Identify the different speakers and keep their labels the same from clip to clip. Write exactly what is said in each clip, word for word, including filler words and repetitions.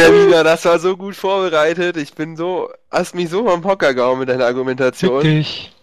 Speaker 1: Berliner, das war so gut vorbereitet. Ich bin so, hast mich so vom Hocker gehauen mit deiner Argumentation.
Speaker 2: Wirklich.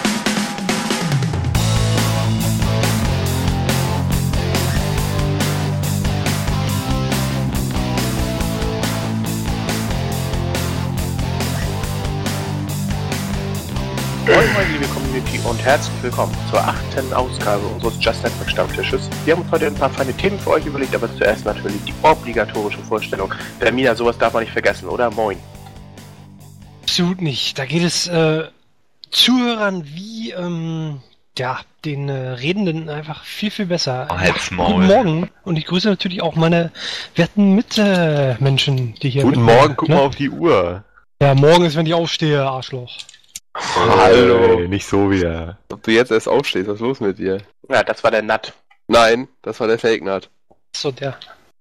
Speaker 3: Moin moin liebe Community und herzlich willkommen zur achten Ausgabe unseres Just Network Stammtisches. Wir haben uns heute ein paar feine Themen für euch überlegt, aber zuerst natürlich die obligatorische Vorstellung. Bermina, sowas darf man nicht vergessen, oder? Moin.
Speaker 2: Absolut nicht. Da geht es äh, Zuhörern wie ähm, ja, den äh, Redenden einfach viel, viel besser.
Speaker 4: Halt's Maul.
Speaker 2: Guten Morgen. Und ich grüße natürlich auch meine werten Mitmenschen, die hier
Speaker 4: Guten
Speaker 2: mit
Speaker 4: Morgen,
Speaker 2: mir,
Speaker 4: guck
Speaker 2: ne?
Speaker 4: mal auf die Uhr.
Speaker 2: Ja, morgen ist, wenn ich aufstehe, Arschloch.
Speaker 1: Hallo.
Speaker 4: Ey, nicht so wieder.
Speaker 1: Ob du jetzt erst aufstehst, was ist los mit dir?
Speaker 3: Ja, das war der Nut.
Speaker 1: Nein, das war der Fake Nut.
Speaker 2: So, der.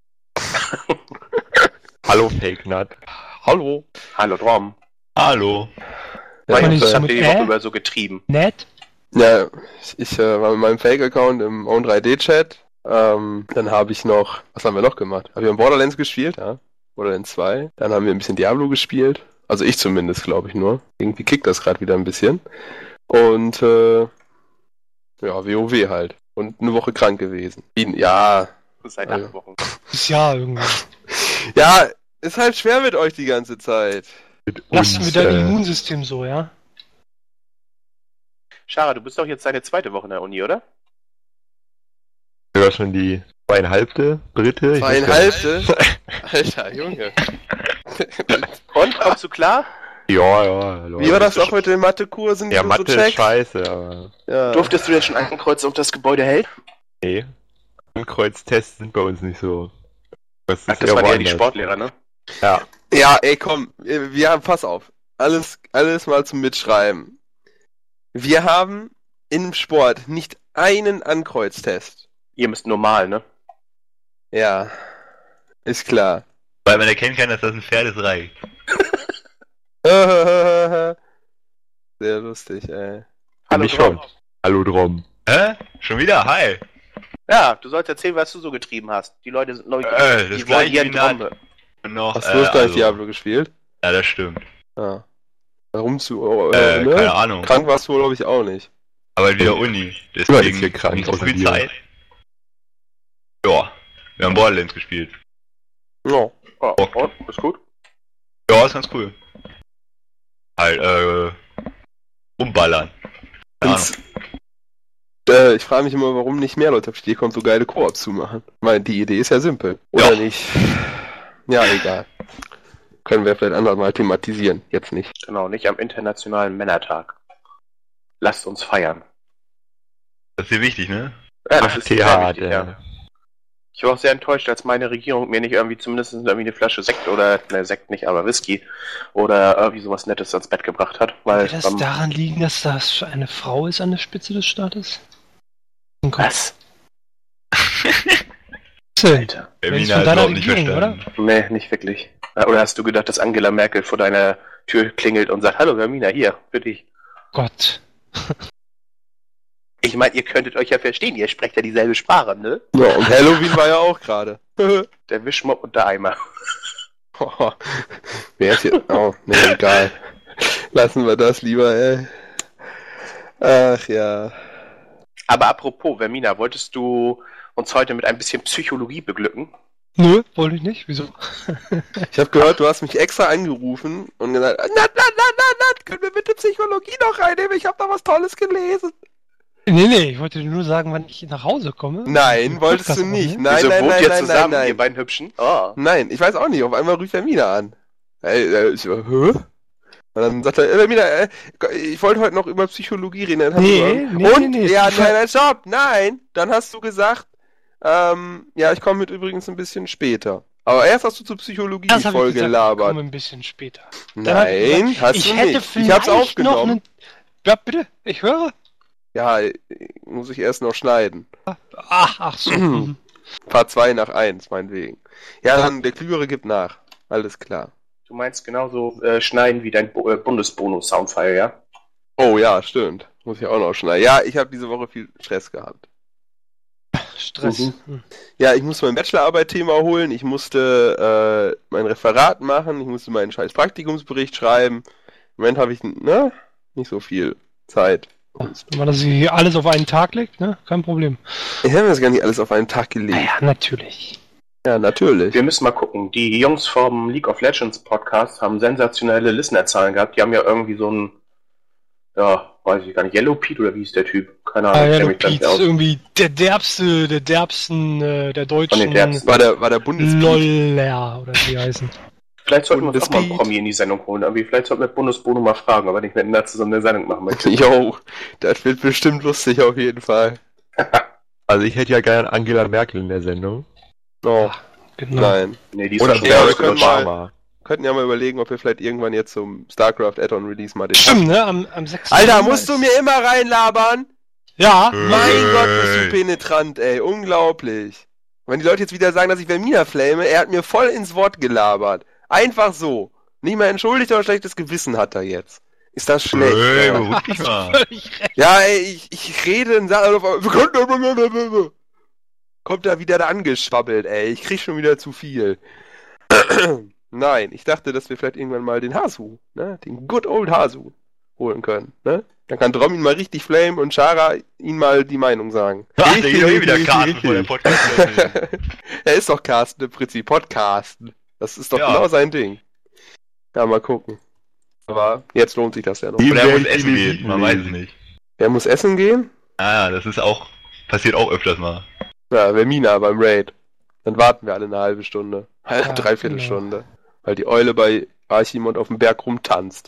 Speaker 4: Hallo Fake Nut.
Speaker 1: Hallo.
Speaker 3: Hallo Drom.
Speaker 4: Hallo.
Speaker 1: Ja,
Speaker 2: Kann
Speaker 3: Was
Speaker 2: ich
Speaker 1: und,
Speaker 2: so
Speaker 1: äh,
Speaker 3: habt
Speaker 2: mit
Speaker 3: ihr die
Speaker 2: Ä?
Speaker 3: Woche über so getrieben?
Speaker 2: Nett?
Speaker 1: ja, ich, ich äh, war mit meinem Fake-Account im Own drei D-Chat. Ähm, dann habe ich noch, was haben wir noch gemacht? Haben wir in Borderlands gespielt, ja. Borderlands zwei. Dann haben wir ein bisschen Diablo gespielt. Also ich zumindest, glaube ich nur. Irgendwie kickt das gerade wieder ein bisschen. Und, äh, ja, WoW halt. Und eine Woche krank gewesen. Ja,
Speaker 3: Seit
Speaker 1: Also.
Speaker 3: acht Wochen.
Speaker 2: Ist ja irgendwie.
Speaker 1: ja, ist halt schwer mit euch die ganze Zeit.
Speaker 4: Mit
Speaker 2: Lassen wir
Speaker 4: uns,
Speaker 2: dein
Speaker 4: äh,
Speaker 2: Immunsystem so, ja?
Speaker 3: Schara, du bist doch jetzt deine zweite Woche in der Uni, oder?
Speaker 4: sogar schon die zweieinhalbte, dritte. ich weiß gar nicht.
Speaker 1: Zweieinhalbte? Alter, Junge.
Speaker 3: Und, kommst du klar?
Speaker 4: Ja, ja. Leute.
Speaker 1: Wie war das auch mit den Mathekursen, die
Speaker 4: Ja,
Speaker 1: du
Speaker 4: Mathe
Speaker 1: so
Speaker 4: ist
Speaker 1: checkst?
Speaker 4: scheiße, aber
Speaker 1: Ja.
Speaker 3: Durftest du denn schon ankreuzen, ob das Gebäude hält?
Speaker 4: nee. Ankreuztests sind bei uns nicht so. Das ist
Speaker 3: Ach, das
Speaker 4: eher
Speaker 3: waren ja die
Speaker 4: woanders.
Speaker 3: Sportlehrer, ne?
Speaker 4: Ja.
Speaker 1: ja, ey, komm. Wir haben, pass auf. Alles, alles mal zum Mitschreiben. Wir haben im Sport nicht einen Ankreuztest.
Speaker 3: Ihr müsst normal, ne?
Speaker 1: Ja. Ist klar.
Speaker 5: Weil man erkennen kann, dass das ein Pferd ist, reicht.
Speaker 1: Sehr lustig, ey.
Speaker 3: Hallo
Speaker 4: Mich
Speaker 3: Drom.
Speaker 4: schon. Hallo Drom.
Speaker 5: Hä? Schon wieder? Hi.
Speaker 3: Ja, du sollst erzählen, was du so getrieben hast. Die Leute sind neugierig.
Speaker 5: Äh, das
Speaker 3: die
Speaker 5: gleiche
Speaker 3: wollen ihren
Speaker 5: wie Nat.
Speaker 3: Drom hören.
Speaker 5: Noch,
Speaker 1: Hast du das
Speaker 5: äh,
Speaker 1: gleich
Speaker 5: also-
Speaker 1: Diablo gespielt?
Speaker 5: Ja, das stimmt.
Speaker 1: Ja. Warum zu, oh, äh,
Speaker 5: Äh,
Speaker 1: ne?
Speaker 5: keine Ahnung.
Speaker 1: Krank warst du wohl, glaube ich, auch nicht.
Speaker 5: Aber wieder Uni.
Speaker 4: Überall ist
Speaker 5: Deswegen
Speaker 4: hier krank,
Speaker 5: nicht so
Speaker 4: außer
Speaker 5: viel
Speaker 4: dir.
Speaker 5: Zeit. Ja. Wir haben Borderlands gespielt.
Speaker 1: Ja.
Speaker 3: Oh, und? Ist gut?
Speaker 5: Ja, ist ganz cool. Halt, äh, umballern. Keine Ahnung.
Speaker 1: Und, äh, ich frage mich immer, warum nicht mehr Leute auf die Idee kommen, so geile Koops zu machen. Ich meine, die Idee ist ja simpel. Oder
Speaker 5: Ja.
Speaker 1: nicht? Ja, egal. Können wir vielleicht andermal thematisieren. Jetzt nicht.
Speaker 3: Genau, nicht am Internationalen Männertag. Lasst uns feiern.
Speaker 5: Das ist hier wichtig, ne?
Speaker 3: Ja,
Speaker 4: Ach,
Speaker 3: sehr
Speaker 4: Theater.
Speaker 3: wichtig, ja. Ich war auch sehr enttäuscht, als meine Regierung mir nicht irgendwie zumindest irgendwie eine Flasche Sekt oder, ne, Sekt nicht, aber Whisky oder irgendwie sowas Nettes ans Bett gebracht hat. Weil
Speaker 2: Wird das
Speaker 3: beim-
Speaker 2: daran liegen, dass das eine Frau ist an der Spitze des Staates? Oh Gott.
Speaker 3: Was?
Speaker 2: Alter.
Speaker 5: Berliner
Speaker 2: ist von
Speaker 5: hat
Speaker 2: deiner
Speaker 5: überhaupt nicht
Speaker 2: Regierung,
Speaker 5: verstanden.
Speaker 3: Nee, nicht wirklich. Oder hast du gedacht, dass Angela Merkel vor deiner Tür klingelt und sagt, hallo Vermina, hier, für dich.
Speaker 2: Gott.
Speaker 3: Ich meine, ihr könntet euch ja verstehen, ihr sprecht ja dieselbe Sprache, ne?
Speaker 1: Ja, und Halloween war ja auch gerade.
Speaker 3: Der Wischmopp und der Eimer.
Speaker 1: Wer ist hier? Oh, nee, egal. Lassen wir das lieber, ey. Ach ja.
Speaker 3: Aber apropos, Vermina, wolltest du uns heute mit ein bisschen Psychologie beglücken?
Speaker 2: Nö, wollte ich nicht. Wieso?
Speaker 1: Ich habe gehört, du hast mich extra angerufen und gesagt, Nat, Nat, Nat, Nat, Nat, können wir bitte Psychologie noch reinnehmen? Ich habe da was Tolles gelesen.
Speaker 2: Nee, nee, ich wollte dir nur sagen, wann ich nach Hause komme.
Speaker 1: Nein, wolltest
Speaker 2: Podcast
Speaker 1: du nicht.
Speaker 2: aufnehmen.
Speaker 1: Nein,
Speaker 3: Wieso
Speaker 1: nein,
Speaker 3: wohnt
Speaker 1: nein,
Speaker 3: ihr
Speaker 1: nein,
Speaker 3: zusammen,
Speaker 1: nein,
Speaker 3: ihr
Speaker 1: nein.
Speaker 3: beiden Hübschen? Oh.
Speaker 1: Nein, ich weiß auch nicht. Auf einmal ruft Vermina an. Ey, äh, ich so, hä? Und dann sagt er, äh, Vermina, äh, ich wollte heute noch über Psychologie reden. Dann hast
Speaker 2: Nee,
Speaker 1: du,
Speaker 2: nee,
Speaker 1: und,
Speaker 2: nee, nee,
Speaker 1: ja,
Speaker 2: ist
Speaker 1: nein,
Speaker 2: die
Speaker 1: nein, stopp, nein. Dann hast du gesagt, ähm, ja, ich komme mit übrigens ein bisschen später. Aber erst hast du zur Psychologie
Speaker 2: Das hab
Speaker 1: voll
Speaker 2: ich gesagt,
Speaker 1: gelabert.
Speaker 2: ich komme ein bisschen später. Dann hab ich
Speaker 1: Nein,
Speaker 2: gesagt,
Speaker 1: hast
Speaker 2: ich
Speaker 1: du
Speaker 2: hätte
Speaker 1: nicht.
Speaker 2: vielleicht
Speaker 1: Ich hab's
Speaker 2: noch
Speaker 1: aufgenommen.
Speaker 2: einen... Ja, bitte, ich höre.
Speaker 1: Ja, muss ich erst noch schneiden.
Speaker 2: Ach, ach so. mhm.
Speaker 1: Part zwei nach eins, meinetwegen. Ja, dann der Klügere gibt nach. Alles klar.
Speaker 3: Du meinst genauso äh, schneiden wie dein Bo- äh, Bundesbonus-Soundfile, ja?
Speaker 1: Oh ja, stimmt. Muss ich auch noch schneiden. Ja, ich habe diese Woche viel Stress gehabt.
Speaker 2: Stress.
Speaker 1: Mhm.
Speaker 2: Hm.
Speaker 1: Ja, ich musste mein Bachelorarbeit-Thema holen, ich musste äh, mein Referat machen, ich musste meinen scheiß Praktikumsbericht schreiben. Im Moment habe ich ne, nicht so viel Zeit.
Speaker 2: Wenn man das hier alles auf einen Tag legt, ne? Kein Problem.
Speaker 1: Ich habe mir das gar nicht alles auf einen Tag gelegt.
Speaker 2: Naja, natürlich.
Speaker 1: Ja, natürlich.
Speaker 3: Wir müssen mal gucken. Die Jungs vom League of Legends Podcast haben sensationelle Listenerzahlen gehabt. Die haben ja irgendwie so ein, ja, weiß ich gar nicht, Yellow Pete oder wie ist der Typ? Keine Ahnung.
Speaker 2: Ah,
Speaker 3: ich
Speaker 2: ja,
Speaker 3: kenn
Speaker 2: du
Speaker 3: mich da nicht
Speaker 2: Pietz,
Speaker 3: aus.
Speaker 2: irgendwie der derbste, der derbsten, äh, der
Speaker 3: Von den
Speaker 2: deutschen
Speaker 3: Derbsten.
Speaker 1: War der, war der Bundespiet.
Speaker 2: Loller, oder wie die heißen.
Speaker 3: Vielleicht sollten wir uns auch mal einen
Speaker 1: Bundespiet.
Speaker 3: Promi in die Sendung holen. Irgendwie, vielleicht sollten wir Bundesbono mal fragen, ob er nicht mit mir zusammen eine Sendung machen möchte.
Speaker 1: Jo, das wird bestimmt lustig auf jeden Fall.
Speaker 4: Also ich hätte ja gerne Angela Merkel in der Sendung.
Speaker 1: Oh,
Speaker 2: Genau.
Speaker 1: nein.
Speaker 3: Nee, die ist
Speaker 4: Oder
Speaker 3: doch schon
Speaker 1: Ja, wir
Speaker 3: rausgelutscht.
Speaker 1: können mal-
Speaker 4: Obama.
Speaker 1: Könnten ja mal überlegen, ob wir vielleicht irgendwann jetzt zum StarCraft Add-on Release mal den...
Speaker 2: Stimmt, ne? Am, am sechsten
Speaker 1: Alter, musst du mir immer reinlabern?
Speaker 2: Ja,
Speaker 1: Mein Gott, bist
Speaker 5: Hey.
Speaker 1: du penetrant, ey. Unglaublich. Wenn die Leute jetzt wieder sagen, dass ich Vermina flame, er hat mir voll ins Wort gelabert. Einfach so. Nicht mal entschuldigt, aber schlechtes Gewissen hat er jetzt. Ist das schlecht?
Speaker 5: Hey,
Speaker 1: ja.
Speaker 5: beruhig dich mal.
Speaker 2: völlig recht.
Speaker 1: Ja, ey, ich, ich rede und sage auf einmal, kommt da wieder da angeschwabbelt, ey. Ich krieg schon wieder zu viel. Nein, ich dachte, dass wir vielleicht irgendwann mal den Hasu, ne, den good old Hasu holen können, ne? Dann kann Drom ihn mal richtig flamen und Chara ihn mal die Meinung sagen.
Speaker 5: Ach, der geht doch eh wieder
Speaker 4: Richtig,
Speaker 5: Karten vor der
Speaker 4: richtig.
Speaker 5: Podcast.
Speaker 1: Er ist doch Carsten im Prinzip, Podcasten. Das ist doch
Speaker 5: Ja.
Speaker 1: genau sein Ding. Ja, mal gucken. Aber jetzt lohnt sich das ja noch.
Speaker 4: Die-
Speaker 5: Oder er muss
Speaker 4: Welt
Speaker 5: essen
Speaker 4: die
Speaker 5: gehen, man weiß es
Speaker 4: lesen.
Speaker 5: nicht.
Speaker 1: Er muss essen gehen?
Speaker 5: Ah, das ist auch, passiert auch öfters mal.
Speaker 1: Ja, Vermina beim Raid. Dann warten wir alle eine halbe Stunde.
Speaker 2: Ja,
Speaker 1: Dreiviertel Stunde. Weil die Eule bei Archimond auf dem Berg rumtanzt.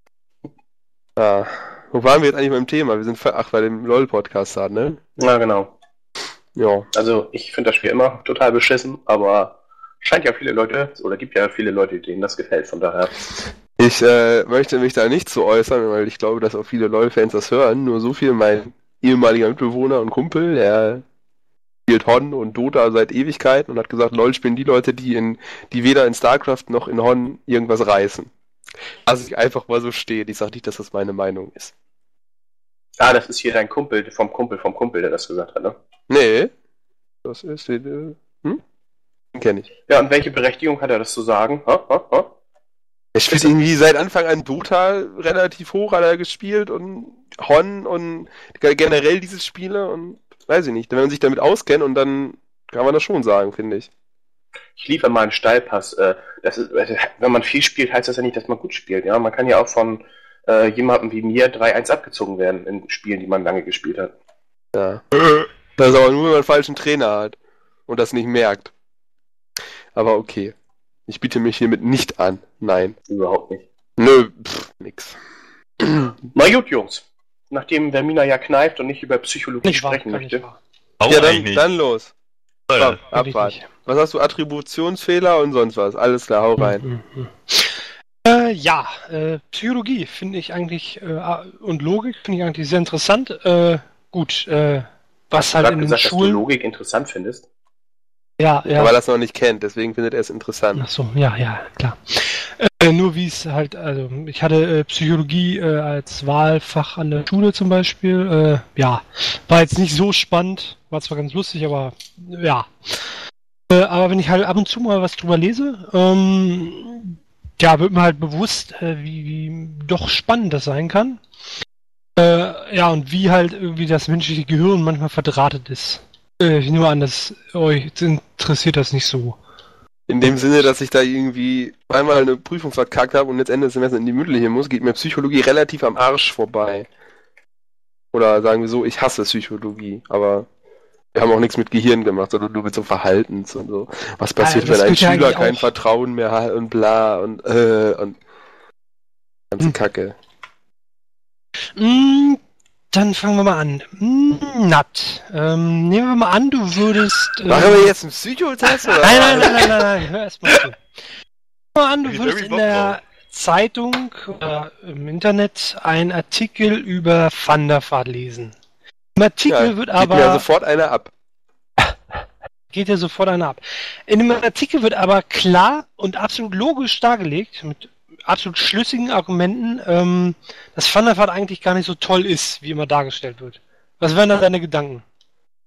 Speaker 1: Ah, wo waren wir jetzt eigentlich beim Thema? Wir sind, ver- ach, bei dem LOL-Podcast da, ne?
Speaker 3: Ja, genau.
Speaker 1: Ja.
Speaker 3: Also, ich finde das Spiel immer total beschissen, aber scheint ja viele Leute, oder gibt ja viele Leute, denen das gefällt, von daher.
Speaker 1: Ich äh, möchte mich da nicht zu äußern, weil ich glaube, dass auch viele LOL-Fans das hören. Nur so viel, mein ehemaliger Mitbewohner und Kumpel, der spielt Hon und Dota seit Ewigkeiten und hat gesagt, LOL spielen die Leute, die in die weder in StarCraft noch in Hon irgendwas reißen. Also ich einfach mal so stehe. Ich sage nicht, dass das meine Meinung ist.
Speaker 3: Ah, das ist hier dein Kumpel, vom Kumpel, vom Kumpel, der das gesagt hat, ne?
Speaker 1: Nee. Das ist, äh, hm? Den kenne ich.
Speaker 3: Ja, und welche Berechtigung hat er das zu sagen? Ha, ha, ha?
Speaker 1: Er spielt irgendwie seit Anfang an Dota relativ hoch, hat er gespielt und Hon und generell diese Spiele und weiß ich nicht. Wenn man sich damit auskennt und dann kann man das schon sagen, finde ich.
Speaker 3: Ich liefere mal einen Steilpass. Äh, das ist, äh, wenn man viel spielt, heißt das ja nicht, dass man gut spielt. Ja, man kann ja auch von äh, jemandem wie mir drei eins abgezogen werden in Spielen, die man lange gespielt hat.
Speaker 1: Ja. Das ist aber nur, wenn man einen falschen Trainer hat und das nicht merkt. Aber okay. Ich biete mich hiermit nicht an. Nein.
Speaker 3: Überhaupt nicht.
Speaker 1: Nö, pff, nix.
Speaker 3: Na gut, Jungs. Nachdem Vermina ja kneift und nicht über Psychologie
Speaker 2: Nicht wahr,
Speaker 3: sprechen
Speaker 2: kann
Speaker 3: möchte.
Speaker 2: nicht wahr.
Speaker 5: Warum
Speaker 1: Ja,
Speaker 5: eigentlich
Speaker 1: dann,
Speaker 5: nicht?
Speaker 1: dann los.
Speaker 5: Soll
Speaker 1: Komm,
Speaker 5: das?
Speaker 2: Kann ich
Speaker 1: abwarten.
Speaker 2: nicht.
Speaker 1: Was hast du? Attributionsfehler und sonst was. Alles klar, hau rein.
Speaker 2: Mhm, mhm. Äh, ja, äh, Psychologie finde ich eigentlich äh, und Logik finde ich eigentlich sehr interessant. Äh, gut, äh, was
Speaker 3: Hast du
Speaker 2: halt
Speaker 3: gerade
Speaker 2: in den
Speaker 3: gesagt, dass du
Speaker 2: Schulen.
Speaker 3: Logik interessant findest?
Speaker 2: Ja, ja.
Speaker 1: Aber er das noch nicht kennt, deswegen findet er es interessant.
Speaker 2: Ach so, ja, ja, klar. Äh, nur wie es halt, also ich hatte äh, Psychologie äh, als Wahlfach an der Schule zum Beispiel. Äh, ja, war jetzt nicht so spannend, war zwar ganz lustig, aber äh, ja. Äh, aber wenn ich halt ab und zu mal was drüber lese, ähm, ja, wird mir halt bewusst, äh, wie, wie doch spannend das sein kann. Äh, ja, und wie halt irgendwie das menschliche Gehirn manchmal verdrahtet ist. Äh, ich nehme an, dass euch interessiert das nicht so.
Speaker 1: In dem Sinne, dass ich da irgendwie einmal eine Prüfung verkackt habe und jetzt Ende des Semesters in die mündliche muss, geht mir Psychologie relativ am Arsch vorbei. Oder sagen wir so, ich hasse Psychologie, aber wir haben auch nichts mit Gehirn gemacht, sondern nur mit so Verhaltens und so. Was passiert,
Speaker 2: Ja, das
Speaker 1: wenn ein
Speaker 2: gilt ja
Speaker 1: Schüler
Speaker 2: eigentlich
Speaker 1: kein
Speaker 2: auch.
Speaker 1: Vertrauen mehr hat und bla und äh und ganze
Speaker 2: Hm.
Speaker 1: Kacke.
Speaker 2: Mm, Dann fangen wir mal an. Mm, Nat, ähm, nehmen wir mal an, du würdest... Äh,
Speaker 1: Machen wir jetzt einen Psychotest oder?
Speaker 2: Nein, nein, nein, nein, nein, nein, hör erst mal zu. Nehmen wir mal an, du
Speaker 5: Ich
Speaker 2: würdest
Speaker 5: hab
Speaker 2: in
Speaker 5: Bock
Speaker 2: der
Speaker 5: drauf.
Speaker 2: Zeitung oder im Internet einen Artikel über Wanderfahrt lesen. Im Artikel
Speaker 1: Ja,
Speaker 2: wird
Speaker 1: geht mir ja
Speaker 2: aber...
Speaker 1: sofort einer ab.
Speaker 2: geht ja sofort einer ab. In dem Artikel wird aber klar und absolut logisch dargelegt, mit absolut schlüssigen Argumenten, ähm, dass Wanderfahrt eigentlich gar nicht so toll ist, wie immer dargestellt wird. Was wären da deine Gedanken?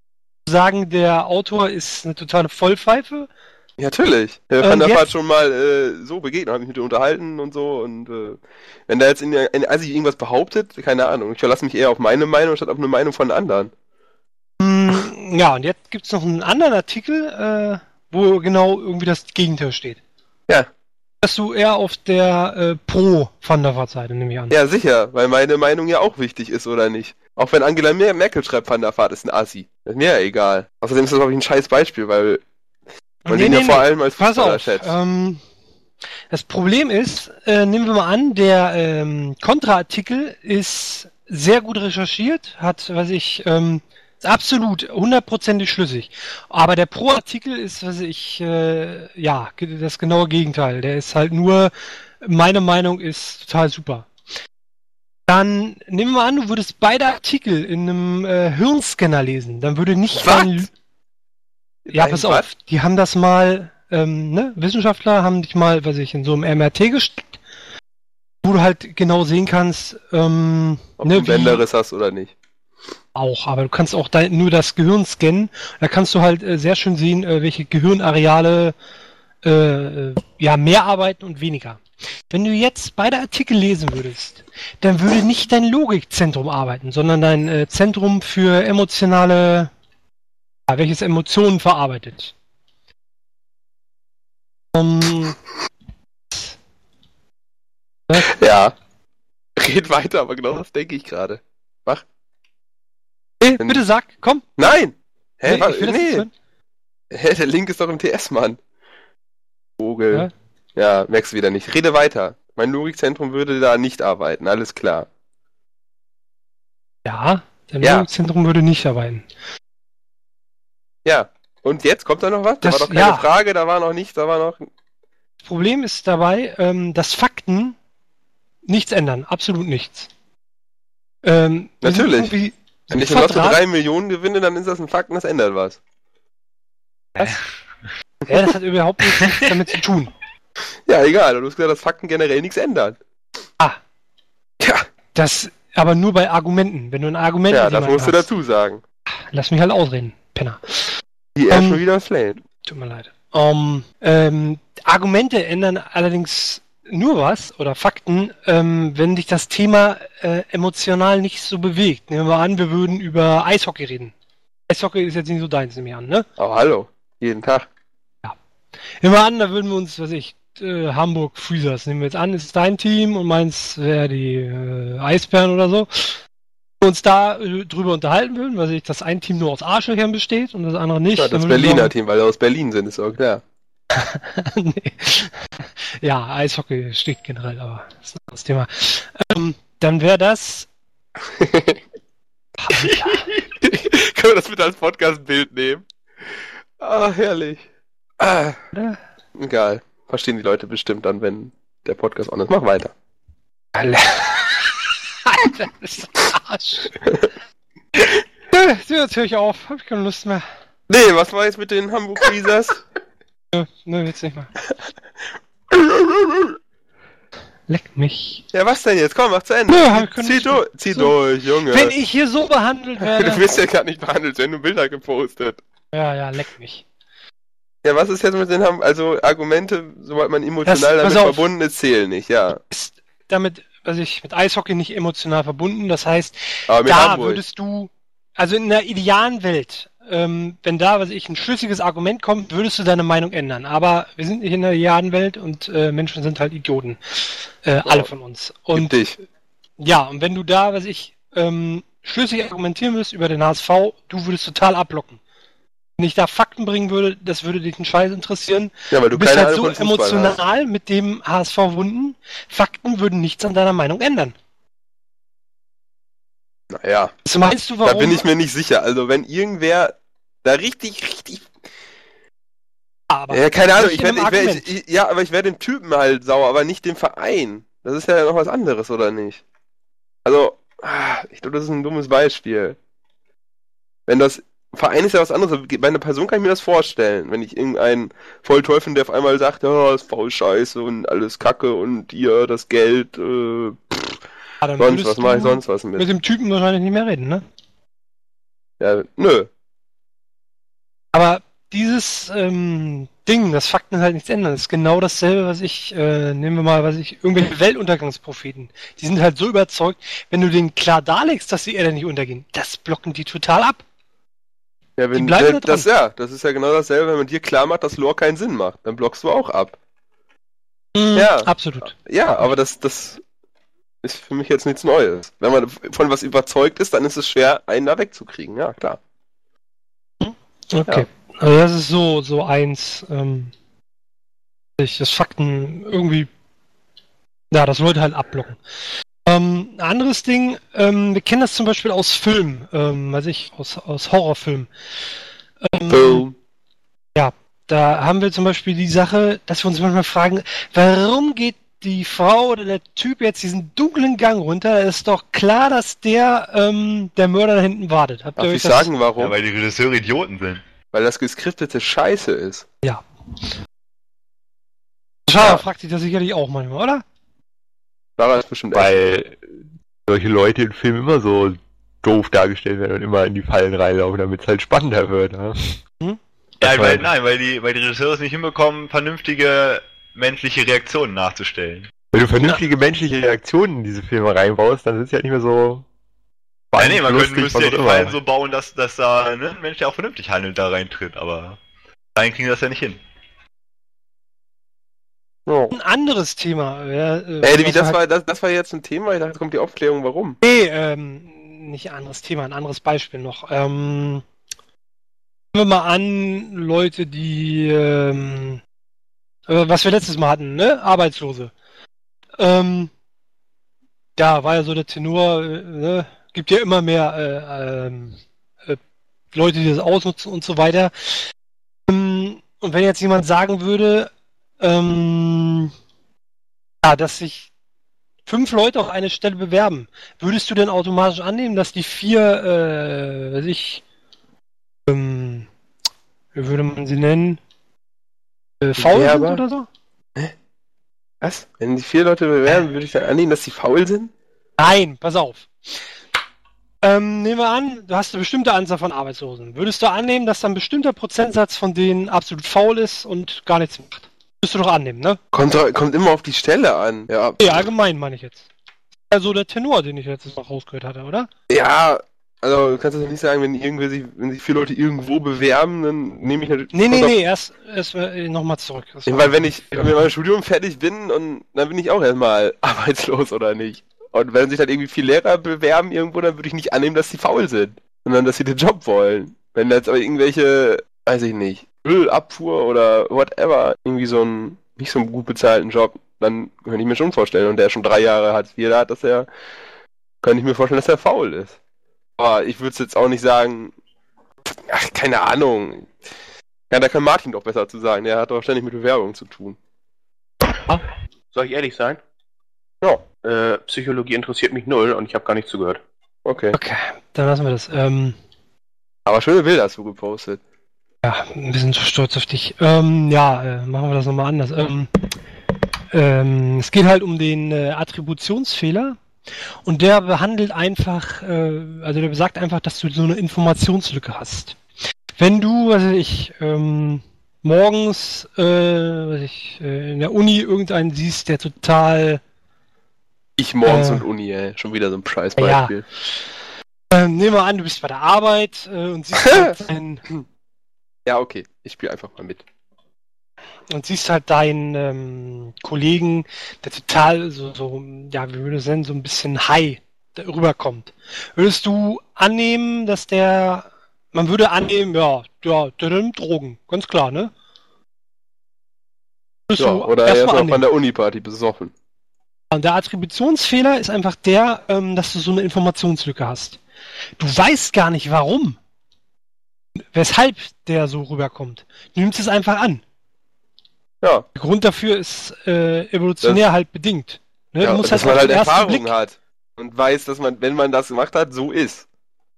Speaker 2: sagen, der Autor ist eine totale Vollpfeife.
Speaker 1: Ja, natürlich. Herr
Speaker 2: Ähm,
Speaker 1: Van der
Speaker 2: jetzt-
Speaker 1: Vaart schon mal äh, so begegnet, habe mich mit ihm unterhalten und so. Und äh, wenn da jetzt in der in Assi irgendwas behauptet, keine Ahnung. Ich verlasse mich eher auf meine Meinung statt auf eine Meinung von anderen.
Speaker 2: Mm, Ja, und jetzt gibt es noch einen anderen Artikel, äh, wo genau irgendwie das Gegenteil steht.
Speaker 1: Ja.
Speaker 2: Dass du eher auf der äh, Pro-Van der Vaart-Seite, nehme ich an.
Speaker 1: Ja, sicher, weil meine Meinung ja auch wichtig ist, oder nicht? Auch wenn Angela Mer- Merkel schreibt, Van der Vaart ist ein Assi. Das ist mir ja egal. Außerdem ist das, glaube ich, ein scheiß Beispiel, weil man
Speaker 2: Nee,
Speaker 1: den
Speaker 2: nee,
Speaker 1: ja vor
Speaker 2: nee.
Speaker 1: allem als
Speaker 2: Pass
Speaker 1: Fußballer
Speaker 2: auf,
Speaker 1: schätzt.
Speaker 2: ähm, das Problem ist, äh, nehmen wir mal an, der ähm, Kontraartikel ist sehr gut recherchiert, hat, weiß ich, ähm, ist absolut hundertprozentig schlüssig. Aber der Pro-Artikel ist, weiß ich, äh, ja, ge- das genaue Gegenteil. Der ist halt nur, meine Meinung ist total super. Dann nehmen wir mal an, du würdest beide Artikel in einem äh, Hirnscanner lesen. Dann würde nicht
Speaker 1: Was?
Speaker 2: dein... Ja,
Speaker 1: Ein
Speaker 2: pass
Speaker 1: was?
Speaker 2: auf, die haben das mal, ähm, ne, Wissenschaftler haben dich mal, weiß ich, in so einem M R T gesteckt, wo du halt genau sehen kannst, ähm,
Speaker 1: Ob
Speaker 2: ne,
Speaker 1: du einen
Speaker 2: wie
Speaker 1: Bänderriss hast oder nicht.
Speaker 2: auch, aber du kannst auch dein, nur das Gehirn scannen, da kannst du halt äh, sehr schön sehen, äh, welche Gehirnareale äh, äh, ja, mehr arbeiten und weniger. Wenn du jetzt beide Artikel lesen würdest, dann würde nicht dein Logikzentrum arbeiten, sondern dein äh, Zentrum für emotionale, ja, welches Emotionen verarbeitet. Um,
Speaker 1: Ja. Red weiter, aber genau das denke ich gerade. Mach.
Speaker 2: hey, bitte sag, komm.
Speaker 1: Nein! Hä,
Speaker 2: Nee,
Speaker 1: wa-
Speaker 2: ich will das nicht
Speaker 1: nee.
Speaker 2: hören.
Speaker 1: Hä, der Link ist doch im T S, Mann. Vogel. Ja, merkst du wieder nicht. Rede weiter. Mein Logikzentrum würde da nicht arbeiten, alles klar.
Speaker 2: Ja, dein
Speaker 1: Ja.
Speaker 2: Logikzentrum würde nicht arbeiten.
Speaker 1: Ja. Und jetzt kommt da noch was? Da
Speaker 2: Das-
Speaker 1: war doch keine
Speaker 2: ja.
Speaker 1: Frage, da war noch nichts, da war noch.
Speaker 2: Das Problem ist dabei, ähm, dass Fakten nichts ändern. Absolut nichts. Ähm, wir sind
Speaker 1: Natürlich.
Speaker 2: irgendwie
Speaker 1: Wenn ich
Speaker 2: so
Speaker 1: in Lotto
Speaker 2: verdraht-
Speaker 1: drei Millionen gewinne, dann ist das ein Fakt und das ändert was.
Speaker 2: Ja, das hat überhaupt nichts damit zu tun.
Speaker 1: Ja, egal. Du hast gesagt, dass Fakten generell nichts ändern.
Speaker 2: Ah.
Speaker 1: Ja,
Speaker 2: Das aber nur bei Argumenten. Wenn du ein Argument
Speaker 1: ja
Speaker 2: mit
Speaker 1: das
Speaker 2: jemandem
Speaker 1: musst du
Speaker 2: hast.
Speaker 1: dazu sagen.
Speaker 2: Lass mich halt ausreden, Penner.
Speaker 1: Die er
Speaker 2: Ähm,
Speaker 1: schon wieder slayed.
Speaker 2: Tut mir leid. Um, ähm, Argumente ändern allerdings nur was, oder Fakten, ähm, wenn dich das Thema äh, emotional nicht so bewegt. Nehmen wir mal an, wir würden über Eishockey reden. Eishockey ist jetzt nicht so deins, nehme ich an, ne?
Speaker 1: Oh, hallo. Jeden Tag.
Speaker 2: Nehmen wir an, da würden wir uns, was weiß ich, äh, Hamburg Freezers, nehmen wir jetzt an, ist dein Team und meins wäre die äh, Eisbären oder so. Wenn wir uns da äh, drüber unterhalten würden, weil ich, dass ein Team nur aus Arschlöchern besteht und das andere nicht.
Speaker 1: Ja,
Speaker 2: dann
Speaker 1: das
Speaker 2: würden wir
Speaker 1: Berliner
Speaker 2: sagen,
Speaker 1: Team, weil sie aus Berlin sind, ist auch klar.
Speaker 2: nee. Ja, Eishockey steht generell, aber das ist ein anderes Thema. Ähm, dann wäre das.
Speaker 1: Können wir das bitte als Podcast-Bild nehmen? Ah, herrlich. Ah,
Speaker 2: Oder?
Speaker 1: egal. Verstehen die Leute bestimmt dann, wenn der Podcast on ist. Mach weiter.
Speaker 2: Alter, Alter, das ist ein Arsch. Nö, jetzt höre ich auf. Hab ich keine Lust mehr.
Speaker 1: Nee, was war jetzt mit den Hamburg Freezers?
Speaker 2: Nö, nö, jetzt nicht mehr. Leck mich.
Speaker 1: Ja, was denn jetzt? Komm, mach zu Ende.
Speaker 2: Nö, hab ich keine
Speaker 1: Zieh,
Speaker 2: Lust
Speaker 1: du
Speaker 2: mehr.
Speaker 1: zieh
Speaker 2: So.
Speaker 1: durch, Junge.
Speaker 2: Wenn ich hier so behandelt
Speaker 1: Du
Speaker 2: werde.
Speaker 1: wirst ja gar nicht behandelt, wenn du Bilder gepostet.
Speaker 2: Ja, ja, leck mich.
Speaker 1: Ja, was ist jetzt mit den Ham Also Argumente, sobald man emotional
Speaker 2: Das- pass
Speaker 1: damit
Speaker 2: auf.
Speaker 1: verbunden ist, zählen nicht, ja.
Speaker 2: Ist damit, also ich mit Eishockey nicht emotional verbunden. Das heißt,
Speaker 1: Aber mit
Speaker 2: da
Speaker 1: Hamburg.
Speaker 2: würdest du, also in einer idealen Welt, ähm, wenn da, was ich, ein schlüssiges Argument kommt, würdest du deine Meinung ändern. Aber wir sind nicht in einer idealen Welt und äh, Menschen sind halt Idioten. Äh, alle von uns.
Speaker 1: Gib
Speaker 2: Und
Speaker 1: dich.
Speaker 2: ja, und wenn du da, was ich, ähm, schlüssig argumentieren würdest über den H S V, du würdest total ablocken. Wenn ich da Fakten bringen würde, das würde dich einen Scheiß interessieren.
Speaker 1: Ja, weil du
Speaker 2: Du bist
Speaker 1: keine
Speaker 2: halt
Speaker 1: Ahnung
Speaker 2: so
Speaker 1: von Fußball hast.
Speaker 2: emotional mit dem H S V verbunden. Fakten würden nichts an deiner Meinung ändern.
Speaker 1: Naja,
Speaker 2: Was meinst du,
Speaker 1: da
Speaker 2: warum?
Speaker 1: bin ich mir nicht sicher. Also wenn irgendwer da richtig, richtig...
Speaker 2: aber
Speaker 1: Ja, keine Ahnung,
Speaker 2: nicht
Speaker 1: ich
Speaker 2: in
Speaker 1: werde,
Speaker 2: einem
Speaker 1: ich werd,
Speaker 2: Argument.
Speaker 1: ich, ich, ja, aber ich werde dem Typen halt sauer, aber nicht dem Verein. Das ist ja noch was anderes, oder nicht? Also, ah, ich glaube, das ist ein dummes Beispiel. Wenn das Verein ist ja was anderes. Bei einer Person kann ich mir das vorstellen. Wenn ich irgendeinen Vollteufel, der auf einmal sagt, ja, ist faul scheiße und alles Kacke und ihr das Geld, äh,
Speaker 2: Ja, dann
Speaker 1: sonst
Speaker 2: würdest
Speaker 1: was mache ich
Speaker 2: du
Speaker 1: sonst was
Speaker 2: mit
Speaker 1: mit.
Speaker 2: dem Typen wahrscheinlich nicht mehr reden, ne?
Speaker 1: Ja, nö.
Speaker 2: Aber dieses ähm, Ding, das Fakten halt nichts ändern, ist genau dasselbe, was ich, äh, nehmen wir mal, was ich, irgendwelche Weltuntergangspropheten, die sind halt so überzeugt, wenn du denen klar darlegst, dass die Erde nicht untergehen, das blocken die total ab.
Speaker 1: Ja, wenn,
Speaker 2: Die bleiben
Speaker 1: äh,
Speaker 2: da
Speaker 1: das,
Speaker 2: dran.
Speaker 1: ja, das ist ja genau dasselbe, wenn man dir klar macht, dass Lore keinen Sinn macht. Dann blockst du auch ab.
Speaker 2: Mhm,
Speaker 1: Ja.
Speaker 2: absolut.
Speaker 1: Ja, aber das, das ist für mich jetzt nichts Neues. Wenn man von was überzeugt ist, dann ist es schwer, einen da wegzukriegen. Ja, klar.
Speaker 2: Okay. Also das ist so, so eins, ähm, ich, das Fakten irgendwie, ja, das Leute halt abblocken. Ähm, ein anderes Ding, ähm, wir kennen das zum Beispiel aus Filmen, ähm, weiß ich, aus, aus Horrorfilmen. Ähm,
Speaker 1: Boom.
Speaker 2: Da haben wir zum Beispiel die Sache, dass wir uns manchmal fragen, warum geht die Frau oder der Typ jetzt diesen dunklen Gang runter? Es ist doch klar, dass der ähm, der Mörder da hinten wartet. Habt ihr
Speaker 1: Darf
Speaker 2: euch
Speaker 1: ich
Speaker 2: das-
Speaker 1: sagen, warum?
Speaker 5: Ja, weil die Regisseure Idioten sind.
Speaker 1: Weil das geskriptete Scheiße ist.
Speaker 2: Schau,
Speaker 1: Ja.
Speaker 2: fragt sich das sicherlich auch manchmal, oder?
Speaker 1: Daran ist bestimmt echt.
Speaker 4: Weil solche Leute in Filmen immer so doof dargestellt werden und immer in die Fallen reinlaufen, damit es halt spannender wird. Ja?
Speaker 5: Ja,
Speaker 4: Das
Speaker 5: weil,
Speaker 4: war-
Speaker 5: nein, weil die, weil die Regisseure es nicht hinbekommen, vernünftige menschliche Reaktionen nachzustellen.
Speaker 4: Wenn du vernünftige menschliche Reaktionen in diese Filme reinbaust, dann sind sie halt nicht mehr so...
Speaker 5: Nein, nee, man
Speaker 4: lustig,
Speaker 5: könnte, müsste
Speaker 4: was
Speaker 5: ja
Speaker 4: auch
Speaker 5: die
Speaker 4: immer.
Speaker 5: Fallen so bauen, dass, dass da ne, ein Mensch, der auch vernünftig handelt, da reintritt, aber dahin kriegen die das ja nicht hin.
Speaker 1: Ja.
Speaker 2: Ein anderes Thema. Ja, äh,
Speaker 1: Ey, wie,
Speaker 2: was
Speaker 1: das,
Speaker 2: halt-
Speaker 1: war, das, das war jetzt ein Thema, ich dachte, jetzt kommt die Aufklärung, warum.
Speaker 2: Nee, ähm, nicht ein anderes Thema, ein anderes Beispiel noch. Ähm, nehmen wir mal an, Leute, die, ähm, äh, was wir letztes Mal hatten, ne? Arbeitslose. Ähm, ja, war ja so der Tenor, äh, ne? Gibt ja immer mehr äh, ähm, äh, Leute, die das ausnutzen und so weiter. Ähm, und wenn jetzt jemand sagen würde, ähm, ja, dass sich fünf Leute auf eine Stelle bewerben, würdest du denn automatisch annehmen, dass die vier, äh, weiß ich, ähm, wie würde man sie nennen, äh, faul sind
Speaker 1: Bewerber?
Speaker 2: oder so?
Speaker 1: Was? Wenn die vier Leute bewerben, würde ich dann annehmen, dass die faul sind?
Speaker 2: Nein, pass auf. Ähm, nehmen wir an, du hast eine bestimmte Anzahl von Arbeitslosen. Würdest du annehmen, dass dann ein bestimmter Prozentsatz von denen absolut faul ist und gar nichts macht? Würdest du doch annehmen, ne?
Speaker 1: Kommt, doch- kommt immer auf die Stelle an. Ja,
Speaker 2: Nee, allgemein meine ich jetzt. Also der Tenor, den ich letztes Mal rausgehört hatte, oder?
Speaker 1: ja, also du kannst das nicht sagen, wenn irgendwie sich, wenn sich vier Leute irgendwo bewerben, dann nehme ich natürlich.
Speaker 2: Nee, nee,
Speaker 1: kommt auf-
Speaker 2: nee, erst, erst äh, nochmal zurück. Das war-
Speaker 1: Weil wenn ich mit meinem Studium fertig bin und dann bin ich auch erstmal arbeitslos oder nicht. Und wenn sich dann irgendwie viele Lehrer bewerben irgendwo, dann würde ich nicht annehmen, dass sie faul sind, sondern dass sie den Job wollen. Wenn jetzt aber irgendwelche, weiß ich nicht, Müllabfuhr oder whatever, irgendwie so einen nicht so einen gut bezahlten Job, dann könnte ich mir schon vorstellen, und der schon drei Jahre Hartz vier hat, dass er, könnte ich mir vorstellen, dass er faul ist. Aber ich würde es jetzt auch nicht sagen, ach, keine Ahnung. Ja, da kann Martin doch besser zu sagen, der hat doch ständig mit Bewerbung zu tun.
Speaker 3: Soll ich ehrlich sein?
Speaker 1: Ja,
Speaker 3: Äh, Psychologie interessiert mich null und ich habe gar nicht zugehört.
Speaker 1: okay.
Speaker 2: Okay, dann lassen wir das. Ähm,
Speaker 1: Aber schöne Bilder hast du gepostet.
Speaker 2: ja, ein bisschen zu stolz auf dich. Ähm, ja, äh, machen wir das nochmal anders. Ähm, ähm, es geht halt um den äh, Attributionsfehler und der behandelt einfach, äh, also der besagt einfach, dass du so eine Informationslücke hast. Wenn du, was weiß ich, ähm, morgens äh, was weiß ich, äh, in der Uni irgendeinen siehst, der total
Speaker 1: Ich morgens
Speaker 2: Äh.
Speaker 1: und Uni, ey. Schon wieder so ein Scheißbeispiel.
Speaker 2: Ähm, nehmen wir an, du bist bei der Arbeit äh, und siehst halt deinen,
Speaker 1: Ja, okay. Ich spiele einfach mal mit.
Speaker 2: und siehst halt deinen ähm, Kollegen, der total so, so, ja, wie würde ich es nennen, so ein bisschen high rüberkommt. Würdest du annehmen, dass der, man würde annehmen, ja, ja, der nimmt Drogen, ganz klar, ne? Würdest
Speaker 1: Ja,
Speaker 2: du
Speaker 1: oder er ist
Speaker 2: erstmal
Speaker 1: auch
Speaker 2: annehmen.
Speaker 1: von der Uni-Party besoffen.
Speaker 2: Und der Attributionsfehler ist einfach der, ähm, dass du so eine Informationslücke hast. Du weißt gar nicht, warum. Weshalb der so rüberkommt. Du nimmst es einfach an.
Speaker 1: Ja,
Speaker 2: Der Grund dafür ist äh, evolutionär halt bedingt. Ne?
Speaker 1: ja
Speaker 2: du musst
Speaker 1: dass
Speaker 2: halt
Speaker 1: man
Speaker 2: auf
Speaker 1: halt
Speaker 2: den ersten
Speaker 1: Erfahrung
Speaker 2: Blick,
Speaker 1: hat. Und weiß, dass man, wenn man das gemacht hat, so ist.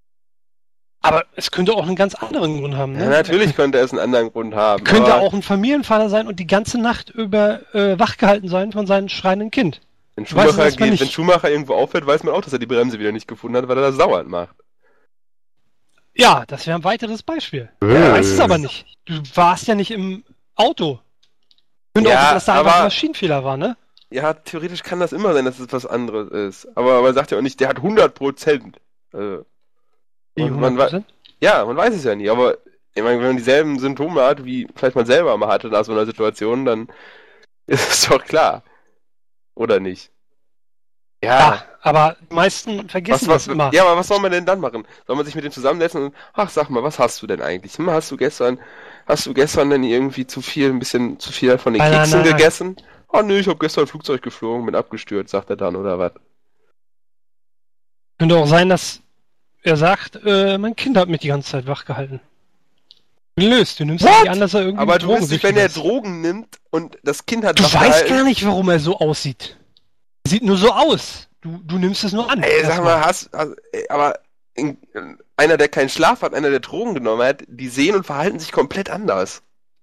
Speaker 2: aber es könnte auch einen ganz anderen Grund haben. Ne?
Speaker 1: Ja, natürlich könnte es einen anderen Grund haben.
Speaker 2: Könnte
Speaker 1: aber
Speaker 2: auch ein Familienvater sein und die ganze Nacht über äh, wachgehalten sein von seinem schreienden Kind.
Speaker 1: wenn
Speaker 2: weiß es
Speaker 1: Schumacher,
Speaker 2: erstmal
Speaker 1: geht,
Speaker 2: nicht.
Speaker 1: wenn Schumacher irgendwo auffällt, weiß man auch, dass er die Bremse wieder nicht gefunden hat, weil er das sauernd macht.
Speaker 2: Ja, das wäre ein weiteres Beispiel.
Speaker 4: Äh.
Speaker 2: Du weißt es aber nicht. Du warst ja nicht im Auto. Könnte
Speaker 1: Ja,
Speaker 2: auch sein, dass da einfach
Speaker 1: aber-
Speaker 2: ein Maschinenfehler war, ne?
Speaker 1: Ja, theoretisch kann das immer sein, dass es was anderes ist. Aber man sagt ja auch nicht, der hat hundert Prozent. Also,
Speaker 2: Die
Speaker 1: und man
Speaker 2: hundert Prozent.
Speaker 1: ja, man weiß es ja nie, aber ich meine, wenn man dieselben Symptome hat, wie vielleicht man selber mal hatte nach so einer Situation, dann ist es doch klar. Oder nicht? Ja,
Speaker 2: Ja, aber die meisten vergessen
Speaker 1: was, was,
Speaker 2: das immer.
Speaker 1: ja, aber was soll man denn dann machen? Soll man sich mit dem zusammensetzen und, ach, sag mal, was hast du denn eigentlich? Hm, hast du gestern, hast du gestern denn irgendwie zu viel, ein bisschen zu viel von den
Speaker 2: Nein, nein,
Speaker 1: Keksen
Speaker 2: nein, nein.
Speaker 1: gegessen? Oh nö, ich habe gestern ein Flugzeug geflogen, bin abgestürzt, sagt er dann, oder was?
Speaker 2: Könnte auch sein, dass er sagt, äh, mein Kind hat mich die ganze Zeit wach gehalten. Gelöst, du nimmst ja
Speaker 1: What?
Speaker 2: nicht an, dass er irgendwie
Speaker 1: Aber du wirst nicht, wenn er
Speaker 2: drogensüchtig ist.
Speaker 1: Drogen nimmt und das Kind hat
Speaker 2: Du
Speaker 1: wach
Speaker 2: weißt
Speaker 1: gehalten.
Speaker 2: gar nicht, warum er so aussieht. Er sieht nur so aus. Du, du nimmst es nur an.
Speaker 1: Ey, sag
Speaker 2: Erstmal.
Speaker 1: mal, hast, hast ey, aber in, einer, der keinen Schlaf hat, einer, der Drogen genommen hat, die sehen und verhalten sich komplett anders.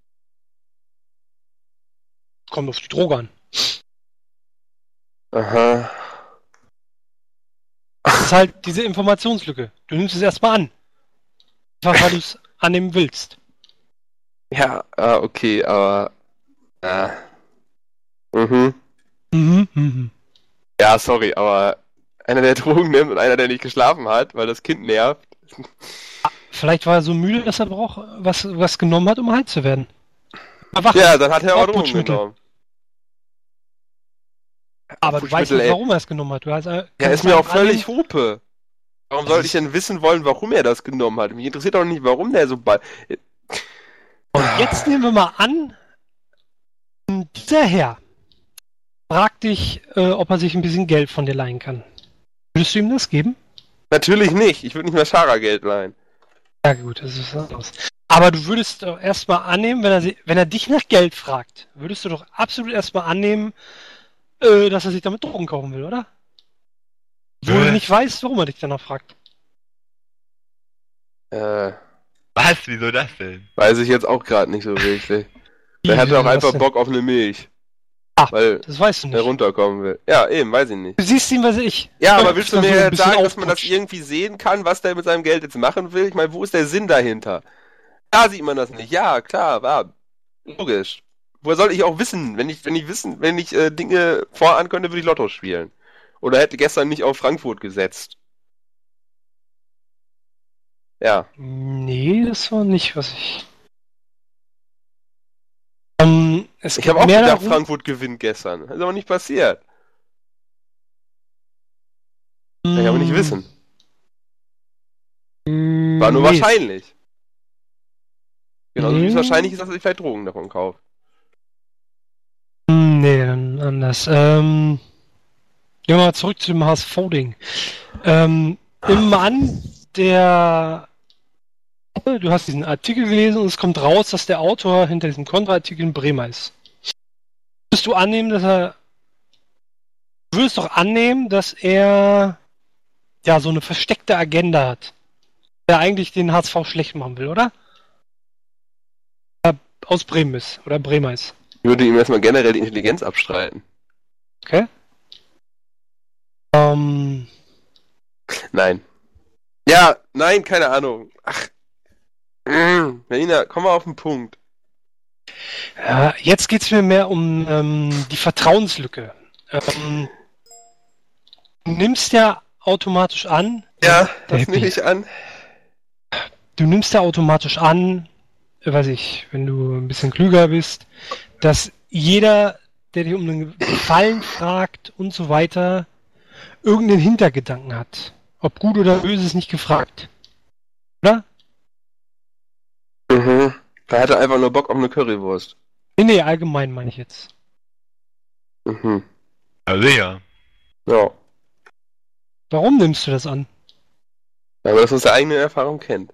Speaker 2: Kommt auf die Droge an.
Speaker 1: Aha.
Speaker 2: Das ist halt diese Informationslücke. Du nimmst es erstmal an. Einfach weil du es annehmen willst.
Speaker 1: Ja, ah, okay, aber. Ah. Mhm.
Speaker 2: Mhm, mhm.
Speaker 1: Ja, sorry, aber einer, der Drogen nimmt und einer, der nicht geschlafen hat, weil das Kind nervt.
Speaker 2: Vielleicht war er so müde, dass er braucht, was, was genommen hat, um heilt zu werden. Wach.
Speaker 1: Ja, dann hat er auch Drogen
Speaker 2: Aufputschmittel.
Speaker 1: genommen.
Speaker 2: Aber du weißt
Speaker 1: Aufputschmittel,
Speaker 2: nicht,
Speaker 1: ey.
Speaker 2: warum er es genommen hat. Du hast, äh,
Speaker 1: Ja, ist mir auch völlig Hupe. Warum
Speaker 2: Das
Speaker 1: sollte
Speaker 2: ist-
Speaker 1: ich denn wissen wollen, warum er das genommen hat? Mich interessiert doch nicht, warum der so bald.
Speaker 2: Und jetzt nehmen wir mal an, dieser Herr fragt dich, äh, ob er sich ein bisschen Geld von dir leihen kann. Würdest du ihm das geben?
Speaker 1: Natürlich nicht. Ich würde nicht mehr Schara Geld leihen.
Speaker 2: Ja gut, das ist was anderes. Aber du würdest doch erstmal annehmen, wenn er, si- wenn er dich nach Geld fragt, würdest du doch absolut erstmal annehmen, äh, dass er sich damit Drogen kaufen will, oder? Wo du
Speaker 5: Äh.
Speaker 2: nicht weißt, warum er dich danach fragt.
Speaker 1: Äh,
Speaker 5: Was? Wieso das denn?
Speaker 1: weiß ich jetzt auch gerade nicht so wirklich.
Speaker 2: Wie,
Speaker 1: Der hatte
Speaker 2: wieso
Speaker 1: auch
Speaker 2: das
Speaker 1: einfach
Speaker 2: denn?
Speaker 1: Bock auf eine Milch.
Speaker 2: Ah,
Speaker 1: Weil
Speaker 2: Das weißt du
Speaker 1: er
Speaker 2: nicht.
Speaker 1: runterkommen will. Ja, eben, weiß ich nicht.
Speaker 2: Du siehst ihn, was ich.
Speaker 1: Ja, aber willst du
Speaker 2: dass
Speaker 1: mir
Speaker 2: er so ein
Speaker 1: jetzt
Speaker 2: bisschen
Speaker 1: sagen, dass man das
Speaker 2: aufputscht?
Speaker 1: irgendwie sehen kann, was der mit seinem Geld jetzt machen will? Ich meine, wo ist der Sinn dahinter? Da sieht man das nicht. Ja, klar, war logisch. Woher soll ich auch wissen? Wenn ich, wenn ich wissen, wenn ich äh, Dinge voran könnte, würde ich Lotto spielen. Oder hätte gestern nicht auf Frankfurt gesetzt. Ja.
Speaker 2: Nee, das war nicht, was ich. Ähm, es
Speaker 1: Ich
Speaker 2: geht
Speaker 1: habe auch
Speaker 2: mehr
Speaker 1: gedacht,
Speaker 2: darum,
Speaker 1: Frankfurt gewinnt gestern. Ist aber nicht passiert. Kann ich aber nicht wissen.
Speaker 2: Mm,
Speaker 1: War nur
Speaker 2: nee.
Speaker 1: wahrscheinlich. Genauso wie es
Speaker 2: Nee.
Speaker 1: wahrscheinlich ist, dass er sich vielleicht Drogen davon kauft.
Speaker 2: Mm, Nee, dann anders. Ähm, gehen wir mal zurück zu dem H S V-Ding. Ähm, im Mann, der. Du hast diesen Artikel gelesen und es kommt raus, dass der Autor hinter diesem Kontraartikel ein Bremer ist. Würdest du annehmen, dass er. Du würdest doch annehmen, dass er ja so eine versteckte Agenda hat. Der eigentlich den H S V schlecht machen will, oder? Der aus Bremen ist oder Bremer ist.
Speaker 1: Ich würde ihm erstmal generell die Intelligenz abstreiten.
Speaker 2: Okay? Ähm.
Speaker 1: Nein. Ja, nein, keine Ahnung. Ach. Mm, Melina, komm mal auf den Punkt.
Speaker 2: Ja, jetzt geht's mir mehr um ähm, die Vertrauenslücke. Ähm, du nimmst ja automatisch an,
Speaker 1: Ja, das
Speaker 2: Happy.
Speaker 1: nehme ich an.
Speaker 2: du nimmst ja automatisch an, äh, weiß ich, wenn du ein bisschen klüger bist, dass jeder, der dich um einen Gefallen fragt und so weiter, irgendeinen Hintergedanken hat. Ob gut oder böse ist nicht gefragt. Oder?
Speaker 1: Mhm. Er hatte einfach nur Bock auf eine Currywurst.
Speaker 2: Nee, nee, allgemein meine ich jetzt.
Speaker 1: Mhm.
Speaker 5: Also ja.
Speaker 1: Ja.
Speaker 2: Warum nimmst du das an?
Speaker 1: Weil man das aus der eigenen Erfahrung kennt.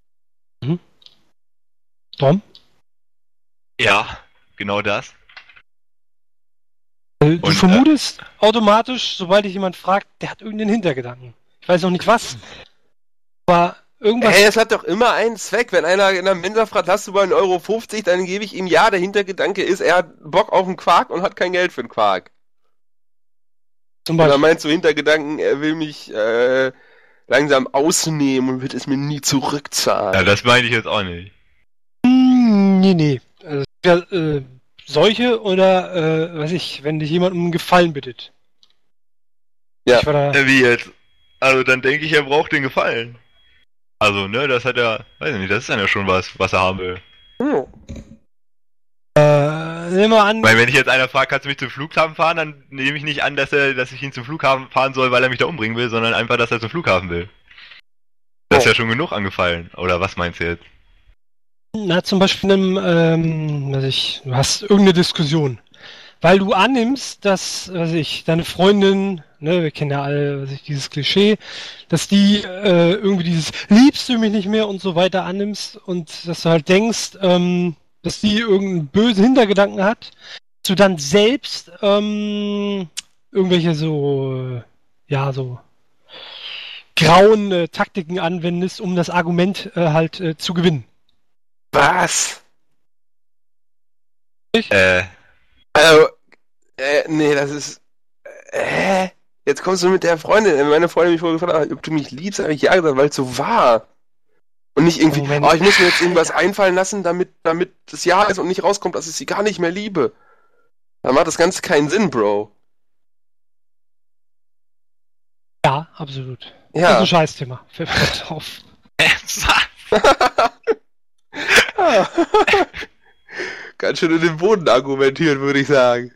Speaker 2: Tom?
Speaker 5: Ja, genau das.
Speaker 2: Äh, Du
Speaker 5: Und,
Speaker 2: vermutest automatisch, sobald dich jemand fragt, der hat irgendeinen Hintergedanken. Ich weiß noch nicht was. Aber irgendwas.
Speaker 1: Hey, es hat doch immer einen Zweck. Wenn einer in der Mensa fragt, hast du mal einen Euro fünfzig, dann gebe ich ihm ja. Der Hintergedanke ist, er hat Bock auf einen Quark und hat kein Geld für einen Quark.
Speaker 2: zum
Speaker 1: Oder
Speaker 2: Beispiel.
Speaker 1: meinst du Hintergedanken, er will mich, äh, langsam ausnehmen und wird es mir nie zurückzahlen.
Speaker 5: Ja, das meine ich jetzt auch nicht.
Speaker 2: Hm, nee, nee. Also, ja, äh, solche oder, äh, weiß ich, wenn dich jemand um einen Gefallen bittet.
Speaker 1: Ja.
Speaker 2: Ich war da,
Speaker 5: Äh, Wie jetzt? Also dann denke ich, er braucht den Gefallen. Also, ne, das hat er, weiß ich nicht, das ist dann ja schon was, was er haben will.
Speaker 1: Hm.
Speaker 2: äh, nimm mal an,
Speaker 5: Weil wenn ich jetzt einer fragt, kannst du mich zum Flughafen fahren, dann nehme ich nicht an, dass er, dass ich ihn zum Flughafen fahren soll, weil er mich da umbringen will, sondern einfach, dass er zum Flughafen will. Das ist
Speaker 1: Oh.
Speaker 5: ja schon genug angefallen. Oder was meinst du jetzt?
Speaker 2: na, zum Beispiel einem, ähm, weiß ich, du hast irgendeine Diskussion. Weil du annimmst, dass, weiß ich, deine Freundin, ne, wir kennen ja alle, weiß ich, dieses Klischee, dass die äh, irgendwie dieses liebst du mich nicht mehr und so weiter annimmst und dass du halt denkst, ähm, dass die irgendeinen bösen Hintergedanken hat, dass du dann selbst ähm, irgendwelche so, äh, ja, so grauen äh, Taktiken anwendest, um das Argument äh, halt äh, zu gewinnen.
Speaker 1: Was?
Speaker 5: Äh,
Speaker 1: Also, äh, nee, das ist. Äh, jetzt kommst du mit der Freundin. Meine Freundin mich vorher gefragt, ob du mich liebst, habe ich ja gesagt, weil es so war. Und nicht irgendwie,
Speaker 2: Moment.
Speaker 1: oh, ich muss mir jetzt irgendwas einfallen lassen, damit, damit das Ja ist und nicht rauskommt, dass ich sie gar nicht mehr liebe. Dann macht das Ganze keinen Sinn, Bro.
Speaker 2: Ja, absolut. Das ist
Speaker 1: Ja.
Speaker 2: ein Scheißthema. Fällt mir auf.
Speaker 5: ernsthaft?
Speaker 1: Ganz schön in den Boden argumentieren, würde ich sagen.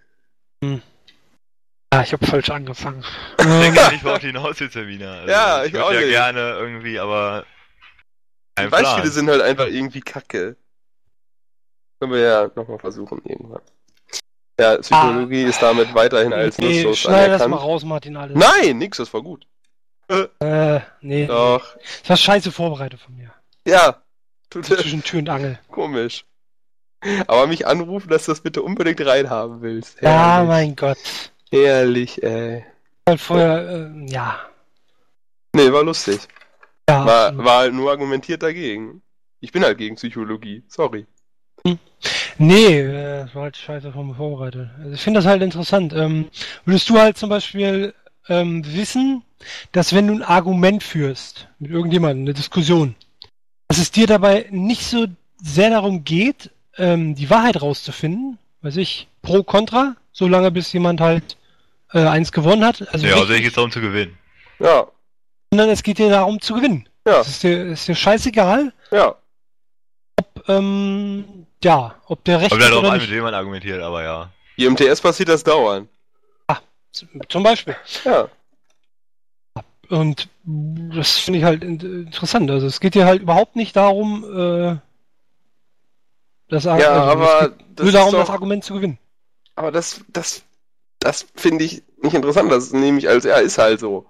Speaker 2: Ja, ich habe falsch angefangen.
Speaker 5: Ich denke nicht, worauf die hinaus will, Sabina. Also,
Speaker 1: Ja, ich
Speaker 5: würd
Speaker 1: auch
Speaker 5: ja
Speaker 1: nicht.
Speaker 5: gerne irgendwie, aber
Speaker 1: Die
Speaker 5: kein
Speaker 1: Beispiele
Speaker 5: Plan.
Speaker 1: sind halt einfach irgendwie kacke. Können wir ja nochmal versuchen, irgendwann. Ja, Psychologie ist damit weiterhin als
Speaker 2: nee,
Speaker 1: nutzlos
Speaker 2: schneid das mal
Speaker 1: anerkannt.
Speaker 2: raus, Martin, alles.
Speaker 1: Nein, nix, das war gut.
Speaker 2: Äh, nee.
Speaker 1: Doch.
Speaker 2: Das war scheiße vorbereitet von mir.
Speaker 1: Ja. Tut
Speaker 2: Zwischen Tür und Angel.
Speaker 1: komisch. Aber mich anrufen, dass du das bitte unbedingt reinhaben willst.
Speaker 2: Ja,
Speaker 1: Herrlich.
Speaker 2: mein Gott.
Speaker 1: Herrlich, ey.
Speaker 2: Halt vorher, äh, ja.
Speaker 1: Nee, war lustig.
Speaker 2: Ja.
Speaker 1: War, war halt nur argumentiert dagegen. Ich bin halt gegen Psychologie. Sorry.
Speaker 2: Nee, äh, das war halt scheiße von mir vorbereitet. Also ich finde das halt interessant. Ähm, würdest du halt zum Beispiel ähm, wissen, dass wenn du ein Argument führst mit irgendjemandem, eine Diskussion, dass es dir dabei nicht so sehr darum geht, ähm, die Wahrheit rauszufinden, weiß ich, pro, contra, solange bis jemand halt äh, eins gewonnen hat. Also
Speaker 5: Ja,
Speaker 2: richtig,
Speaker 5: also ich jetzt darum zu gewinnen.
Speaker 1: Ja,
Speaker 2: sondern es geht dir darum zu gewinnen.
Speaker 1: ja,
Speaker 2: Es ist dir, ist dir scheißegal,
Speaker 1: ja.
Speaker 2: ob, ähm, ja, ob der recht
Speaker 5: Kommt
Speaker 2: hat
Speaker 5: ja darauf
Speaker 2: oder
Speaker 5: an,
Speaker 2: nicht.
Speaker 5: mit wem man argumentiert, aber ja.
Speaker 1: Hier im T S passiert das dauernd.
Speaker 2: Zum Beispiel.
Speaker 1: Ja.
Speaker 2: Und das finde ich halt in- interessant. Also es geht dir halt überhaupt nicht darum, äh, das Ar-
Speaker 1: Ja,
Speaker 2: also
Speaker 1: aber
Speaker 2: es geht
Speaker 1: das
Speaker 2: nur
Speaker 1: ist
Speaker 2: darum,
Speaker 1: doch-
Speaker 2: das Argument zu gewinnen.
Speaker 1: Aber das, das, das finde ich nicht interessant. Das ist nämlich als, ja, ist halt so.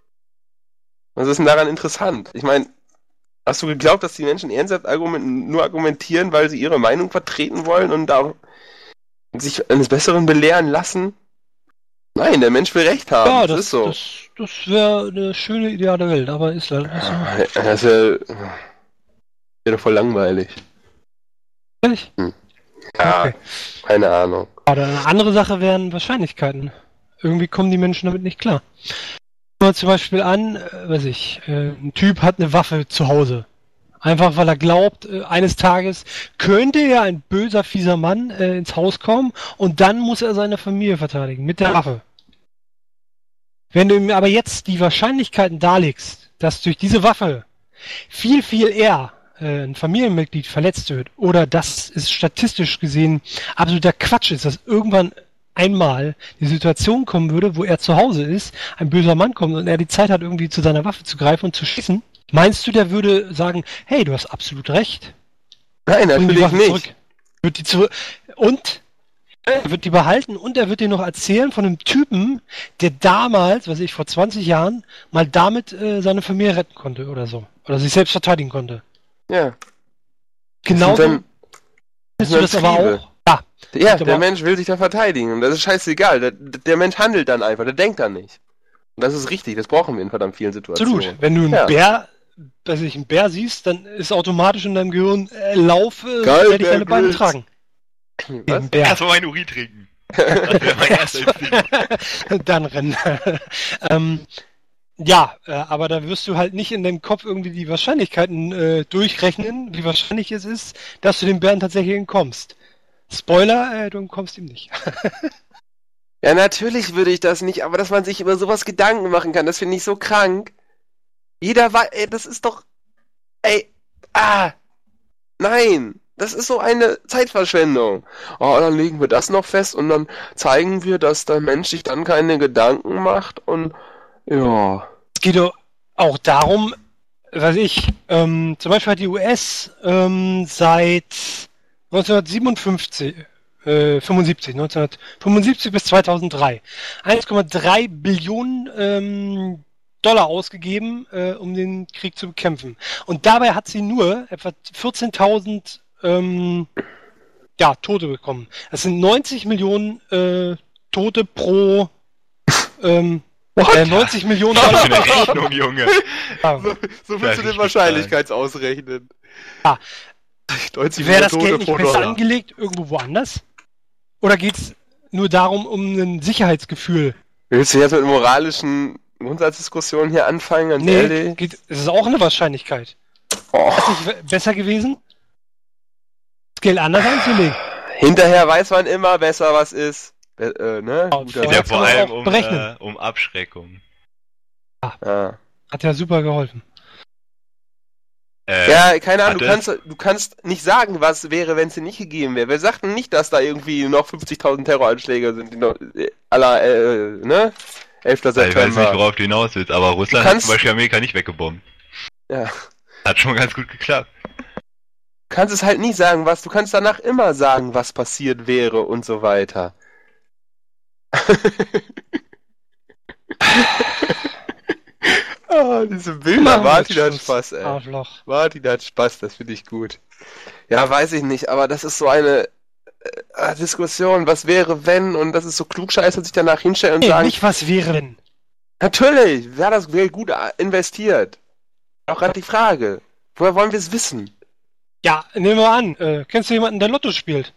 Speaker 1: Was ist denn daran interessant? Ich meine, hast du geglaubt, dass die Menschen ernsthaft argument nur argumentieren, weil sie ihre Meinung vertreten wollen und da sich eines Besseren belehren lassen? Nein, der Mensch will Recht haben.
Speaker 2: Ja,
Speaker 1: das,
Speaker 2: das,
Speaker 1: ist so.
Speaker 2: das, das wäre eine schöne Idee der Welt, aber ist leider nicht so.
Speaker 1: Ah, Das ist ja, wäre doch voll langweilig.
Speaker 2: Ehrlich?
Speaker 1: Ja,
Speaker 2: Okay.
Speaker 1: keine Ahnung.
Speaker 2: Oder eine andere Sache wären Wahrscheinlichkeiten. Irgendwie kommen die Menschen damit nicht klar. Nehmen wir zum Beispiel an, äh, weiß ich, äh, ein Typ hat eine Waffe zu Hause. Einfach weil er glaubt, äh, eines Tages könnte ja ein böser, fieser Mann äh, ins Haus kommen und dann muss er seine Familie verteidigen mit der Waffe. Wenn du ihm aber jetzt die Wahrscheinlichkeiten darlegst, dass durch diese Waffe viel, viel eher äh, ein Familienmitglied verletzt wird oder dass es statistisch gesehen absoluter Quatsch ist, dass irgendwann einmal die Situation kommen würde, wo er zu Hause ist, ein böser Mann kommt und er die Zeit hat, irgendwie zu seiner Waffe zu greifen und zu schießen, meinst du, der würde sagen, hey, du hast absolut recht.
Speaker 1: Nein,
Speaker 2: Bring die
Speaker 1: natürlich
Speaker 2: Waffe
Speaker 1: nicht.
Speaker 2: zurück. Wird die zurück und er wird die behalten und er wird dir noch erzählen von einem Typen, der damals, weiß ich, vor zwanzig Jahren mal damit äh, seine Familie retten konnte oder so. Oder sich selbst verteidigen konnte.
Speaker 1: Ja.
Speaker 2: Genau so
Speaker 1: dann-
Speaker 2: findest du das aber
Speaker 1: Triebe.
Speaker 2: auch. Ja,
Speaker 1: Ja,
Speaker 2: Aber-
Speaker 1: der Mensch will sich da verteidigen und das ist scheißegal. Der, der Mensch handelt dann einfach, der denkt dann nicht. Und das ist richtig, das brauchen wir in verdammt vielen Situationen.
Speaker 2: absolut. Wenn du einen
Speaker 1: Ja.
Speaker 2: Bär, weiß ich, einen Bär siehst, dann ist automatisch in deinem Gehirn, äh, laufe,
Speaker 1: Geil,
Speaker 2: werde ich deine
Speaker 1: Bear
Speaker 2: Beine
Speaker 1: Grylls.
Speaker 2: tragen.
Speaker 1: Was?
Speaker 2: Ein Bär.
Speaker 5: Erstmal meinen Urin trinken. Das wäre mein erster Instinkt.
Speaker 2: Dann rennen. ähm, Ja, äh, aber da wirst du halt nicht in deinem Kopf irgendwie die Wahrscheinlichkeiten äh, durchrechnen, wie wahrscheinlich es ist, dass du dem Bären tatsächlich entkommst. Spoiler, äh, du entkommst ihm nicht.
Speaker 1: Ja, natürlich würde ich das nicht, aber dass man sich über sowas Gedanken machen kann, das finde ich so krank. Jeder weiß, ey, das ist doch, ey, ah, nein, das ist so eine Zeitverschwendung. Oh, dann legen wir das noch fest und dann zeigen wir, dass der Mensch sich dann keine Gedanken macht und, ja.
Speaker 2: Es geht doch auch darum, weiß ich, ähm, zum Beispiel hat die U S ähm, seit neunzehnhundertsiebenundfünfzig, äh, fünfundsiebzig, neunzehnhundertfünfundsiebzig bis zweitausenddrei eins Komma drei Billionen ähm, Dollar ausgegeben, äh, um den Krieg zu bekämpfen. Und dabei hat sie nur etwa vierzehntausend ähm, ja, Tote bekommen. Das sind neunzig Millionen äh, Tote pro ähm, äh, neunzig Millionen Dollar.
Speaker 5: Eine Rechnung, Junge.
Speaker 2: Ja.
Speaker 1: So, so
Speaker 5: Ja,
Speaker 1: willst du den
Speaker 5: richtig
Speaker 1: Wahrscheinlichkeitsausrechnen.
Speaker 2: Ja.
Speaker 1: neunzig
Speaker 2: Wäre das
Speaker 1: Millionen
Speaker 2: Geld
Speaker 1: Tote
Speaker 2: nicht
Speaker 1: pro
Speaker 2: besser
Speaker 1: Dollar.
Speaker 2: angelegt, irgendwo woanders? Oder geht's nur darum, um ein Sicherheitsgefühl?
Speaker 1: Willst du jetzt mit moralischen Grundsatzdiskussionen hier anfangen, ganz
Speaker 2: Nee,
Speaker 1: ehrlich?
Speaker 2: geht, es ist auch eine Wahrscheinlichkeit.
Speaker 1: Oh.
Speaker 2: Ist nicht we- besser gewesen, das Geld anders anzulegen?
Speaker 1: Hinterher weiß man immer besser, was ist. Äh, äh, ne?
Speaker 2: Ja,
Speaker 1: Guter
Speaker 2: und
Speaker 5: Ja,
Speaker 1: Satz.
Speaker 2: kann
Speaker 5: vor
Speaker 2: man
Speaker 5: allem
Speaker 2: auch
Speaker 5: um,
Speaker 2: berechnen.
Speaker 5: äh, um Abschreckung.
Speaker 1: Ja.
Speaker 2: Hat ja super geholfen.
Speaker 5: Äh,
Speaker 1: Ja, keine Ahnung, du
Speaker 5: hat
Speaker 1: kannst, du kannst nicht sagen, was wäre, wenn es dir nicht gegeben wäre. Wir sagten nicht, dass da irgendwie noch fünfzigtausend Terroranschläge sind, die noch, äh, aller, äh, ne? elfter
Speaker 5: ich weiß nicht,
Speaker 1: September.
Speaker 5: worauf du hinaus willst, aber Russland
Speaker 1: Du kannst-
Speaker 5: hat zum Beispiel Amerika nicht weggebombt.
Speaker 1: Ja.
Speaker 5: Hat schon ganz gut geklappt.
Speaker 1: Du kannst es halt nie sagen, was, du kannst danach immer sagen, was passiert wäre und so weiter. Ah, diese Bilder,
Speaker 2: Machen wir
Speaker 1: Martin
Speaker 2: jetzt
Speaker 1: hat
Speaker 2: Schluss,
Speaker 1: Spaß, ey.
Speaker 2: Arschloch.
Speaker 1: Martin hat Spaß, das finde ich gut. Ja, weiß ich nicht, aber das ist so eine äh, Diskussion, was wäre, wenn, und das ist so klugscheißer, sich danach hinstellen und
Speaker 2: Nee,
Speaker 1: sagen,
Speaker 2: nicht was wäre wenn.
Speaker 1: natürlich, wäre das Geld gut äh, investiert. Auch gerade die Frage, woher wollen wir es wissen?
Speaker 2: Ja, nehmen wir an, äh, kennst du jemanden, der Lotto spielt?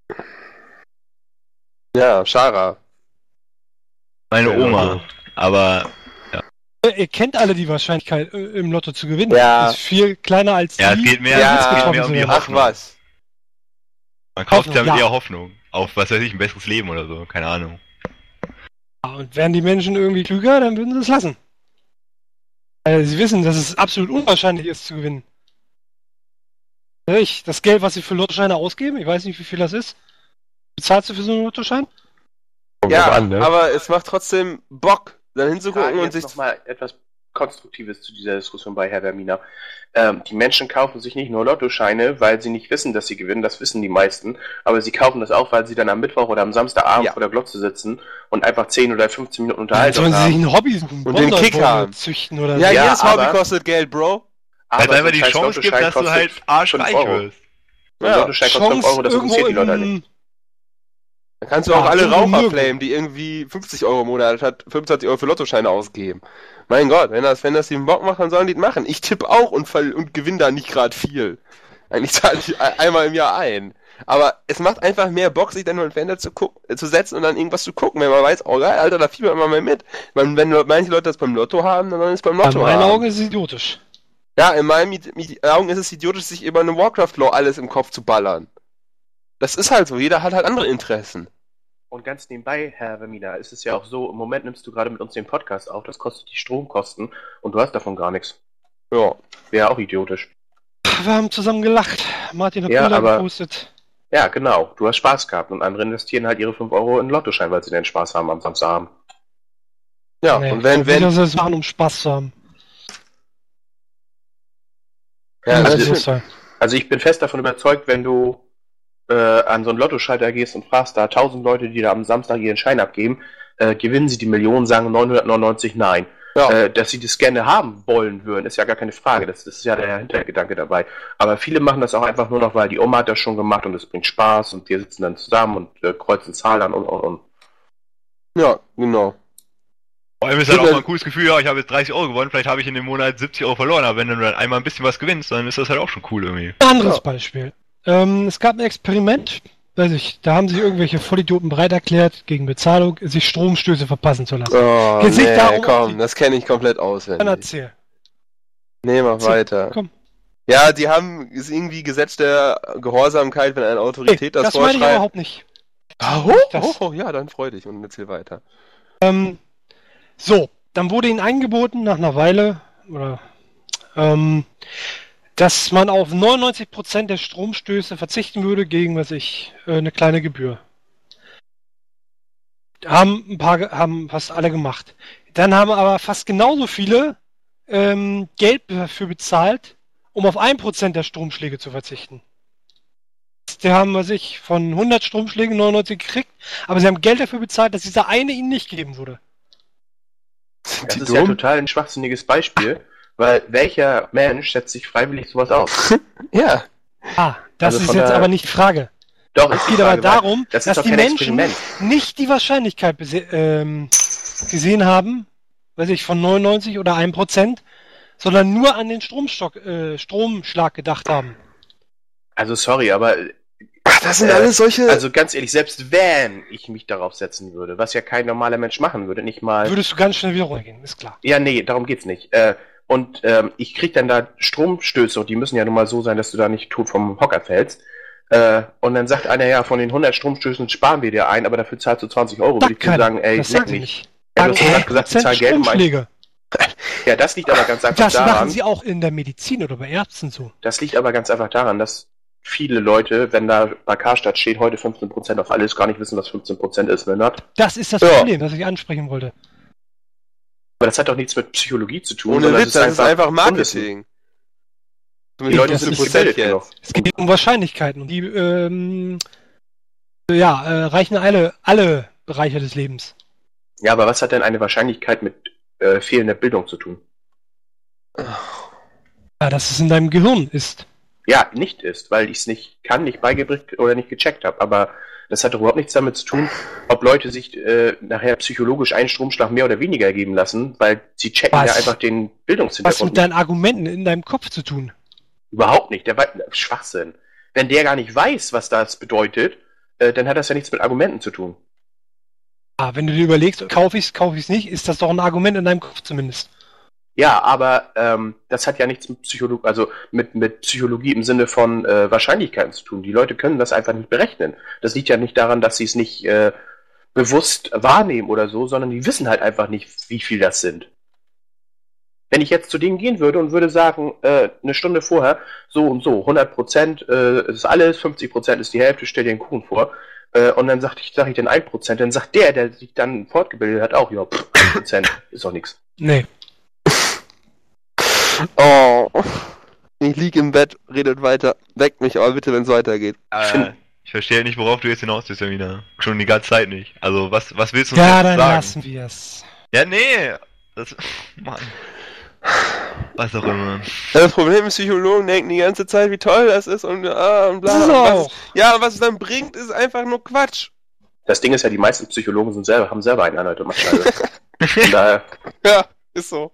Speaker 1: Ja, Schara.
Speaker 5: Meine
Speaker 4: Ja,
Speaker 5: Oma.
Speaker 4: also.
Speaker 5: Aber
Speaker 2: Äh, Ihr kennt alle die Wahrscheinlichkeit, äh, im Lotto zu gewinnen.
Speaker 1: Ja.
Speaker 2: Ist viel kleiner als
Speaker 5: ja, es
Speaker 2: die.
Speaker 5: geht mehr,
Speaker 1: Ja,
Speaker 5: es geht
Speaker 2: getroffen
Speaker 5: mehr um die
Speaker 2: sind.
Speaker 1: Ach
Speaker 5: Hoffnung.
Speaker 1: was.
Speaker 5: Man kauft
Speaker 2: Hoffnung,
Speaker 5: damit
Speaker 2: ja.
Speaker 5: eher Hoffnung. Auf, was weiß ich, ein besseres Leben oder so. Keine Ahnung.
Speaker 2: Ja, und wären die Menschen irgendwie klüger, dann würden sie es lassen. Weil sie wissen, dass es absolut unwahrscheinlich ist zu gewinnen. Ja, Ich, das Geld, was sie für Lottoscheine ausgeben, ich weiß nicht, wie viel das ist. Bezahlst du für so einen Lottoschein?
Speaker 4: Kommt
Speaker 1: Ja,
Speaker 4: drauf an, ne?
Speaker 1: aber es macht trotzdem Bock, dann hinzugucken
Speaker 3: Frage
Speaker 1: und
Speaker 3: jetzt
Speaker 1: sich...
Speaker 3: nochmal etwas Konstruktives zu dieser Diskussion bei Herr Vermina. Ähm, die Menschen kaufen sich nicht nur Lottoscheine, weil sie nicht wissen, dass sie gewinnen, das wissen die meisten, aber sie kaufen das auch, weil sie dann am Mittwoch oder am Samstagabend
Speaker 1: Ja.
Speaker 3: vor der Glotze sitzen und einfach zehn oder fünfzehn Minuten
Speaker 2: Dann
Speaker 3: Unterhaltung
Speaker 2: sollen sie sich
Speaker 3: haben.
Speaker 2: ein Hobby suchen.
Speaker 1: Und den Kick
Speaker 2: Bonsaibäume
Speaker 1: haben.
Speaker 2: züchten oder
Speaker 1: Ja,
Speaker 2: so.
Speaker 3: Ja,
Speaker 1: jedes
Speaker 3: aber-
Speaker 1: Hobby kostet Geld, Bro.
Speaker 5: Weil es
Speaker 3: Aber
Speaker 5: einfach
Speaker 3: so
Speaker 5: die
Speaker 3: ein scheiß
Speaker 5: Chance gibt,
Speaker 3: Lottoschein
Speaker 5: dass du
Speaker 3: kostet
Speaker 5: halt arschreich
Speaker 3: fünf Euro.
Speaker 5: wirst.
Speaker 3: So ein
Speaker 1: Ja.
Speaker 3: Lottoschein kostet fünf Euro, das
Speaker 2: irgendwo
Speaker 3: interessiert die Leute nicht.
Speaker 2: im,
Speaker 1: Dann kannst du
Speaker 2: Ja,
Speaker 1: auch alle
Speaker 2: irgendwo
Speaker 1: Raucher
Speaker 2: nirgendwo.
Speaker 1: flamen, die irgendwie fünfzig Euro im Monat hat, fünfundzwanzig Euro für Lottoscheine ausgeben. Mein Gott, wenn das, wenn das den Bock macht, dann sollen die das machen. Ich tippe auch und, fall, und gewinne da nicht gerade viel. Eigentlich zahle ich ein- einmal im Jahr ein. Aber es macht einfach mehr Bock, sich dann nur in den Fernseher zu, guck, äh, zu setzen und dann irgendwas zu gucken, wenn man weiß, oh geil, Alter, da fiebert man mal mit. Wenn, wenn manche Leute das beim Lotto haben, dann sollen sie es beim
Speaker 2: in
Speaker 1: Lotto
Speaker 2: meinen
Speaker 1: haben.
Speaker 2: Augen ist es idiotisch.
Speaker 1: Ja, in meinen Id- Id- Augen ist es idiotisch, sich über eine Warcraft-Lore alles im Kopf zu ballern. Das ist halt so, jeder hat halt andere Interessen.
Speaker 3: Und ganz nebenbei, Herr Vermina, ist es ja auch so, im Moment nimmst du gerade mit uns den Podcast auf, das kostet die Stromkosten und du hast davon gar nichts.
Speaker 1: Ja.
Speaker 3: Wäre auch idiotisch.
Speaker 2: Wir haben zusammen gelacht. Martin hat
Speaker 3: Ja,
Speaker 2: Bilder
Speaker 3: aber-
Speaker 2: gepostet.
Speaker 3: Ja, genau. Du hast Spaß gehabt und andere investieren halt ihre fünf Euro in Lottoschein, weil sie den Spaß haben am Samstagabend.
Speaker 1: Ja,
Speaker 2: Nee,
Speaker 1: und wenn,
Speaker 2: ich glaub nicht,
Speaker 1: wenn,
Speaker 2: dass sie das machen, um Spaß zu haben.
Speaker 1: ja,
Speaker 2: das
Speaker 1: das
Speaker 2: ist
Speaker 1: ist,
Speaker 2: Lust,
Speaker 3: Also ich bin fest davon überzeugt, wenn du äh, an so einen Lottoschalter gehst und fragst da tausend Leute, die da am Samstag ihren Schein abgeben, äh, gewinnen sie die Million, sagen neunhundertneunundneunzig nein.
Speaker 1: ja.
Speaker 3: Äh, dass sie das gerne haben wollen würden, ist ja gar keine Frage. Das, das ist ja der Hintergedanke dabei. Aber viele machen das auch einfach nur noch, weil die Oma hat das schon gemacht und es bringt Spaß und wir sitzen dann zusammen und äh, kreuzen Zahlen an und und und.
Speaker 1: ja, genau.
Speaker 5: Vor allem ist halt auch mal ein cooles Gefühl, ja, ich habe jetzt dreißig Euro gewonnen, vielleicht habe ich in dem Monat siebzig Euro verloren, aber wenn du dann einmal ein bisschen was gewinnst, dann ist das halt auch schon cool irgendwie.
Speaker 2: Ein anderes
Speaker 1: Ja.
Speaker 2: Beispiel. Ähm, es gab ein Experiment weiß ich, da haben sich irgendwelche Vollidioten bereit erklärt, gegen Bezahlung sich Stromstöße verpassen zu lassen.
Speaker 1: Oh,
Speaker 2: Geht's nicht
Speaker 1: nee,
Speaker 2: darum,
Speaker 1: komm, das kenne ich komplett
Speaker 2: Dann
Speaker 1: auswendig.
Speaker 2: erzähl.
Speaker 1: Nee, mach
Speaker 2: Erzähl.
Speaker 1: weiter.
Speaker 2: Komm.
Speaker 1: Ja, die haben ist irgendwie Gesetz der Gehorsamkeit, wenn eine Autorität das,
Speaker 2: das meine ich
Speaker 1: vorschreibt.
Speaker 2: überhaupt nicht.
Speaker 1: Ah, ho,
Speaker 2: Das-
Speaker 1: ho, ho, ja, dann freu dich und erzähl weiter.
Speaker 2: Ähm, so, dann wurde ihnen angeboten, nach einer Weile, oder, ähm, dass man auf neunundneunzig Prozent der Stromstöße verzichten würde gegen, was ich, äh, eine kleine Gebühr. Haben ein paar, ge- haben fast alle gemacht. Dann haben aber fast genauso viele ähm, Geld dafür bezahlt, um auf ein Prozent der Stromschläge zu verzichten. Die haben, was ich, von hundert Stromschlägen neunundneunzig gekriegt, aber sie haben Geld dafür bezahlt, dass dieser eine ihnen nicht gegeben wurde.
Speaker 1: Sind
Speaker 3: Das
Speaker 1: die
Speaker 3: ist ja
Speaker 1: dumm?
Speaker 3: total ein schwachsinniges Beispiel, weil welcher Mensch setzt sich freiwillig sowas aus?
Speaker 1: Ja.
Speaker 2: Ah, das
Speaker 3: Also
Speaker 2: ist
Speaker 3: von
Speaker 2: jetzt
Speaker 3: der-
Speaker 2: aber nicht die Frage.
Speaker 3: Doch,
Speaker 2: Es
Speaker 3: ist die
Speaker 2: geht aber
Speaker 3: Frage, weil
Speaker 2: darum,
Speaker 3: das ist
Speaker 2: dass
Speaker 3: doch
Speaker 2: die
Speaker 3: kein
Speaker 2: Menschen
Speaker 3: Experiment.
Speaker 2: nicht die Wahrscheinlichkeit bese- ähm, gesehen haben, weiß ich, von neunundneunzig oder ein Prozent, sondern nur an den Stromstock, äh, Stromschlag gedacht haben.
Speaker 3: Also sorry, aber
Speaker 1: Ach, das sind
Speaker 3: Äh,
Speaker 1: alles solche...
Speaker 3: also ganz ehrlich, selbst wenn ich mich darauf setzen würde, was ja kein normaler Mensch machen würde, nicht mal.
Speaker 2: Würdest du ganz schnell wieder runtergehen, ist klar.
Speaker 3: Ja, nee, darum geht's nicht. Äh, und ähm, ich krieg dann da Stromstöße und die müssen ja nun mal so sein, dass du da nicht tot vom Hocker fällst. Äh, und dann sagt einer, ja, von den hundert Stromstößen sparen wir dir ein, aber dafür zahlst du zwanzig Euro. Würde ich dir sagen, ey,
Speaker 2: das
Speaker 3: leck
Speaker 2: sagen sie
Speaker 3: mich.
Speaker 2: nicht.
Speaker 3: Ja, du hast
Speaker 2: Sagen
Speaker 3: gerade gesagt, sie
Speaker 2: ein
Speaker 3: zahlen Geld um ein.
Speaker 2: Stromschläge.
Speaker 3: Ja, das liegt aber ganz einfach
Speaker 2: Das machen
Speaker 3: daran.
Speaker 2: sie auch in der Medizin oder bei Ärzten so.
Speaker 3: Das liegt aber ganz einfach daran, dass viele Leute, wenn da bei Karstadt steht, heute fünfzehn Prozent auf alles, gar nicht wissen, was fünfzem Prozent ist, ne? Not?
Speaker 2: Das ist das
Speaker 1: Ja.
Speaker 2: Problem, das ich ansprechen wollte.
Speaker 3: Aber das hat doch nichts mit Psychologie zu tun.
Speaker 1: Ohne
Speaker 3: sondern
Speaker 1: Witz, das ist einfach
Speaker 3: Unwissen.
Speaker 1: Marketing.
Speaker 3: Die Leute
Speaker 2: Das
Speaker 3: sind
Speaker 2: ist
Speaker 3: Prozent
Speaker 1: jetzt.
Speaker 3: genug.
Speaker 2: Es geht um Wahrscheinlichkeiten und die ähm, ja, äh, reichen alle, alle Bereiche des Lebens.
Speaker 3: Ja, aber was hat denn eine Wahrscheinlichkeit mit äh, fehlender Bildung zu tun?
Speaker 2: Ja, dass es in deinem Gehirn ist.
Speaker 3: Ja, nicht ist, weil ich es nicht kann, nicht beigebracht oder nicht gecheckt habe. Aber das hat doch überhaupt nichts damit zu tun, ob Leute sich äh, nachher psychologisch einen Stromschlag mehr oder weniger geben lassen, weil sie checken
Speaker 2: Was?
Speaker 3: ja einfach den
Speaker 2: Was
Speaker 3: Bildungshintergrund.
Speaker 2: mit deinen Argumenten in deinem Kopf zu tun?
Speaker 3: Überhaupt nicht. Der wei- Schwachsinn. Wenn der gar nicht weiß, was das bedeutet, äh, dann hat das ja nichts mit Argumenten zu tun.
Speaker 2: Ah, wenn du dir überlegst, kaufe ich es, kaufe ich es nicht, ist das doch ein Argument in deinem Kopf zumindest.
Speaker 3: Ja, aber ähm, das hat ja nichts mit Psychologie, also mit, mit Psychologie im Sinne von äh, Wahrscheinlichkeiten zu tun. Die Leute können das einfach nicht berechnen. Das liegt ja nicht daran, dass sie es nicht äh, bewusst wahrnehmen oder so, sondern die wissen halt einfach nicht, wie viel das sind. Wenn ich jetzt zu denen gehen würde und würde sagen, äh, eine Stunde vorher, so und so, hundert Prozent äh, ist alles, fünfzig Prozent ist die Hälfte, stell dir einen Kuchen vor, äh, und dann sag ich, sag ich dann ein Prozent, dann sagt der, der sich dann fortgebildet hat, auch, ja, pff, ein Prozent ist doch nichts.
Speaker 2: Nee.
Speaker 1: Oh. Ich lieg im Bett, redet weiter. Weckt mich aber bitte, wenn es weitergeht.
Speaker 5: Äh, ich verstehe nicht, worauf du jetzt hinaus bist, Jamina. Schon die ganze Zeit nicht. Also, was, was willst du uns
Speaker 2: Ja,
Speaker 5: jetzt
Speaker 2: dann
Speaker 5: sagen?
Speaker 2: lassen wir es.
Speaker 5: Ja, nee. Das, Mann. Was auch immer.
Speaker 1: Das Problem ist, Psychologen denken die ganze Zeit, wie toll das ist und, ah, und bla.
Speaker 2: Das ist
Speaker 1: Und was
Speaker 2: auch.
Speaker 1: es- ja, und was es dann bringt, ist einfach nur Quatsch.
Speaker 3: Das Ding ist ja, die meisten Psychologen sind selber, haben selber einen Anhalt und Maschine. Von daher,
Speaker 1: Ja, ist so.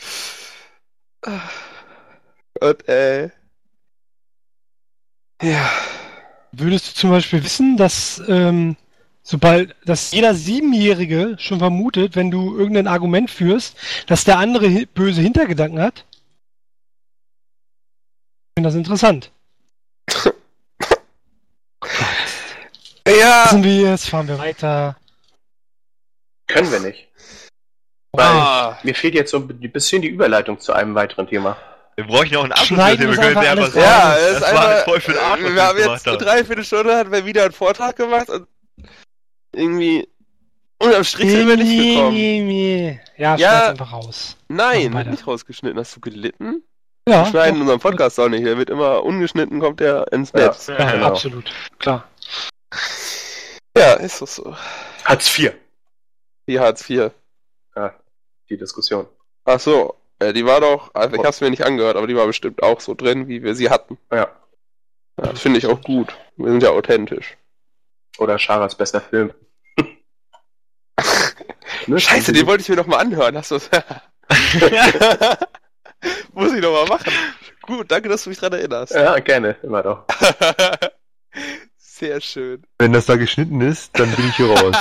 Speaker 1: Gott, ey. Ja.
Speaker 2: Würdest du zum Beispiel wissen, dass ähm, sobald, dass jeder Siebenjährige schon vermutet, wenn du irgendein Argument führst, dass der andere hi- böse Hintergedanken hat? Ich finde das interessant.
Speaker 1: Ja.
Speaker 2: Lassen wir es, fahren wir weiter.
Speaker 3: können wir nicht. Weil
Speaker 1: Ah.
Speaker 3: mir fehlt jetzt so ein bisschen die Überleitung zu einem weiteren Thema.
Speaker 5: Wir bräuchten auch einen Abschluss,
Speaker 2: Schneiden
Speaker 5: wir
Speaker 2: wir
Speaker 5: können
Speaker 2: einfach
Speaker 5: jetzt
Speaker 2: alles
Speaker 5: einfach
Speaker 1: Ja,
Speaker 5: sagen,
Speaker 1: es ist
Speaker 5: das war
Speaker 1: einfach,
Speaker 5: halt voll für den Arsch, was
Speaker 1: wir
Speaker 5: wir
Speaker 1: haben
Speaker 5: gemacht
Speaker 1: jetzt eine
Speaker 5: haben.
Speaker 1: Dreiviertelstunde, hat wir wieder einen Vortrag gemacht und irgendwie unterm Strich sind wir nicht gekommen.
Speaker 2: Ja,
Speaker 1: Ja.
Speaker 2: schneid's einfach raus.
Speaker 1: Nein,
Speaker 2: Machen
Speaker 1: wird
Speaker 2: weiter.
Speaker 1: nicht rausgeschnitten. Hast du gelitten?
Speaker 2: Ja,
Speaker 1: Wir schneiden
Speaker 2: doch.
Speaker 1: unseren Podcast auch nicht. Der wird immer ungeschnitten, kommt der ins
Speaker 3: Ja.
Speaker 1: Netz.
Speaker 2: Ja,
Speaker 3: Genau.
Speaker 2: absolut. Klar.
Speaker 1: Ja, ist doch so.
Speaker 3: Hartz vier.
Speaker 1: Die Hartz vier.
Speaker 3: Die Diskussion.
Speaker 1: Ach so, äh, die war doch, also ich hab's mir nicht angehört, aber die war bestimmt auch so drin, wie wir sie hatten.
Speaker 3: Ja.
Speaker 1: Ja, das finde ich auch gut. Wir sind ja authentisch.
Speaker 3: Oder Scharas bester Film. Ne,
Speaker 1: Scheiße, den wollte ich mir noch mal anhören. Hast du Muss ich noch mal machen. Gut, danke, dass du mich dran erinnerst.
Speaker 3: Ja, gerne, immer doch.
Speaker 1: Sehr schön.
Speaker 4: Wenn das da geschnitten ist, dann bin ich hier raus.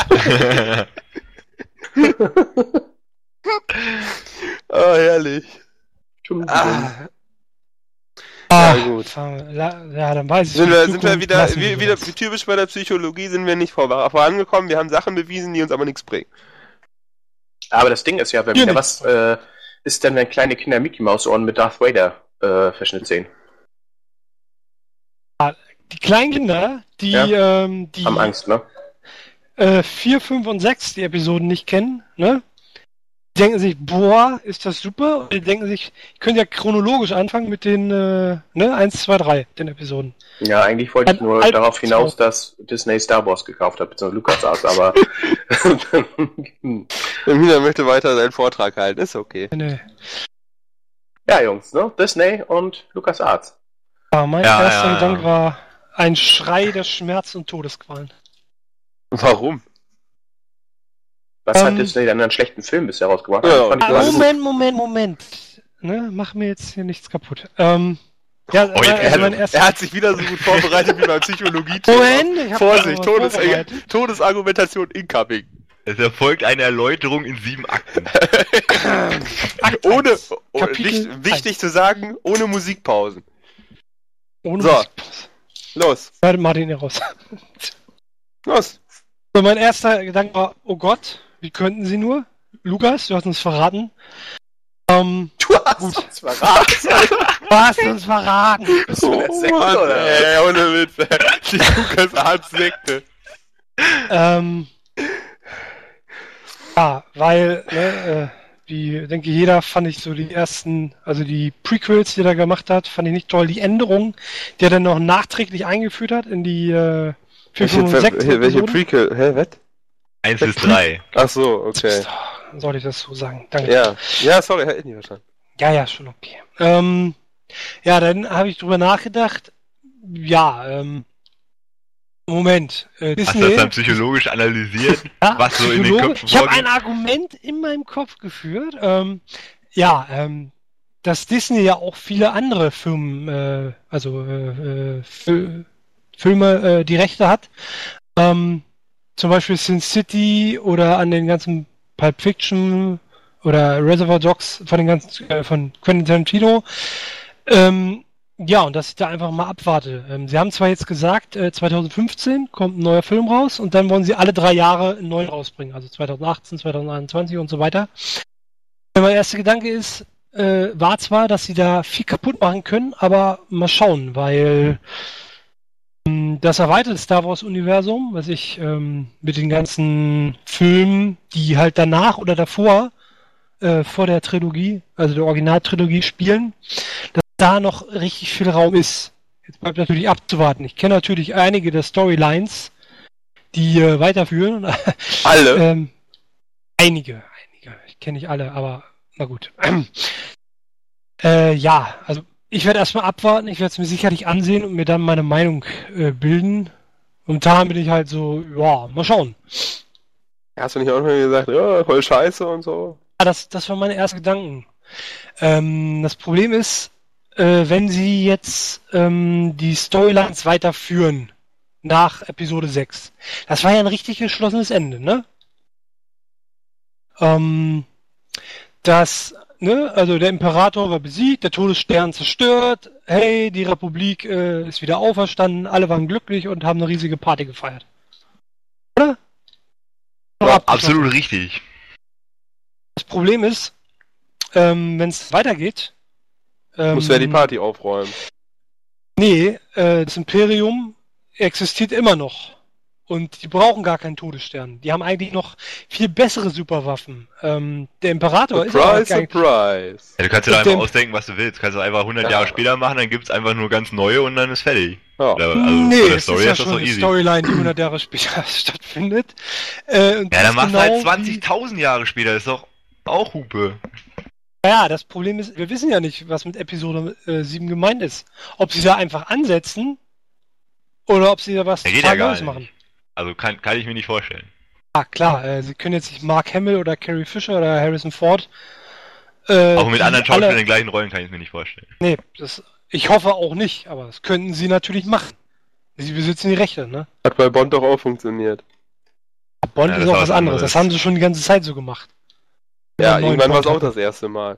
Speaker 1: Oh, herrlich.
Speaker 3: Ah.
Speaker 1: Ah, ja, gut.
Speaker 2: Ja, dann weiß ich
Speaker 1: Sind wir, sind wir
Speaker 2: Zukunft
Speaker 1: wieder,
Speaker 2: lassen
Speaker 1: wie,
Speaker 2: wir
Speaker 1: wieder,
Speaker 2: das.
Speaker 1: wie typisch bei der Psychologie sind wir nicht vor, vorangekommen. Wir haben Sachen bewiesen, die uns aber nichts bringen.
Speaker 3: Aber das Ding ist ja, wenn
Speaker 2: Hier
Speaker 3: wieder
Speaker 2: nichts.
Speaker 3: was äh, ist denn, wenn kleine Kinder Mickey Mouse Ohren mit Darth Vader äh, Verschnitt sehen?
Speaker 2: Die kleinen Kinder, die,
Speaker 3: Ja.
Speaker 2: ähm, die
Speaker 3: Haben Angst, ne?
Speaker 2: äh, vier, fünf und sechs die Episoden nicht kennen, ne? Die denken sich, boah, ist das super. Und die denken sich, ich könnte ja chronologisch anfangen mit den, äh, ne, eins, zwei, drei, den Episoden.
Speaker 3: Ja, eigentlich wollte ich
Speaker 2: Ein
Speaker 3: nur
Speaker 2: Alt-
Speaker 3: darauf hinaus, dass Disney Star Wars gekauft hat, beziehungsweise LucasArts, aber
Speaker 1: Der Mina möchte weiter seinen Vortrag halten, ist okay.
Speaker 2: Ne.
Speaker 3: ja, Jungs, ne? Disney und LucasArts.
Speaker 2: Ja, mein
Speaker 5: Ja,
Speaker 2: erster
Speaker 5: ja, ja.
Speaker 2: Gedanke war ein Schrei der Schmerz und Todesqualen.
Speaker 1: Warum?
Speaker 3: Was
Speaker 2: Ähm,
Speaker 3: hat Disney denn an schlechten Film bisher rausgebracht?
Speaker 1: Ja,
Speaker 3: Fand ich
Speaker 2: Ah,
Speaker 3: gar nicht gut.
Speaker 2: Moment, Moment, Moment. Ne, mach mir jetzt hier nichts kaputt. Ähm, ja,
Speaker 5: Oh,
Speaker 2: äh,
Speaker 5: jetzt-
Speaker 2: also mein erster...
Speaker 1: Er hat sich wieder so gut vorbereitet wie beim Psychologie.
Speaker 2: Moment, ich hab
Speaker 1: Vorsicht,
Speaker 2: was
Speaker 1: Todes
Speaker 2: vorbereitet.
Speaker 1: Todesargumentation incoming.
Speaker 5: Es erfolgt eine Erläuterung in sieben Akten.
Speaker 2: Akt
Speaker 1: Ohne,
Speaker 2: eins.
Speaker 1: oh,
Speaker 2: Kapitel
Speaker 1: wichtig, wichtig zu sagen, ohne Musikpausen.
Speaker 2: Ohne
Speaker 1: So.
Speaker 2: Musik.
Speaker 1: Los,
Speaker 2: Schneide Martin hier raus.
Speaker 1: los.
Speaker 2: So, mein erster Gedanke war, oh Gott, wie könnten sie nur? Lukas, du hast uns verraten. Ähm,
Speaker 3: Du hast
Speaker 2: Gut.
Speaker 3: uns verraten.
Speaker 2: du hast uns verraten.
Speaker 3: Bist du in der Sekte,
Speaker 1: Mann,
Speaker 3: oder?
Speaker 1: ey, ohne Witz. ey. Die Lukas Arzt Sekte.
Speaker 2: Ähm, ja, weil, ne, äh, wie denke jeder, fand ich so die ersten, also die Prequels, die er da gemacht hat, fand ich nicht toll. Die Änderungen, die er dann noch nachträglich eingeführt hat in die äh, vier,
Speaker 1: Welche,
Speaker 2: fünf und sechs
Speaker 1: welche, welche
Speaker 2: Episoden.
Speaker 1: Prequel? Hä, was?
Speaker 5: Eins bis drei.
Speaker 1: Ach so, okay.
Speaker 2: Soll ich das so sagen? Danke.
Speaker 1: Ja, ja, sorry, hätte ich nicht verstanden.
Speaker 2: Ja, ja, schon okay. Ähm, ja, dann habe ich drüber nachgedacht. Ja, ähm, Moment. Äh,
Speaker 5: Hast
Speaker 2: Disney,
Speaker 5: du das dann psychologisch analysiert?
Speaker 2: ja,
Speaker 5: was so in den
Speaker 2: Psychologe.
Speaker 5: Köpfen
Speaker 2: Ich habe
Speaker 5: vorgeht?
Speaker 2: ein Argument in meinem Kopf geführt. Ähm, ja, ähm, dass Disney ja auch viele andere Firmen, äh, also äh, äh, Fil- Filme, äh, die Rechte hat. Ähm, zum Beispiel Sin City oder an den ganzen Pulp Fiction oder Reservoir Dogs von den ganzen äh, von Quentin Tarantino. Ähm, ja, und dass ich da einfach mal abwarte. Ähm, sie haben zwar jetzt gesagt, äh, zwanzig fünfzehn kommt ein neuer Film raus und dann wollen sie alle drei Jahre einen neuen rausbringen, also zwanzig achtzehn, zwanzig einundzwanzig und so weiter. Mein erster Gedanke ist, äh, war zwar, dass sie da viel kaputt machen können, aber mal schauen, weil ähm, das erweiterte Star Wars Universum, was ich ähm, mit den ganzen Filmen, die halt danach oder davor äh, vor der Trilogie, also der Originaltrilogie spielen, dass da noch richtig viel Raum ist. Jetzt bleibt natürlich abzuwarten. Ich kenne natürlich einige der Storylines, die äh, weiterführen.
Speaker 1: Alle?
Speaker 2: ähm, einige, einige. Ich kenne nicht alle, aber na gut. äh, ja, also ich werde erstmal abwarten. Ich werde es mir sicherlich ansehen und mir dann meine Meinung äh, bilden. Und da bin ich halt so, ja, mal schauen.
Speaker 1: Hast du nicht auch mal gesagt, ja, voll scheiße und so?
Speaker 2: Ja, das, das waren meine ersten Gedanken. Ähm, das Problem ist, äh, wenn sie jetzt ähm, die Storylines weiterführen nach Episode sechs. Das war ja ein richtig geschlossenes Ende, ne? Ähm, das, ne, also der Imperator war besiegt, der Todesstern zerstört, hey, die Republik äh, ist wieder auferstanden, alle waren glücklich und haben eine riesige Party gefeiert. Oder?
Speaker 5: Ja,
Speaker 2: Abgeschlossen.
Speaker 5: absolut richtig.
Speaker 2: Das Problem ist, ähm, wenn es weitergeht, ähm,
Speaker 1: Muss wer die Party aufräumen.
Speaker 2: Nee, äh, das Imperium existiert immer noch. Und die brauchen gar keinen Todesstern. Die haben eigentlich noch viel bessere Superwaffen. Ähm, der Imperator ist aber
Speaker 1: Surprise,
Speaker 2: gar nicht...
Speaker 1: surprise.
Speaker 5: Ja, du kannst dir da
Speaker 2: Und
Speaker 5: einfach
Speaker 2: dem-
Speaker 5: ausdenken, was du willst. Kannst du einfach hundert
Speaker 1: Ja.
Speaker 5: Jahre später machen, dann gibt's einfach nur ganz neue und dann ist fertig.
Speaker 1: Ja.
Speaker 5: Oder, also,
Speaker 2: nee,
Speaker 5: von der
Speaker 2: es
Speaker 5: Story
Speaker 2: ist ja
Speaker 5: ist das
Speaker 2: schon
Speaker 5: doch
Speaker 2: eine
Speaker 5: easy.
Speaker 2: Storyline, die hundert Jahre später stattfindet. Äh, und
Speaker 5: Ja,
Speaker 2: das
Speaker 5: dann machst
Speaker 2: ist
Speaker 5: du halt
Speaker 2: genau
Speaker 5: zwanzigtausend Jahre später, ist doch auch Hupe.
Speaker 2: wie- Ja, das Problem ist, wir wissen ja nicht, was mit Episode äh, sieben gemeint ist. Ob sie da einfach ansetzen oder ob sie da was
Speaker 5: Ja, geht
Speaker 2: total
Speaker 5: ja gar
Speaker 2: Neues
Speaker 5: nicht.
Speaker 2: machen.
Speaker 5: Also kann, kann ich mir nicht vorstellen.
Speaker 2: Ah, klar, äh, sie können jetzt nicht Mark Hamill oder Carrie Fisher oder Harrison Ford. Äh,
Speaker 5: Auch mit
Speaker 2: die
Speaker 5: anderen
Speaker 2: alle-
Speaker 5: Schauspielern in den gleichen Rollen kann ich es mir nicht vorstellen.
Speaker 2: Nee, das, ich hoffe auch nicht, aber das könnten sie natürlich machen. Sie besitzen die Rechte, ne?
Speaker 1: Hat bei Bond doch auch funktioniert.
Speaker 2: Bond
Speaker 5: Ja,
Speaker 2: ist
Speaker 5: das
Speaker 2: auch
Speaker 5: war
Speaker 2: was
Speaker 5: was
Speaker 2: anderes.
Speaker 5: anderes.
Speaker 2: Das haben sie schon die ganze Zeit so gemacht.
Speaker 1: Ja,
Speaker 2: Einen neuen
Speaker 1: irgendwann war es
Speaker 2: Bond
Speaker 1: auch
Speaker 2: hatten.
Speaker 1: das erste Mal.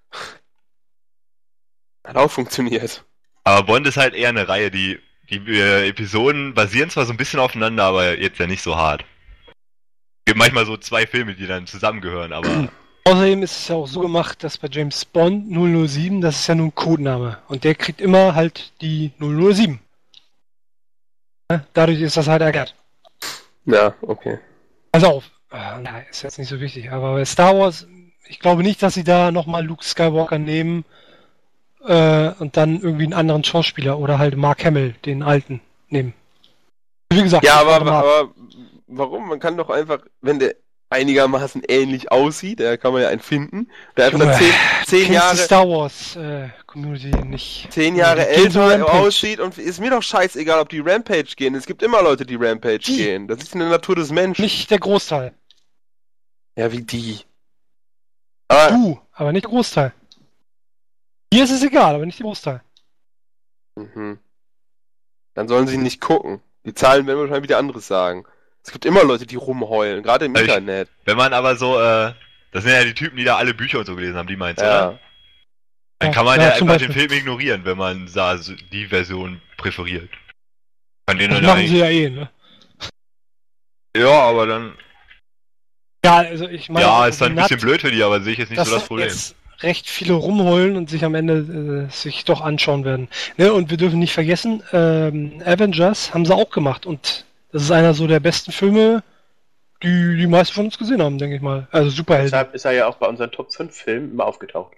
Speaker 1: Hat auch funktioniert.
Speaker 5: Aber Bond ist halt eher eine Reihe, die, die äh, Episoden basieren zwar so ein bisschen aufeinander, aber jetzt ja nicht so hart. Es gibt manchmal so zwei Filme, die dann zusammengehören, aber
Speaker 2: Außerdem ist es ja auch so gemacht, dass bei James Bond null null sieben, das ist ja nur ein Codename. Und der kriegt immer halt die null null sieben. Ne? Dadurch ist das halt erklärt.
Speaker 1: Ja, okay.
Speaker 2: Also auf. Äh, na, ist jetzt nicht so wichtig. Aber bei Star Wars, ich glaube nicht, dass sie da nochmal Luke Skywalker nehmen äh, und dann irgendwie einen anderen Schauspieler oder halt Mark Hamill, den alten, nehmen. Wie gesagt,
Speaker 1: Ja,
Speaker 2: ich
Speaker 1: aber,
Speaker 2: warte mal ab.
Speaker 1: aber warum? Man kann doch einfach, wenn der einigermaßen ähnlich aussieht, da kann man ja einen finden, der einfach
Speaker 2: Junge,
Speaker 1: dann zehn, zehn
Speaker 2: Kennst die
Speaker 1: Jahre,
Speaker 2: Star Wars äh, Community nicht.
Speaker 1: zehn Jahre
Speaker 2: Die gehen so
Speaker 1: älter
Speaker 2: Rampage.
Speaker 1: aussieht und ist mir doch scheißegal, ob die Rampage gehen. Es gibt immer Leute, die Rampage
Speaker 2: Die.
Speaker 1: gehen. Das ist in der Natur des Menschen.
Speaker 2: Nicht der Großteil.
Speaker 1: Ja, wie die. Aber,
Speaker 2: Du, aber nicht der Großteil. Hier ist es egal, aber nicht der Großteil.
Speaker 1: mhm. Dann sollen sie nicht gucken. Die Zahlen werden wahrscheinlich wieder anderes sagen. Es gibt immer Leute, die rumheulen, gerade im
Speaker 5: Also ich-
Speaker 1: Internet.
Speaker 5: wenn man aber so, äh, das sind ja die Typen, die da alle Bücher und so gelesen haben, die meinst du,
Speaker 1: Ja.
Speaker 5: oder? Dann
Speaker 2: Ja,
Speaker 5: kann man
Speaker 2: ja,
Speaker 5: ja,
Speaker 2: zum
Speaker 5: einfach den
Speaker 2: Beispiel.
Speaker 5: Film ignorieren, wenn man da so die Version präferiert. Kann den
Speaker 2: Das
Speaker 5: dann
Speaker 2: machen
Speaker 5: ja
Speaker 2: sie ja eh, ne?
Speaker 5: Ja, aber dann.
Speaker 2: Ja, also ich meine,
Speaker 5: Ja, ist dann ein
Speaker 2: Nat-
Speaker 5: bisschen blöd für die, aber sehe ich jetzt nicht
Speaker 2: dass
Speaker 5: so das Problem.
Speaker 2: jetzt recht viele rumheulen und sich am Ende äh, sich doch anschauen werden. Ne? Und wir dürfen nicht vergessen, ähm, Avengers haben sie auch gemacht und das ist einer so der besten Filme, die die meisten von uns gesehen haben, denke ich mal. Also Superhelden.
Speaker 3: Deshalb ist er ja auch bei unseren Top fünf Filmen immer aufgetaucht.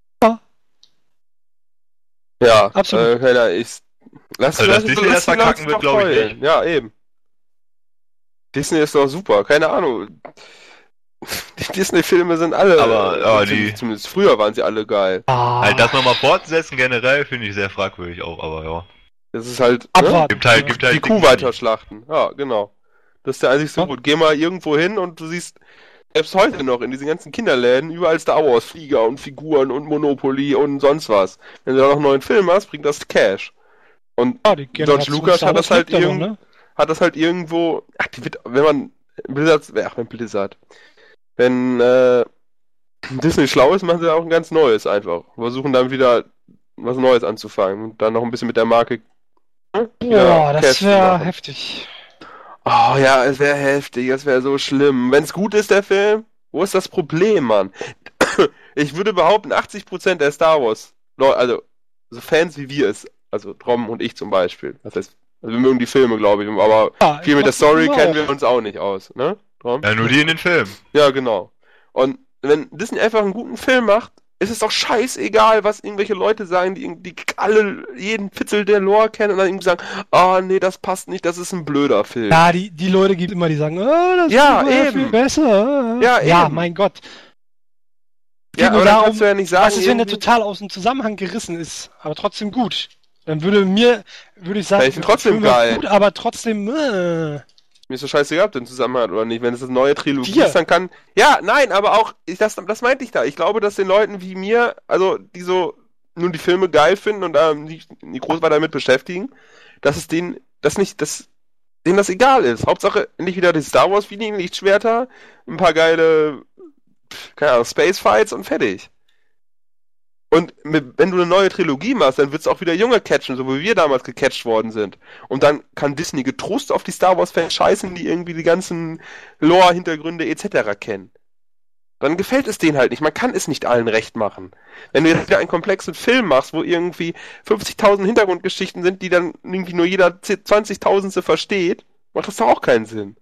Speaker 1: Ja,
Speaker 2: Absolut.
Speaker 1: Äh, keiner, ich, lass,
Speaker 5: Also, dass
Speaker 1: lass-
Speaker 5: Disney
Speaker 1: lass
Speaker 5: das
Speaker 1: die Leute
Speaker 5: verkacken wird,
Speaker 1: doch
Speaker 5: glaub ich
Speaker 1: heulen.
Speaker 5: nicht.
Speaker 1: Ja, eben. Disney ist doch super, keine Ahnung. Die Disney-Filme sind alle,
Speaker 5: Aber,
Speaker 1: äh,
Speaker 5: ja,
Speaker 1: zumindest,
Speaker 5: die-
Speaker 1: zumindest früher waren sie alle geil.
Speaker 2: Ah,
Speaker 5: Halt das nochmal fortzusetzen generell finde ich sehr fragwürdig auch, aber ja.
Speaker 1: Das ist halt, ne?
Speaker 2: abwarten.
Speaker 5: Gibt halt, gibt halt
Speaker 1: Die Kuh
Speaker 5: Dinge,
Speaker 1: weiterschlachten. Ja, genau. Das ist der einzigste
Speaker 2: Ja.
Speaker 1: Grund. Geh mal irgendwo hin und du siehst, selbst heute noch in diesen ganzen Kinderläden, überall Star Wars, Flieger und Figuren und Monopoly und sonst was. Wenn du da noch einen neuen Film hast, bringt das Cash. Und
Speaker 2: Ja, die
Speaker 1: George
Speaker 2: Generation
Speaker 1: Lucas
Speaker 2: Star
Speaker 1: hat
Speaker 2: Wars
Speaker 1: das halt
Speaker 2: lebt ja noch,
Speaker 1: irgend-
Speaker 2: ne?
Speaker 1: hat das halt irgendwo, ach, die wird, wenn man, Blizzard, ach, wenn Blizzard, wenn, äh, Disney schlau ist, machen sie auch ein ganz neues einfach. Versuchen dann wieder was Neues anzufangen und dann noch ein bisschen mit der Marke, ne, wieder
Speaker 2: Boah,
Speaker 1: Cash
Speaker 2: das
Speaker 1: zu
Speaker 2: wäre
Speaker 1: machen.
Speaker 2: heftig.
Speaker 1: Oh ja, es wäre heftig, es wäre so schlimm. Wenn's gut ist, der Film, wo ist das Problem, Mann? Ich würde behaupten, achtzig Prozent der Star Wars, Leute, also so Fans wie wir es, also Trom und ich zum Beispiel, das heißt, also wir mögen die Filme, glaube ich, aber
Speaker 2: Ja,
Speaker 1: viel
Speaker 2: ich
Speaker 1: mit der
Speaker 2: glaub,
Speaker 1: Story
Speaker 2: wir
Speaker 1: kennen
Speaker 2: auch.
Speaker 1: wir uns auch nicht aus, ne? Trom?
Speaker 5: Ja, nur die in den Filmen.
Speaker 1: Ja, genau. Und wenn Disney einfach einen guten Film macht, ist es doch scheißegal, was irgendwelche Leute sagen, die, die alle jeden Fitzel der Lore kennen und dann irgendwie sagen, ah nee, das passt nicht, das ist ein blöder Film.
Speaker 2: Ja, die, die Leute gibt immer, die sagen, oh, das
Speaker 1: Ja,
Speaker 2: ist ja
Speaker 1: eben.
Speaker 2: viel besser.
Speaker 1: Ja,
Speaker 2: ja,
Speaker 1: eben.
Speaker 2: mein Gott.
Speaker 1: Ja,
Speaker 2: Geht nur
Speaker 1: aber dann
Speaker 2: darum,
Speaker 1: kannst du ja nicht sagen,
Speaker 2: was ist, wenn der
Speaker 1: irgendwie-
Speaker 2: total aus dem Zusammenhang gerissen ist, aber trotzdem gut? Dann würde mir, würde ich sagen,
Speaker 1: Ja, ich find trotzdem
Speaker 2: der Film war
Speaker 1: geil.
Speaker 2: gut, aber trotzdem, äh,
Speaker 1: Mir ist so scheißegal, ob der einen Zusammenhang hat oder nicht. Wenn es eine neue Trilogie
Speaker 2: Dir.
Speaker 1: ist, dann kann. Ja, nein, aber auch, ich, das, das meinte ich da. Ich glaube, dass den Leuten wie mir, also die so nun die Filme geil finden und ähm, nicht, nicht groß weiter damit beschäftigen, dass es denen das nicht, dass denen das egal ist. Hauptsache endlich wieder die Star Wars Feeling, Lichtschwerter, ein paar geile, keine Ahnung, Space Fights und fertig. Und mit, wenn du eine neue Trilogie machst, dann wird es auch wieder Junge catchen, so wie wir damals gecatcht worden sind. Und dann kann Disney getrost auf die Star Wars-Fans scheißen, die irgendwie die ganzen Lore-Hintergründe et cetera kennen. Dann gefällt es denen halt nicht. Man kann es nicht allen recht machen. Wenn du jetzt wieder einen komplexen Film machst, wo irgendwie fünfzigtausend Hintergrundgeschichten sind, die dann irgendwie nur jeder zwanzigtausendste versteht, macht das doch auch keinen Sinn.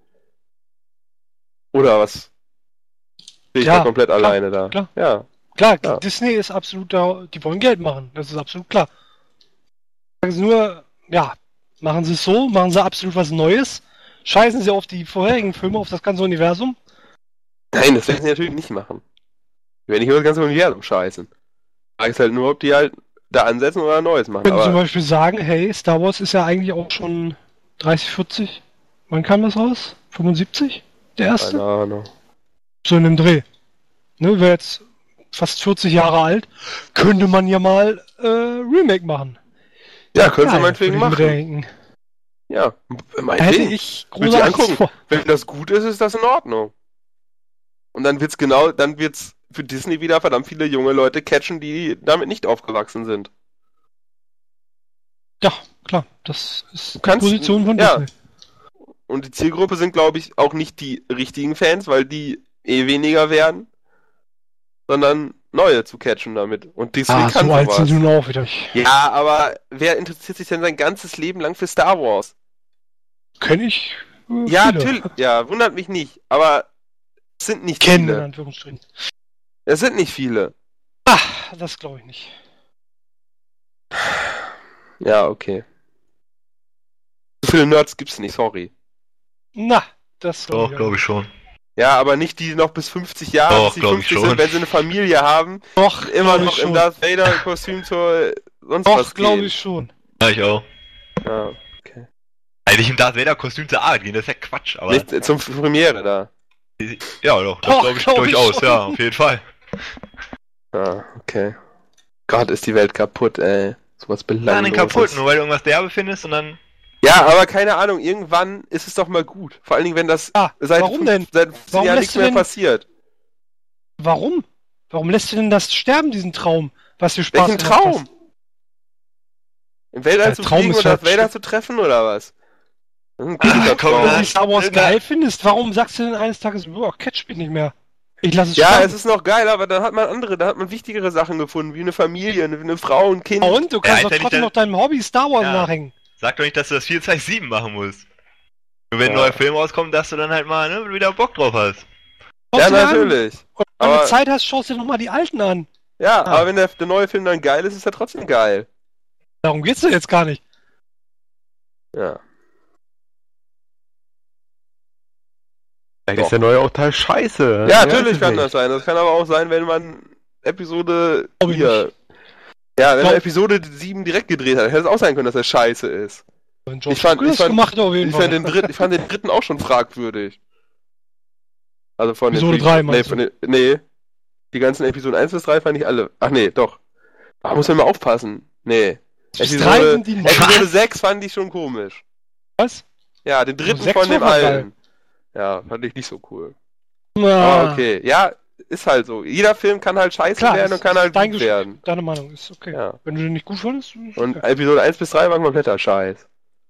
Speaker 1: Oder was? Bin ich
Speaker 2: Ja,
Speaker 1: da komplett
Speaker 2: klar,
Speaker 1: alleine da?
Speaker 2: klar.
Speaker 1: Ja.
Speaker 2: klar,
Speaker 1: Ja.
Speaker 2: Disney ist absolut da, die wollen Geld machen, das ist absolut klar. Sagen sie nur, ja, machen sie es so, machen sie absolut was Neues, scheißen sie auf die vorherigen Filme, auf das ganze Universum.
Speaker 1: Nein, das werden sie natürlich nicht machen. Die werden nicht über das ganze Universum scheißen. Frage ist halt nur, ob die halt da ansetzen oder ein neues machen.
Speaker 2: Können zum
Speaker 1: Aber
Speaker 2: Beispiel sagen, hey, Star Wars ist ja eigentlich auch schon dreißig, vierzig, wann kam das raus? fünfundsiebzig? Der erste?
Speaker 1: keine Ahnung.
Speaker 2: So in dem Dreh. Ne, wäre jetzt fast vierzig Jahre alt, könnte man ja mal äh, Remake machen.
Speaker 1: Ja, können sie
Speaker 2: Geil,
Speaker 1: meinetwegen
Speaker 2: würde ich mir
Speaker 1: machen.
Speaker 2: denken.
Speaker 1: Ja,
Speaker 2: Hätte
Speaker 1: meinetwegen.
Speaker 2: ich
Speaker 1: Will sie
Speaker 2: große
Speaker 1: angucken.
Speaker 2: Angst vor.
Speaker 1: Wenn das gut ist, ist das in Ordnung. Und dann wird's genau, dann wird's für Disney wieder verdammt viele junge Leute catchen, die damit nicht aufgewachsen sind.
Speaker 2: Ja, klar, das ist die
Speaker 1: kannst-
Speaker 2: Position von
Speaker 1: ja.
Speaker 2: Disney.
Speaker 1: Und die Zielgruppe sind, glaube ich, auch nicht die richtigen Fans, weil die eh weniger werden, sondern neue zu catchen damit. Und Disney
Speaker 2: Ah,
Speaker 1: kann
Speaker 2: so alt sind
Speaker 1: sowas.
Speaker 2: sie nun auch wieder nicht.
Speaker 1: Ja, aber wer interessiert sich denn sein ganzes Leben lang für Star Wars?
Speaker 2: Kenn ich äh,
Speaker 1: Ja,
Speaker 2: viele.
Speaker 1: natürlich. Ja, wundert mich nicht. Aber es sind nicht
Speaker 2: Kennen, in
Speaker 1: viele.
Speaker 2: Anführungsstrichen.
Speaker 1: Es sind nicht viele.
Speaker 2: Ah, das glaube ich nicht.
Speaker 1: Ja, okay. So viele Nerds gibt's nicht, sorry.
Speaker 2: Na, das
Speaker 5: Doch,
Speaker 2: glaub
Speaker 5: glaube ich schon.
Speaker 1: Ja, aber nicht die noch bis fünfzig Jahre,
Speaker 5: Doch,
Speaker 1: bis sie
Speaker 5: glaub ich
Speaker 1: fünfzig
Speaker 5: schon.
Speaker 1: sind, wenn sie eine Familie haben,
Speaker 2: Doch,
Speaker 1: immer
Speaker 2: glaub ich
Speaker 1: noch im
Speaker 2: schon.
Speaker 1: Darth Vader-Kostüm zur sonst
Speaker 2: Doch,
Speaker 1: was
Speaker 2: glaube
Speaker 1: gehen.
Speaker 2: ich schon.
Speaker 5: Ja, ich auch.
Speaker 1: Ja,
Speaker 5: Eigentlich im Darth Vader Kostüm zur Arbeit gehen, das ist ja Quatsch, aber.
Speaker 1: nicht äh, zum Premiere da.
Speaker 5: Ja, doch, das
Speaker 2: Doch,
Speaker 5: glaube ich
Speaker 2: glaub ich
Speaker 5: durchaus,
Speaker 2: schon.
Speaker 5: ja, auf jeden Fall.
Speaker 1: Ja, okay. Gott, ist die Welt kaputt, ey. Sowas
Speaker 5: Ja,
Speaker 1: belanglos.
Speaker 5: den kaputt, nur weil du irgendwas derbe findest und dann.
Speaker 1: Ja, aber keine Ahnung, irgendwann ist es doch mal gut. Vor allen Dingen, wenn das
Speaker 2: Ah,
Speaker 1: seit,
Speaker 2: warum
Speaker 1: fünf-
Speaker 2: denn?
Speaker 1: seit fünfzehn
Speaker 2: Warum
Speaker 1: Jahren
Speaker 2: lässt
Speaker 1: nichts
Speaker 2: du
Speaker 1: mehr
Speaker 2: denn-
Speaker 1: passiert.
Speaker 2: Warum? Warum lässt du denn das sterben, diesen Traum, was dir Spaß
Speaker 1: Welchen
Speaker 2: gemacht
Speaker 1: Traum?
Speaker 2: hast?
Speaker 1: Im Weltall
Speaker 2: Der
Speaker 1: zu
Speaker 2: Traum
Speaker 1: fliegen
Speaker 2: ist
Speaker 1: und Darth
Speaker 2: halt
Speaker 1: Vader zu treffen, oder was? Das ist ein
Speaker 5: Ah,
Speaker 1: billiger
Speaker 5: komm,
Speaker 1: Traum.
Speaker 2: Wenn du
Speaker 5: das-
Speaker 2: die Star Wars
Speaker 5: Na-
Speaker 2: geil findest, warum sagst du denn eines Tages, boah, catch mich nicht mehr? Ich lasse es
Speaker 1: Ja,
Speaker 2: sterben.
Speaker 1: es ist noch geil, aber dann hat man andere, da hat man wichtigere Sachen gefunden, wie eine Familie, eine, eine Frau, ein Kind.
Speaker 2: Und du kannst
Speaker 5: Ja,
Speaker 2: doch
Speaker 5: ist ja
Speaker 2: trotzdem
Speaker 5: nicht
Speaker 2: noch deinem Hobby Star Wars
Speaker 5: Ja.
Speaker 2: nachhängen.
Speaker 5: Sag doch nicht, dass du das vier zwei sieben machen musst. Nur wenn ein
Speaker 1: Ja.
Speaker 5: neuer Film rauskommt, dass du dann halt mal, ne, wieder Bock drauf hast.
Speaker 1: Ja,
Speaker 2: Schau's dir an.
Speaker 1: natürlich.
Speaker 2: Und wenn du
Speaker 1: Aber-
Speaker 2: Zeit hast, schaust dir noch mal die alten an.
Speaker 1: Ja,
Speaker 2: Ah.
Speaker 1: aber wenn der, der neue Film dann geil ist, ist er trotzdem geil.
Speaker 2: Darum geht's doch jetzt gar nicht.
Speaker 1: Ja.
Speaker 4: Vielleicht ist der neue auch total scheiße.
Speaker 1: Ja,
Speaker 4: weiß
Speaker 1: natürlich
Speaker 4: es
Speaker 1: kann
Speaker 4: nicht.
Speaker 1: das sein. Das kann aber auch sein, wenn man Episode
Speaker 2: Glaub ich
Speaker 1: vier. Ja, wenn
Speaker 2: Glaub-
Speaker 1: er Episode sieben direkt gedreht hat, hätte es auch sein können, dass er scheiße ist.
Speaker 2: Wenn George
Speaker 1: Ich fand-
Speaker 2: Lucas
Speaker 1: ich fand-
Speaker 2: gemacht auf jeden
Speaker 1: Ich
Speaker 2: Fall.
Speaker 1: fand, den dritten, ich fand den dritten auch schon fragwürdig. Also von
Speaker 2: Episode
Speaker 1: den
Speaker 2: drei
Speaker 1: nee,
Speaker 2: meinst
Speaker 1: von den, nee. Die ganzen Episoden eins bis drei fand ich alle. Ach nee, doch. Da muss man mal aufpassen. Nee.
Speaker 2: Bis
Speaker 1: Episode-
Speaker 2: drei sind die
Speaker 1: Episode sechs fand ich schon komisch.
Speaker 2: Was?
Speaker 1: Ja, den dritten
Speaker 2: sechs
Speaker 1: von dem
Speaker 2: war geil.
Speaker 1: alten. Ja, fand ich nicht so cool.
Speaker 2: Na,
Speaker 1: Aber okay. Ja, ist halt so. Jeder Film kann halt scheiße
Speaker 2: Klar,
Speaker 1: werden
Speaker 2: ist-
Speaker 1: und kann halt
Speaker 2: dein
Speaker 1: gut
Speaker 2: Geschmack.
Speaker 1: werden.
Speaker 2: Deine Meinung ist okay.
Speaker 1: Ja.
Speaker 2: Wenn du den nicht gut fandest, ist
Speaker 1: Und
Speaker 2: okay.
Speaker 1: Episode eins bis drei waren kompletter Scheiß.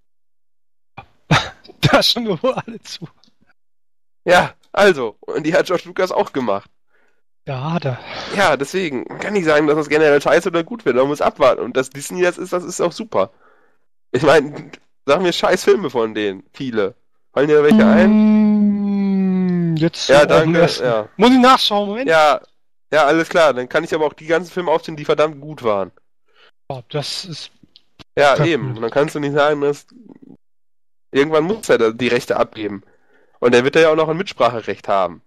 Speaker 2: Da stimmen wir wohl alle zu.
Speaker 1: Ja, also. Und die hat George Lucas auch gemacht.
Speaker 2: Ja, hat er.
Speaker 1: Ja, deswegen. Man kann nicht sagen, dass das generell scheiße oder gut wird. Man muss abwarten. Und dass Disney das ist, das ist auch super. Ich meine, sagen wir scheiß Filme von denen. Viele. Fallen dir da welche ein?
Speaker 2: Mm, Jetzt
Speaker 1: Ja,
Speaker 2: so auf den
Speaker 1: danke.
Speaker 2: ersten.
Speaker 1: Ja.
Speaker 2: Muss ich nachschauen, Moment.
Speaker 1: ja. Ja, alles klar. Dann kann ich aber auch die ganzen Filme aufzählen, die verdammt gut waren.
Speaker 2: Ja, das ist.
Speaker 1: Ja,
Speaker 2: Ja.
Speaker 1: eben. Und dann kannst du nicht sagen, dass irgendwann muss er da die Rechte abgeben. Und dann wird er ja auch noch ein Mitspracherecht haben.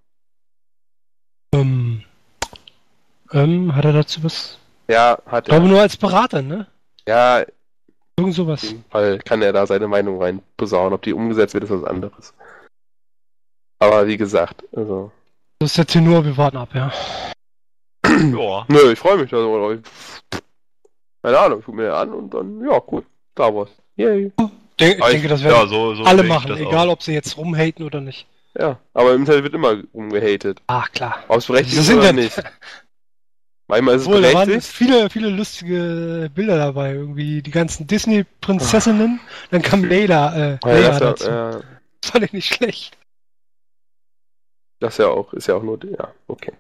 Speaker 2: Ähm, ähm, hat er dazu was?
Speaker 1: Ja, hat
Speaker 2: Ich glaube
Speaker 1: er.
Speaker 2: nur als Berater, ne?
Speaker 1: Ja,
Speaker 2: Irgend sowas.
Speaker 1: auf jeden Fall kann er da seine Meinung rein posaunen. Ob die umgesetzt wird, ist was anderes. Aber wie gesagt, also.
Speaker 2: Das ist der Tenor, wir warten ab, ja.
Speaker 5: Ja.
Speaker 1: Nö, ich freue mich da so. Keine Ahnung, ich gucke mir den an und dann, ja, cool. Star Wars. Yay.
Speaker 2: Denk, ich
Speaker 5: Aber
Speaker 2: denke, das
Speaker 5: ja,
Speaker 2: werden
Speaker 5: so, so
Speaker 2: alle
Speaker 5: sehe ich
Speaker 2: machen,
Speaker 5: das
Speaker 2: egal
Speaker 5: auch.
Speaker 2: ob sie jetzt rumhaten oder nicht.
Speaker 1: Ja, aber im Internet wird immer rumgehatet.
Speaker 2: Ah, klar.
Speaker 1: Ob es berechtigt
Speaker 2: Das
Speaker 1: ist oder
Speaker 2: Internet.
Speaker 1: nicht. Manchmal ist es
Speaker 2: Obwohl, da waren
Speaker 1: berechtigt.
Speaker 2: viele, viele lustige Bilder dabei. Irgendwie die ganzen Disney-Prinzessinnen. Dann kam Leila, äh,
Speaker 1: Ja,
Speaker 2: Leia
Speaker 1: das,
Speaker 2: dazu.
Speaker 1: ist ja, ja,
Speaker 2: Das fand ich nicht schlecht.
Speaker 1: das ist ja auch, ist ja auch nur, ja, okay.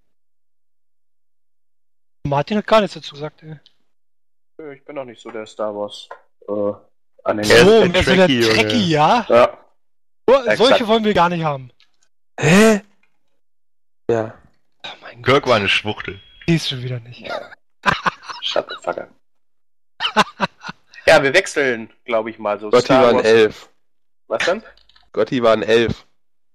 Speaker 2: Martin hat gar nichts dazu gesagt, ey.
Speaker 3: Ich bin noch nicht so der Star Wars äh, Anhänger.
Speaker 4: Er ist
Speaker 2: So,
Speaker 4: ein
Speaker 2: mehr so der
Speaker 4: Trekkie, Junge.
Speaker 2: Trekkie, ja?
Speaker 3: Ja.
Speaker 2: So,
Speaker 3: Exakt.
Speaker 2: solche wollen wir gar nicht haben.
Speaker 1: Hä? Ja.
Speaker 2: Oh mein Gott,
Speaker 5: Kirk war eine Schwuchtel.
Speaker 2: die ist schon wieder nicht.
Speaker 3: Shut the fuck up. Ja, wir wechseln, glaube ich mal so.
Speaker 1: Gotti
Speaker 3: Star
Speaker 1: waren
Speaker 3: Wars-
Speaker 1: elf.
Speaker 3: Was denn?
Speaker 1: Gotti waren elf.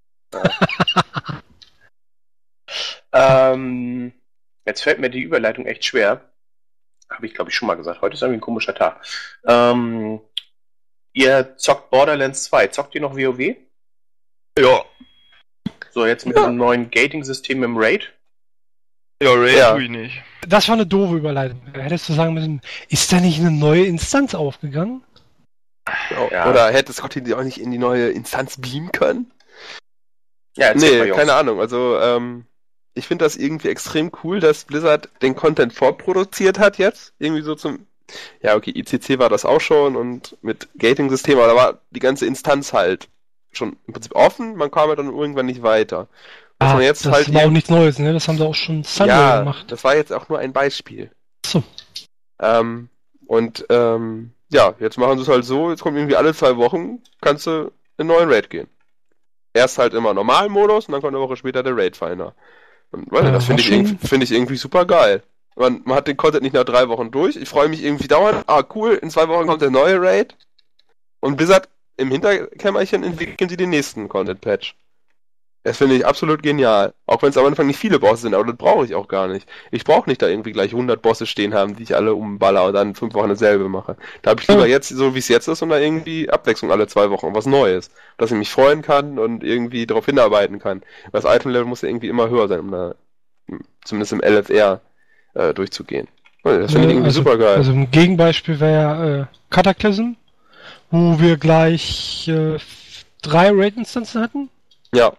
Speaker 3: Ähm, jetzt fällt mir die Überleitung echt schwer. Habe ich, glaube ich, schon mal gesagt. Heute ist irgendwie ein komischer Tag. Ähm, ihr zockt Borderlands zwei. Zockt ihr noch WoW?
Speaker 5: Ja.
Speaker 3: So, jetzt mit
Speaker 1: Ja.
Speaker 3: diesem neuen Gating-System im Raid?
Speaker 5: Ja, Ray
Speaker 1: Ja.
Speaker 5: tue ich nicht.
Speaker 2: Das war eine doofe Überleitung. Da hättest du sagen müssen, ist da nicht eine neue Instanz aufgegangen?
Speaker 3: Ja.
Speaker 1: Oder hätte Scott die auch nicht in die neue Instanz beamen können?
Speaker 3: Ja, erzähl mal,
Speaker 1: Nee,
Speaker 3: Jungs.
Speaker 1: keine Ahnung. Also, ähm, ich finde das irgendwie extrem cool, dass Blizzard den Content vorproduziert hat jetzt. Irgendwie so zum... Ja, okay, I C C war das auch schon und mit Gating-System, aber da war die ganze Instanz halt schon im Prinzip offen, man kam ja dann irgendwann nicht weiter. Dass
Speaker 2: Ah,
Speaker 1: man jetzt
Speaker 2: das
Speaker 1: halt
Speaker 2: war auch
Speaker 1: eben-
Speaker 2: nichts Neues, ne? Das haben sie auch schon Sunday
Speaker 1: ja,
Speaker 2: gemacht.
Speaker 1: das war jetzt auch nur ein Beispiel.
Speaker 2: Achso.
Speaker 1: Ähm, und ähm, ja, jetzt machen sie es halt so, jetzt kommt irgendwie alle zwei Wochen, kannst du in einen neuen Raid gehen. Erst halt immer Normalmodus und dann kommt eine Woche später der Raid-Finder. Und weiß nicht,
Speaker 2: Äh,
Speaker 1: das finde
Speaker 2: war
Speaker 1: ich,
Speaker 2: schon-
Speaker 1: irgendwie- find ich irgendwie super geil. Man, man hat den Content nicht nach drei Wochen durch. Ich freue mich irgendwie dauernd. Ah, cool, in zwei Wochen kommt der neue Raid. Und Blizzard im Hinterkämmerchen entwickeln sie den nächsten Content-Patch. Das finde ich absolut genial. Auch wenn es am Anfang nicht viele Bosse sind, aber das brauche ich auch gar nicht. Ich brauche nicht da irgendwie gleich hundert Bosse stehen haben, die ich alle umballer und dann fünf Wochen dasselbe mache. Da habe ich lieber
Speaker 2: Ja.
Speaker 1: jetzt, so wie es jetzt ist, und da irgendwie Abwechslung alle zwei Wochen, was Neues. Dass ich mich freuen kann und irgendwie darauf hinarbeiten kann. Weil das Item-Level muss ja irgendwie immer höher sein, um da zumindest im L F R äh, durchzugehen. Das finde ich irgendwie
Speaker 2: also,
Speaker 1: super geil.
Speaker 2: Also ein Gegenbeispiel wäre äh, Cataclysm, wo wir gleich äh, f- drei Raid-Instanzen hatten.
Speaker 1: Ja.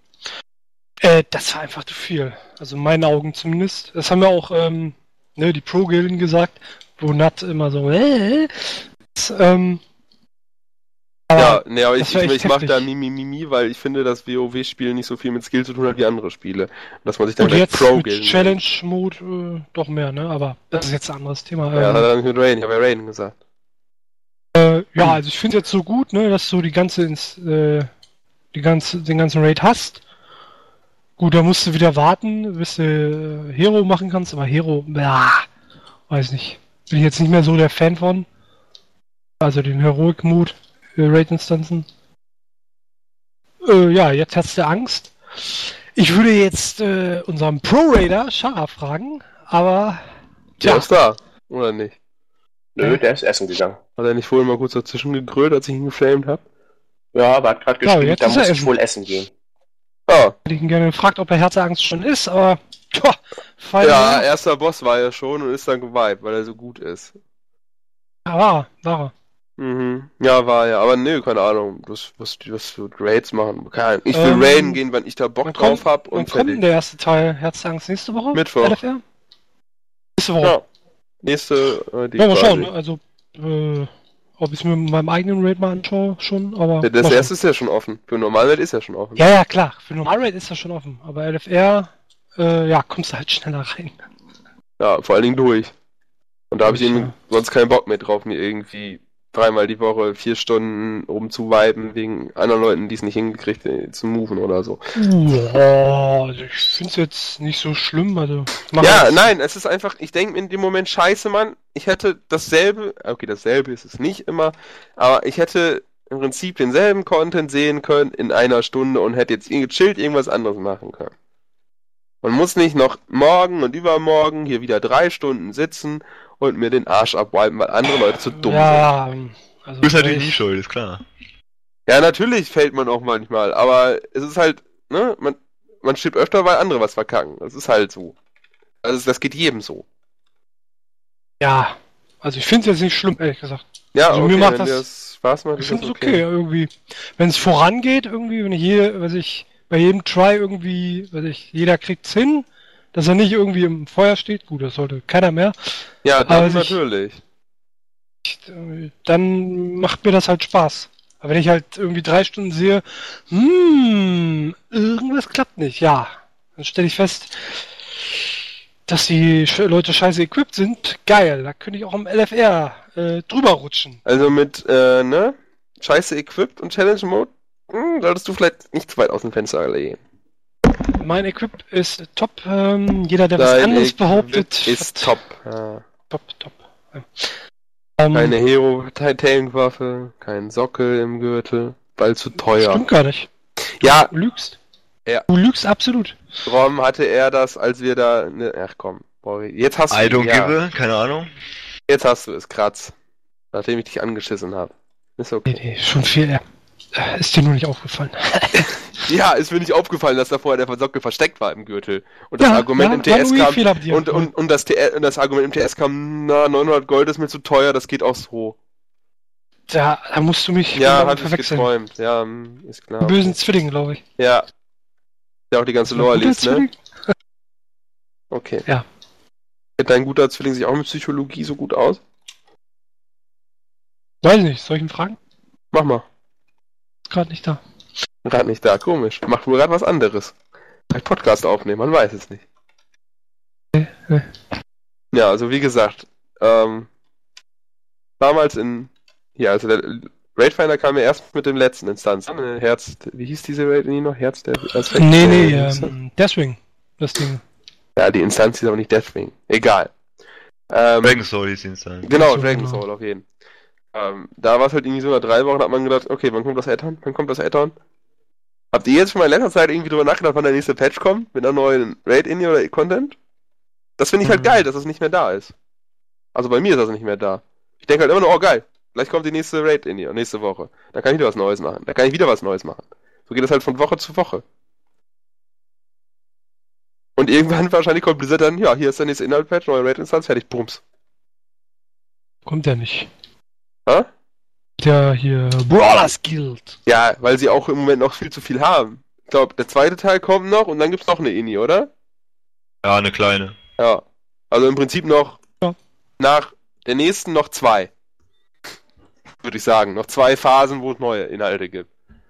Speaker 2: Äh, das war einfach zu viel. Also in meinen Augen zumindest. Das haben ja auch ähm, ne, die Pro-Gilden gesagt, wo Nat immer so äh, das, ähm, aber
Speaker 1: Ja, nee, aber ich,
Speaker 2: das wär
Speaker 1: ich,
Speaker 2: echt
Speaker 1: ich mache da
Speaker 2: heftig.
Speaker 1: Mimi, Mimi, weil ich finde, dass WoW-Spiel nicht so viel mit Skill zu tun hat wie andere Spiele. Und dass man sich dann
Speaker 2: gut,
Speaker 1: gleich
Speaker 2: jetzt
Speaker 1: Pro
Speaker 2: mit
Speaker 1: gilden
Speaker 2: Challenge-Mode äh, doch mehr, ne? Aber das ist jetzt ein anderes Thema.
Speaker 1: Ja,
Speaker 2: Ähm,
Speaker 1: das hat er nicht mit Raiden, ich habe ja Raiden gesagt.
Speaker 2: Äh, ja, also ich finde jetzt so gut, ne, dass du die ganze, ins, äh, die ganze, den ganzen Raid hast. Gut, da musst du wieder warten, bis du äh, Hero machen kannst, aber Hero, ja, weiß nicht. Bin ich jetzt nicht mehr so der Fan von. Also den Heroic Mode für Raid-Instanzen. Äh, ja, jetzt hast du Angst. Ich würde jetzt äh, unseren Pro-Raider Shara fragen, aber
Speaker 1: Der
Speaker 2: tja,
Speaker 1: ist da, oder nicht?
Speaker 3: Nö, der ist essen gegangen.
Speaker 1: Hat er nicht vorhin mal kurz dazwischen gegrölt, als ich ihn geflamed habe?
Speaker 3: Ja, aber hat gerade
Speaker 2: Ja,
Speaker 3: gespielt,
Speaker 2: jetzt
Speaker 3: da
Speaker 2: ist er
Speaker 3: muss ich
Speaker 2: essen.
Speaker 3: wohl essen gehen.
Speaker 1: Ah,
Speaker 2: hätte ich ihn gerne gefragt, ob er Herzangst schon ist, aber tja, Fall
Speaker 1: ja, erster Boss war er schon und ist dann gewiped, weil er so gut ist.
Speaker 2: Ja, war, war er.
Speaker 1: Mhm. Ja, war ja, aber nö, keine Ahnung, was, was, was für Raids machen. Keine Ahnung. Ich will
Speaker 2: Ähm,
Speaker 1: Raiden gehen, wenn ich da Bock
Speaker 2: wann
Speaker 1: drauf
Speaker 2: kommt-
Speaker 1: hab
Speaker 2: Wann
Speaker 1: und
Speaker 2: kommt denn
Speaker 1: fertig.
Speaker 2: der erste Teil Herzangst nächste Woche?
Speaker 1: Mittwoch.
Speaker 2: L F R? Nächste Woche.
Speaker 1: Ja. Nächste, äh, die
Speaker 2: Ja, mal
Speaker 1: quasi-
Speaker 2: schauen, ne? Also, äh, ob ich es mir mit meinem eigenen Raid mal anschaue, schon, aber.
Speaker 1: Ja, das
Speaker 2: mal
Speaker 1: erste ist ja schon offen. Für Normalwelt ist ja schon offen.
Speaker 2: schauen. Ja, ja, klar. Für Normal-Raid ist das schon offen. Aber L F R, äh, ja, kommst du halt schneller rein.
Speaker 1: Ja, vor allen Dingen durch. Und da habe ich
Speaker 2: Durch,
Speaker 1: eben
Speaker 2: ja.
Speaker 1: sonst keinen Bock mehr drauf, mir irgendwie dreimal die Woche vier Stunden rumzuwipen wegen anderen Leuten, die es nicht hingekriegt äh, zu moven oder so.
Speaker 2: Ja, also ich finde es jetzt nicht so schlimm. Also, mach
Speaker 1: Ja,
Speaker 2: jetzt-
Speaker 1: nein, es ist einfach, ich denke in dem Moment, scheiße, Mann, ich hätte dasselbe, okay, dasselbe ist es nicht immer, aber ich hätte im Prinzip denselben Content sehen können in einer Stunde und hätte jetzt gechillt irgendwas anderes machen können. Man muss nicht noch morgen und übermorgen hier wieder drei Stunden sitzen und mir den Arsch abwipen, weil andere Leute zu dumm sind.
Speaker 2: Ja, ähm, also.
Speaker 5: Du bist natürlich
Speaker 2: ich-
Speaker 5: nie schuld, ist klar.
Speaker 1: Ja, natürlich fällt man auch manchmal, aber es ist halt, ne, man, man stirbt öfter, weil andere was verkacken. Das ist halt so. Also das geht jedem so.
Speaker 2: Ja, also ich finde es jetzt nicht schlimm, ehrlich gesagt.
Speaker 1: Ja,
Speaker 2: Also
Speaker 1: okay,
Speaker 2: mir macht
Speaker 1: wenn
Speaker 2: das-
Speaker 1: dir das Spaß macht,
Speaker 2: Ich
Speaker 1: ist
Speaker 2: finde
Speaker 1: das
Speaker 2: es okay, irgendwie. Wenn es vorangeht, irgendwie, wenn ich jede, weiß ich, bei jedem Try irgendwie, weiß ich, jeder kriegt's hin, dass er nicht irgendwie im Feuer steht, gut, das sollte keiner mehr,
Speaker 1: Ja,
Speaker 2: Aber
Speaker 1: dann
Speaker 2: sich-
Speaker 1: natürlich.
Speaker 2: äh, dann macht mir das halt Spaß. Aber wenn ich halt irgendwie drei Stunden sehe, hm, irgendwas klappt nicht, ja, dann stelle ich fest, dass die Sch- Leute scheiße equipped sind, geil, da könnte ich auch im L F R äh, drüber rutschen.
Speaker 1: Also mit, äh, ne, scheiße equipped und Challenge Mode, hm, solltest du vielleicht nicht zu weit aus dem Fenster lehnen.
Speaker 2: Mein Equip ist top, ähm, jeder, der was
Speaker 1: Dein
Speaker 2: anderes
Speaker 1: Equip
Speaker 2: behauptet,
Speaker 1: ist
Speaker 2: hat-
Speaker 1: top. Ja.
Speaker 2: top, top. Ja. Ähm,
Speaker 1: Keine Hero-Tankwaffe, kein Sockel im Gürtel, weil zu teuer.
Speaker 2: Stimmt gar nicht.
Speaker 1: Ja,
Speaker 2: Du lügst.
Speaker 1: Ja.
Speaker 2: Du lügst absolut.
Speaker 1: Rom hatte er das, als wir da, ne, ach komm, boah, jetzt hast du
Speaker 5: I don't
Speaker 1: ja,
Speaker 5: give, keine Ahnung.
Speaker 1: jetzt hast du es, Kratz. Nachdem ich dich angeschissen habe. Ist
Speaker 2: Nee,
Speaker 1: okay.
Speaker 2: nee, schon viel. Äh, ist dir nur nicht aufgefallen.
Speaker 1: Ja, ist mir nicht aufgefallen, dass da vorher der Sockel versteckt war im Gürtel. Und das
Speaker 2: Ja,
Speaker 1: Argument
Speaker 2: ja,
Speaker 1: im
Speaker 2: war
Speaker 1: T S
Speaker 2: nur ihr
Speaker 1: kam,
Speaker 2: Fehler ab dir.
Speaker 1: und, und, und, das T und das Argument im T S kam, na, neunhundert Gold ist mir zu teuer, das geht auch so.
Speaker 2: da, da musst du mich
Speaker 1: Ja,
Speaker 2: genau
Speaker 1: hat ich
Speaker 2: verwechseln.
Speaker 1: geträumt. Ja, hm, ist klar.
Speaker 2: Die bösen Zwillinge, glaube ich.
Speaker 1: Ja. Der auch die ganze Lore
Speaker 2: Guter
Speaker 1: liest, ne?
Speaker 2: Zwilling?
Speaker 1: Okay.
Speaker 2: Ja.
Speaker 1: Kennt dein guter Zwilling sich auch mit Psychologie so gut aus?
Speaker 2: Weiß nicht, soll ich ihn fragen?
Speaker 1: Mach mal.
Speaker 2: Ist gerade nicht da.
Speaker 1: Gerade nicht da, komisch. Macht wohl gerade was anderes. Vielleicht Podcast aufnehmen, man weiß es nicht.
Speaker 2: Nee, nee.
Speaker 1: Ja, also wie gesagt, ähm, damals in, ja, also der Raidfinder kam ja erst mit dem letzten Instanz an, äh, Herz, wie hieß diese Raid nie noch? Herz der Aspekt?
Speaker 2: Nee, nee,
Speaker 1: äh,
Speaker 2: ähm, Deathwing, das Ding.
Speaker 1: Ja, die Instanz ist aber nicht Deathwing. Egal. Ähm,
Speaker 5: Dragon Soul ist es dann.
Speaker 1: Genau,
Speaker 2: So,
Speaker 1: Dragon
Speaker 2: genau.
Speaker 1: Soul auf jeden. Ähm, da war es halt irgendwie so nach drei Wochen, hat man gedacht, okay, wann kommt das Add-on? Wann kommt das Add-on? Habt ihr jetzt schon mal in letzter Zeit irgendwie drüber nachgedacht, wann der nächste Patch kommt? Mit einer neuen Raid-Indie oder Content? Das finde ich halt
Speaker 2: Mhm.
Speaker 1: geil, dass es nicht mehr da ist. Also bei mir ist das nicht mehr da. Ich denke halt immer nur, oh geil, gleich kommt die nächste Raid-Indie, nächste Woche. Da kann ich wieder was Neues machen. Da kann ich wieder was Neues machen. So geht das halt von Woche zu Woche. Und irgendwann wahrscheinlich kommt Blizzard dann, ja, hier ist der nächste Inhalt-Patch, neue Raid-Instanz, fertig, bums.
Speaker 2: Kommt der nicht.
Speaker 1: Hä?
Speaker 2: Der hier Brawlers Guild.
Speaker 1: Ja, weil sie auch im Moment noch viel zu viel haben. Ich glaube, der zweite Teil kommt noch und dann gibt's noch eine Indie, oder?
Speaker 5: Ja, eine kleine.
Speaker 1: Ja. Also im Prinzip noch
Speaker 2: Ja.
Speaker 1: nach der nächsten noch zwei. Würde ich sagen. Noch zwei Phasen, wo es neue Inhalte gibt.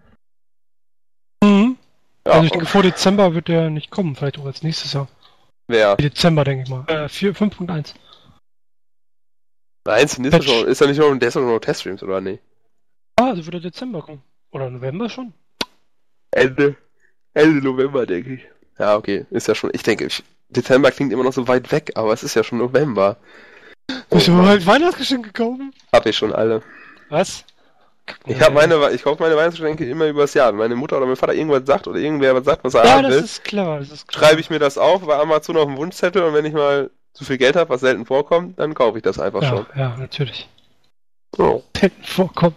Speaker 2: Mhm.
Speaker 1: Ja,
Speaker 2: Also ich denke, vor Dezember wird der nicht kommen, vielleicht auch als nächstes Jahr.
Speaker 1: wer?
Speaker 2: Dezember, denke ich mal. Äh, vier- fünf Punkt eins.
Speaker 1: Nein, ist, ist,
Speaker 2: Patch.
Speaker 1: schon, ist da nicht noch, der ist doch noch Teststreams, oder nee?
Speaker 2: Ah, also wird der Dezember kommen. Oder November schon.
Speaker 1: Ende. Ende November, denke ich. Ja, okay. Ist ja schon, ich denke, ich, Dezember klingt immer noch so weit weg, aber es ist ja schon November.
Speaker 2: Hast du
Speaker 1: Oh,
Speaker 2: halt Weihnachtsgeschenke gekauft?
Speaker 1: hab ich schon alle.
Speaker 2: Was?
Speaker 1: Ich hab meine, ich kaufe meine Weihnachtsgeschenke immer übers Jahr. Wenn meine Mutter oder mein Vater irgendwas sagt oder irgendwer was sagt, was er
Speaker 2: Ja,
Speaker 1: haben
Speaker 2: das
Speaker 1: will,
Speaker 2: ist clever. Das ist clever.
Speaker 1: schreibe ich mir das auf bei Amazon auf den Wunschzettel und wenn ich mal zu viel Geld habe, was selten vorkommt, dann kaufe ich das einfach
Speaker 2: Ja,
Speaker 1: schon.
Speaker 2: ja, natürlich.
Speaker 1: So.
Speaker 2: Selten vorkommt.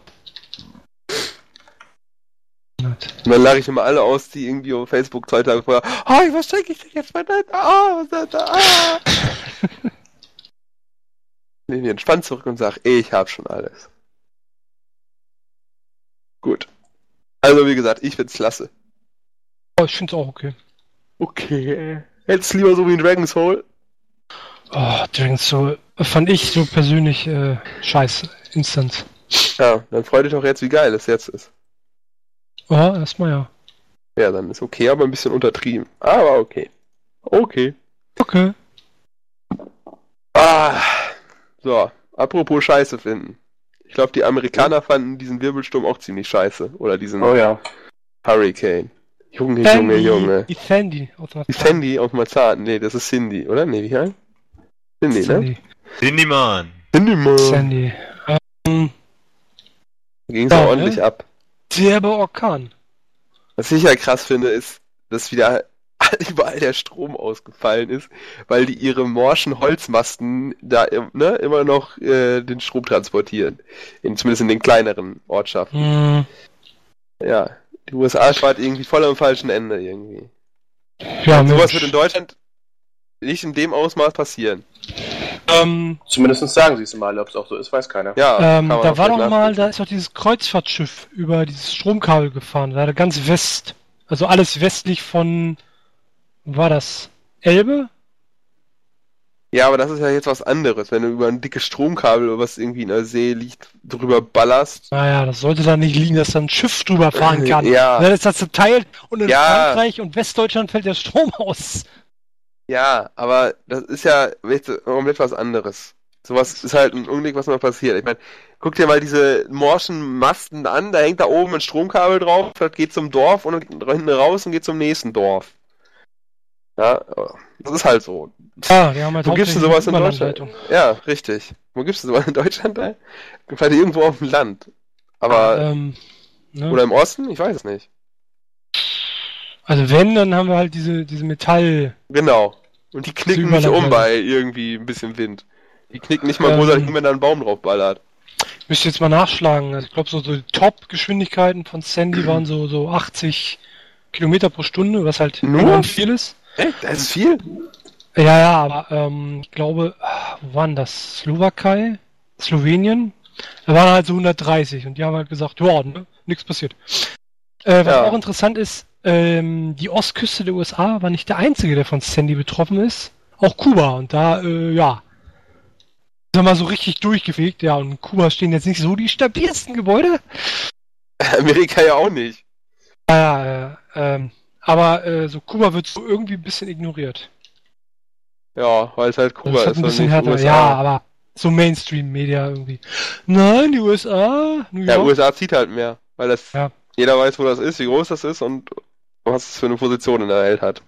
Speaker 2: Gut.
Speaker 1: Und dann lache ich immer alle aus, die irgendwie auf Facebook zwei Tage vorher, ah, was schenke ich denn jetzt mal da? Ah, was ist da? Ah. Nehme mir entspannt zurück und sage, ich habe schon alles. Gut. Also wie gesagt, ich find's klasse.
Speaker 2: Oh, ich find's auch okay.
Speaker 1: Okay. Hättest lieber so wie in Dragon Soul?
Speaker 2: Oh, Dragon's Soul fand ich so persönlich äh, scheiße. Instant.
Speaker 1: Ja, dann freu dich doch jetzt, wie geil es jetzt ist.
Speaker 2: Oh, erstmal ja.
Speaker 1: Ja, dann ist okay, aber ein bisschen untertrieben. Aber okay. Okay.
Speaker 2: Okay.
Speaker 1: Ah, so, apropos Scheiße finden. Ich glaube, die Amerikaner fanden diesen Wirbelsturm auch ziemlich scheiße. Oder diesen
Speaker 3: Oh ja.
Speaker 1: Hurricane. Junge, Junge,
Speaker 2: Sandy,
Speaker 1: Junge.
Speaker 2: Die Sandy aus
Speaker 1: Die Sandy auf Marzahn. Nee, das ist Cindy, oder? Nee, wie heißt? Cindy, ne?
Speaker 2: Sandy.
Speaker 5: Cindy Mann.
Speaker 1: Cindy, Mann.
Speaker 2: Sandy. Ähm,
Speaker 1: Da ging's
Speaker 2: Ja,
Speaker 1: auch
Speaker 2: ne?
Speaker 1: ordentlich ab.
Speaker 2: derbe Orkan.
Speaker 1: Was ich ja krass finde, ist, dass wieder überall der Strom ausgefallen ist, weil die ihre morschen Holzmasten da im- ne, immer noch äh, den Strom transportieren. In, zumindest in den kleineren Ortschaften.
Speaker 2: Hm,
Speaker 1: Ja, die U S A spart irgendwie voll am falschen Ende irgendwie.
Speaker 2: ja,
Speaker 1: Und sowas
Speaker 2: Mensch.
Speaker 1: wird in Deutschland nicht in dem Ausmaß passieren.
Speaker 2: Ähm,
Speaker 3: Zumindest sagen sie es mal, ob es auch so ist, weiß keiner.
Speaker 1: Ja,
Speaker 2: ähm,
Speaker 1: kann man
Speaker 2: da
Speaker 1: auch
Speaker 2: war
Speaker 1: vielleicht
Speaker 2: doch mal,
Speaker 1: nachvollziehen.
Speaker 2: da ist doch dieses Kreuzfahrtschiff über dieses Stromkabel gefahren, da ganz West. Also alles westlich von, wo war das? Elbe?
Speaker 1: Ja, aber das ist ja jetzt was anderes, wenn du über ein dickes Stromkabel, was irgendwie in der See liegt, drüber ballerst.
Speaker 2: Naja, das sollte da nicht liegen, dass da ein Schiff drüber fahren kann.
Speaker 1: Ja.
Speaker 2: Dann ist das zerteilt und in
Speaker 1: Ja.
Speaker 2: Frankreich und Westdeutschland fällt der Strom aus.
Speaker 1: Ja, aber das ist ja weißt du, komplett was anderes. Sowas ist halt ein Unglück, was mal passiert. Ich meine, guck dir mal diese morschen Masten an, da hängt da oben ein Stromkabel drauf, das geht zum Dorf und dann hinten raus und geht zum nächsten Dorf. Ja, das ist halt so.
Speaker 2: Ja, wir haben halt
Speaker 1: Wo gibst du
Speaker 2: hauptsächlich
Speaker 1: sowas in Deutschland?
Speaker 2: Überlandleitung.
Speaker 1: Ja, richtig. Wo gibst du sowas in Deutschland? Da? Vielleicht irgendwo auf dem Land. Aber,
Speaker 2: Ähm, ne?
Speaker 1: oder im Osten? Ich weiß es nicht.
Speaker 2: Also wenn, dann haben wir halt diese, diese Metall...
Speaker 1: Genau. Und die knicken
Speaker 2: Zu
Speaker 1: nicht um
Speaker 2: Überlandleitung.
Speaker 1: bei irgendwie ein bisschen Wind. Die knicken nicht mal
Speaker 2: Ähm.
Speaker 1: großartig, wenn da ein Baum drauf ballert.
Speaker 2: Müsste jetzt mal nachschlagen. Also ich glaube, so, so die Top-Geschwindigkeiten von Sandy waren so, so achtzig Kilometer pro Stunde, was halt
Speaker 1: Nur?
Speaker 2: enorm viel ist.
Speaker 1: Echt? Das ist viel?
Speaker 2: Ja, ja, aber ähm, ich glaube, ah, wo waren das? Slowakei? Slowenien? Da waren halt so hundertdreißig und die haben halt gesagt, ja, ne, nichts passiert. Äh, was
Speaker 1: Ja.
Speaker 2: auch interessant ist, ähm, die Ostküste der U S A war nicht der einzige, der von Sandy betroffen ist. Auch Kuba und da, äh, ja, sind wir so richtig durchgefegt. Ja, und in Kuba stehen jetzt nicht so die stabilsten Gebäude.
Speaker 1: Amerika ja auch nicht.
Speaker 2: Ja, äh, ähm, aber äh, so Kuba wird so irgendwie ein bisschen ignoriert.
Speaker 1: Ja, weil es halt
Speaker 2: Das
Speaker 1: Kuba
Speaker 2: ist halt
Speaker 1: ist
Speaker 2: ein
Speaker 1: und
Speaker 2: bisschen
Speaker 1: nicht
Speaker 2: härter.
Speaker 1: U S A.
Speaker 2: Ja, aber so Mainstream-Media irgendwie. Nein, die U S A, New
Speaker 1: Ja,
Speaker 2: York.
Speaker 1: U S A zieht halt mehr, weil das
Speaker 2: Ja.
Speaker 1: jeder weiß, wo das ist, wie groß das ist und was es für eine Position in der Welt hat.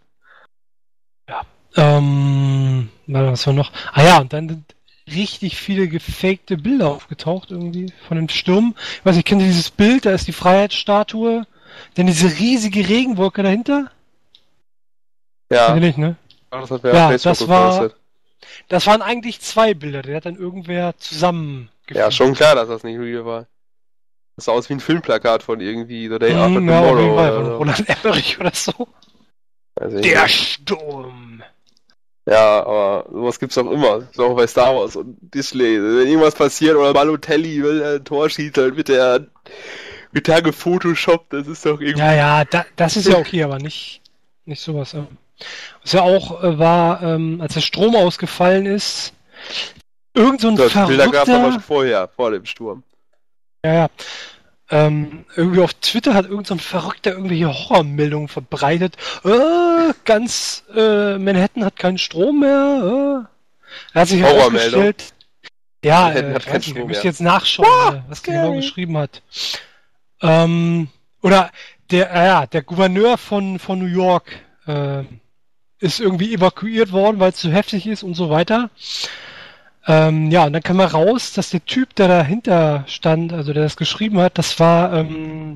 Speaker 2: Ähm, warte, was war noch? Ah ja, und dann sind richtig viele gefakte Bilder aufgetaucht irgendwie von den Stürmen. Ich weiß nicht, kennt ihr dieses Bild? Da ist die Freiheitsstatue, dann diese riesige Regenwolke dahinter.
Speaker 1: Ja,
Speaker 2: Kennt ihr nicht, ne?
Speaker 1: das hat wer
Speaker 2: Ja,
Speaker 1: auf Facebook
Speaker 2: das war-
Speaker 1: gepostet.
Speaker 2: Das waren eigentlich zwei Bilder, der hat dann irgendwer zusammen
Speaker 1: Ja, schon klar, dass das nicht real war. Das sah aus wie ein Filmplakat von irgendwie The Day After
Speaker 2: Mhm, ja, auf jeden
Speaker 1: Tomorrow.
Speaker 2: Fall,
Speaker 1: oder
Speaker 2: von
Speaker 1: so.
Speaker 2: Roland Emmerich oder so.
Speaker 1: Weiß ich
Speaker 2: Der
Speaker 1: nicht.
Speaker 2: Sturm.
Speaker 1: Ja, aber sowas gibt's auch immer. Das ist auch bei Star Wars und Disney. Wenn irgendwas passiert oder Balotelli will ein Tor schießt, dann wird der, wird der gefotoshoppt. Das ist doch irgendwie...
Speaker 2: Ja, ja, da, das ist ja okay, aber nicht, nicht sowas. Ja. Was ja auch äh, war, ähm, als der Strom ausgefallen ist, irgend so ein
Speaker 1: Das Bilder gab's aber schon
Speaker 2: verrückter,
Speaker 1: vorher, vor dem Sturm.
Speaker 2: ja, ja, ähm, irgendwie auf Twitter hat irgend so ein Verrückter irgendwelche Horrormeldungen verbreitet. Äh, ganz äh, Manhattan hat keinen Strom mehr. Äh. Er hat sich
Speaker 1: Horrormeldung?
Speaker 2: herausgestellt. Ja,
Speaker 1: Manhattan
Speaker 2: äh,
Speaker 1: hat
Speaker 2: ich
Speaker 1: keinen
Speaker 2: weiß nicht,
Speaker 1: Strom
Speaker 2: ich müsste
Speaker 1: mehr.
Speaker 2: jetzt nachschauen, äh, was der genau
Speaker 1: scary.
Speaker 2: geschrieben hat. Ähm, oder der, äh, ja, der Gouverneur von, von New York äh, ist irgendwie evakuiert worden, weil es zu heftig ist und so weiter. Ähm, ja, und dann kam mal raus, dass der Typ, der dahinter stand, also der das geschrieben hat, das war ähm,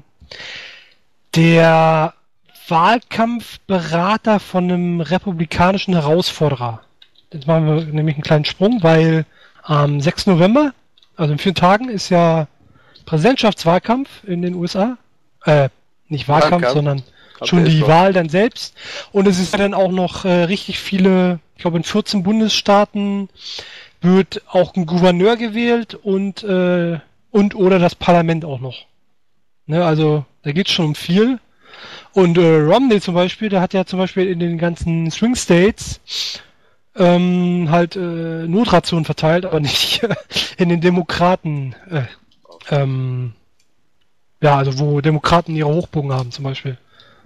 Speaker 2: der Wahlkampfberater von einem republikanischen Herausforderer. Jetzt machen wir nämlich einen kleinen Sprung, weil am sechsten November, also in vier Tagen, ist ja Präsidentschaftswahlkampf in den U S A. Äh, nicht Wahlkampf,
Speaker 1: Wahlkampf.
Speaker 2: sondern
Speaker 1: Habt
Speaker 2: schon
Speaker 1: ihr
Speaker 2: die
Speaker 1: schon.
Speaker 2: Wahl dann selbst. Und es ist ja dann auch noch äh, richtig viele, ich glaube in vierzehn Bundesstaaten wird auch ein Gouverneur gewählt und äh, und oder das Parlament auch noch. Ne, also da geht es schon um viel. Und äh, Romney zum Beispiel, der hat ja zum Beispiel in den ganzen Swing States ähm, halt äh, Notrationen verteilt, aber nicht in den Demokraten. Äh, ähm, ja, also wo Demokraten ihre Hochbogen haben zum Beispiel.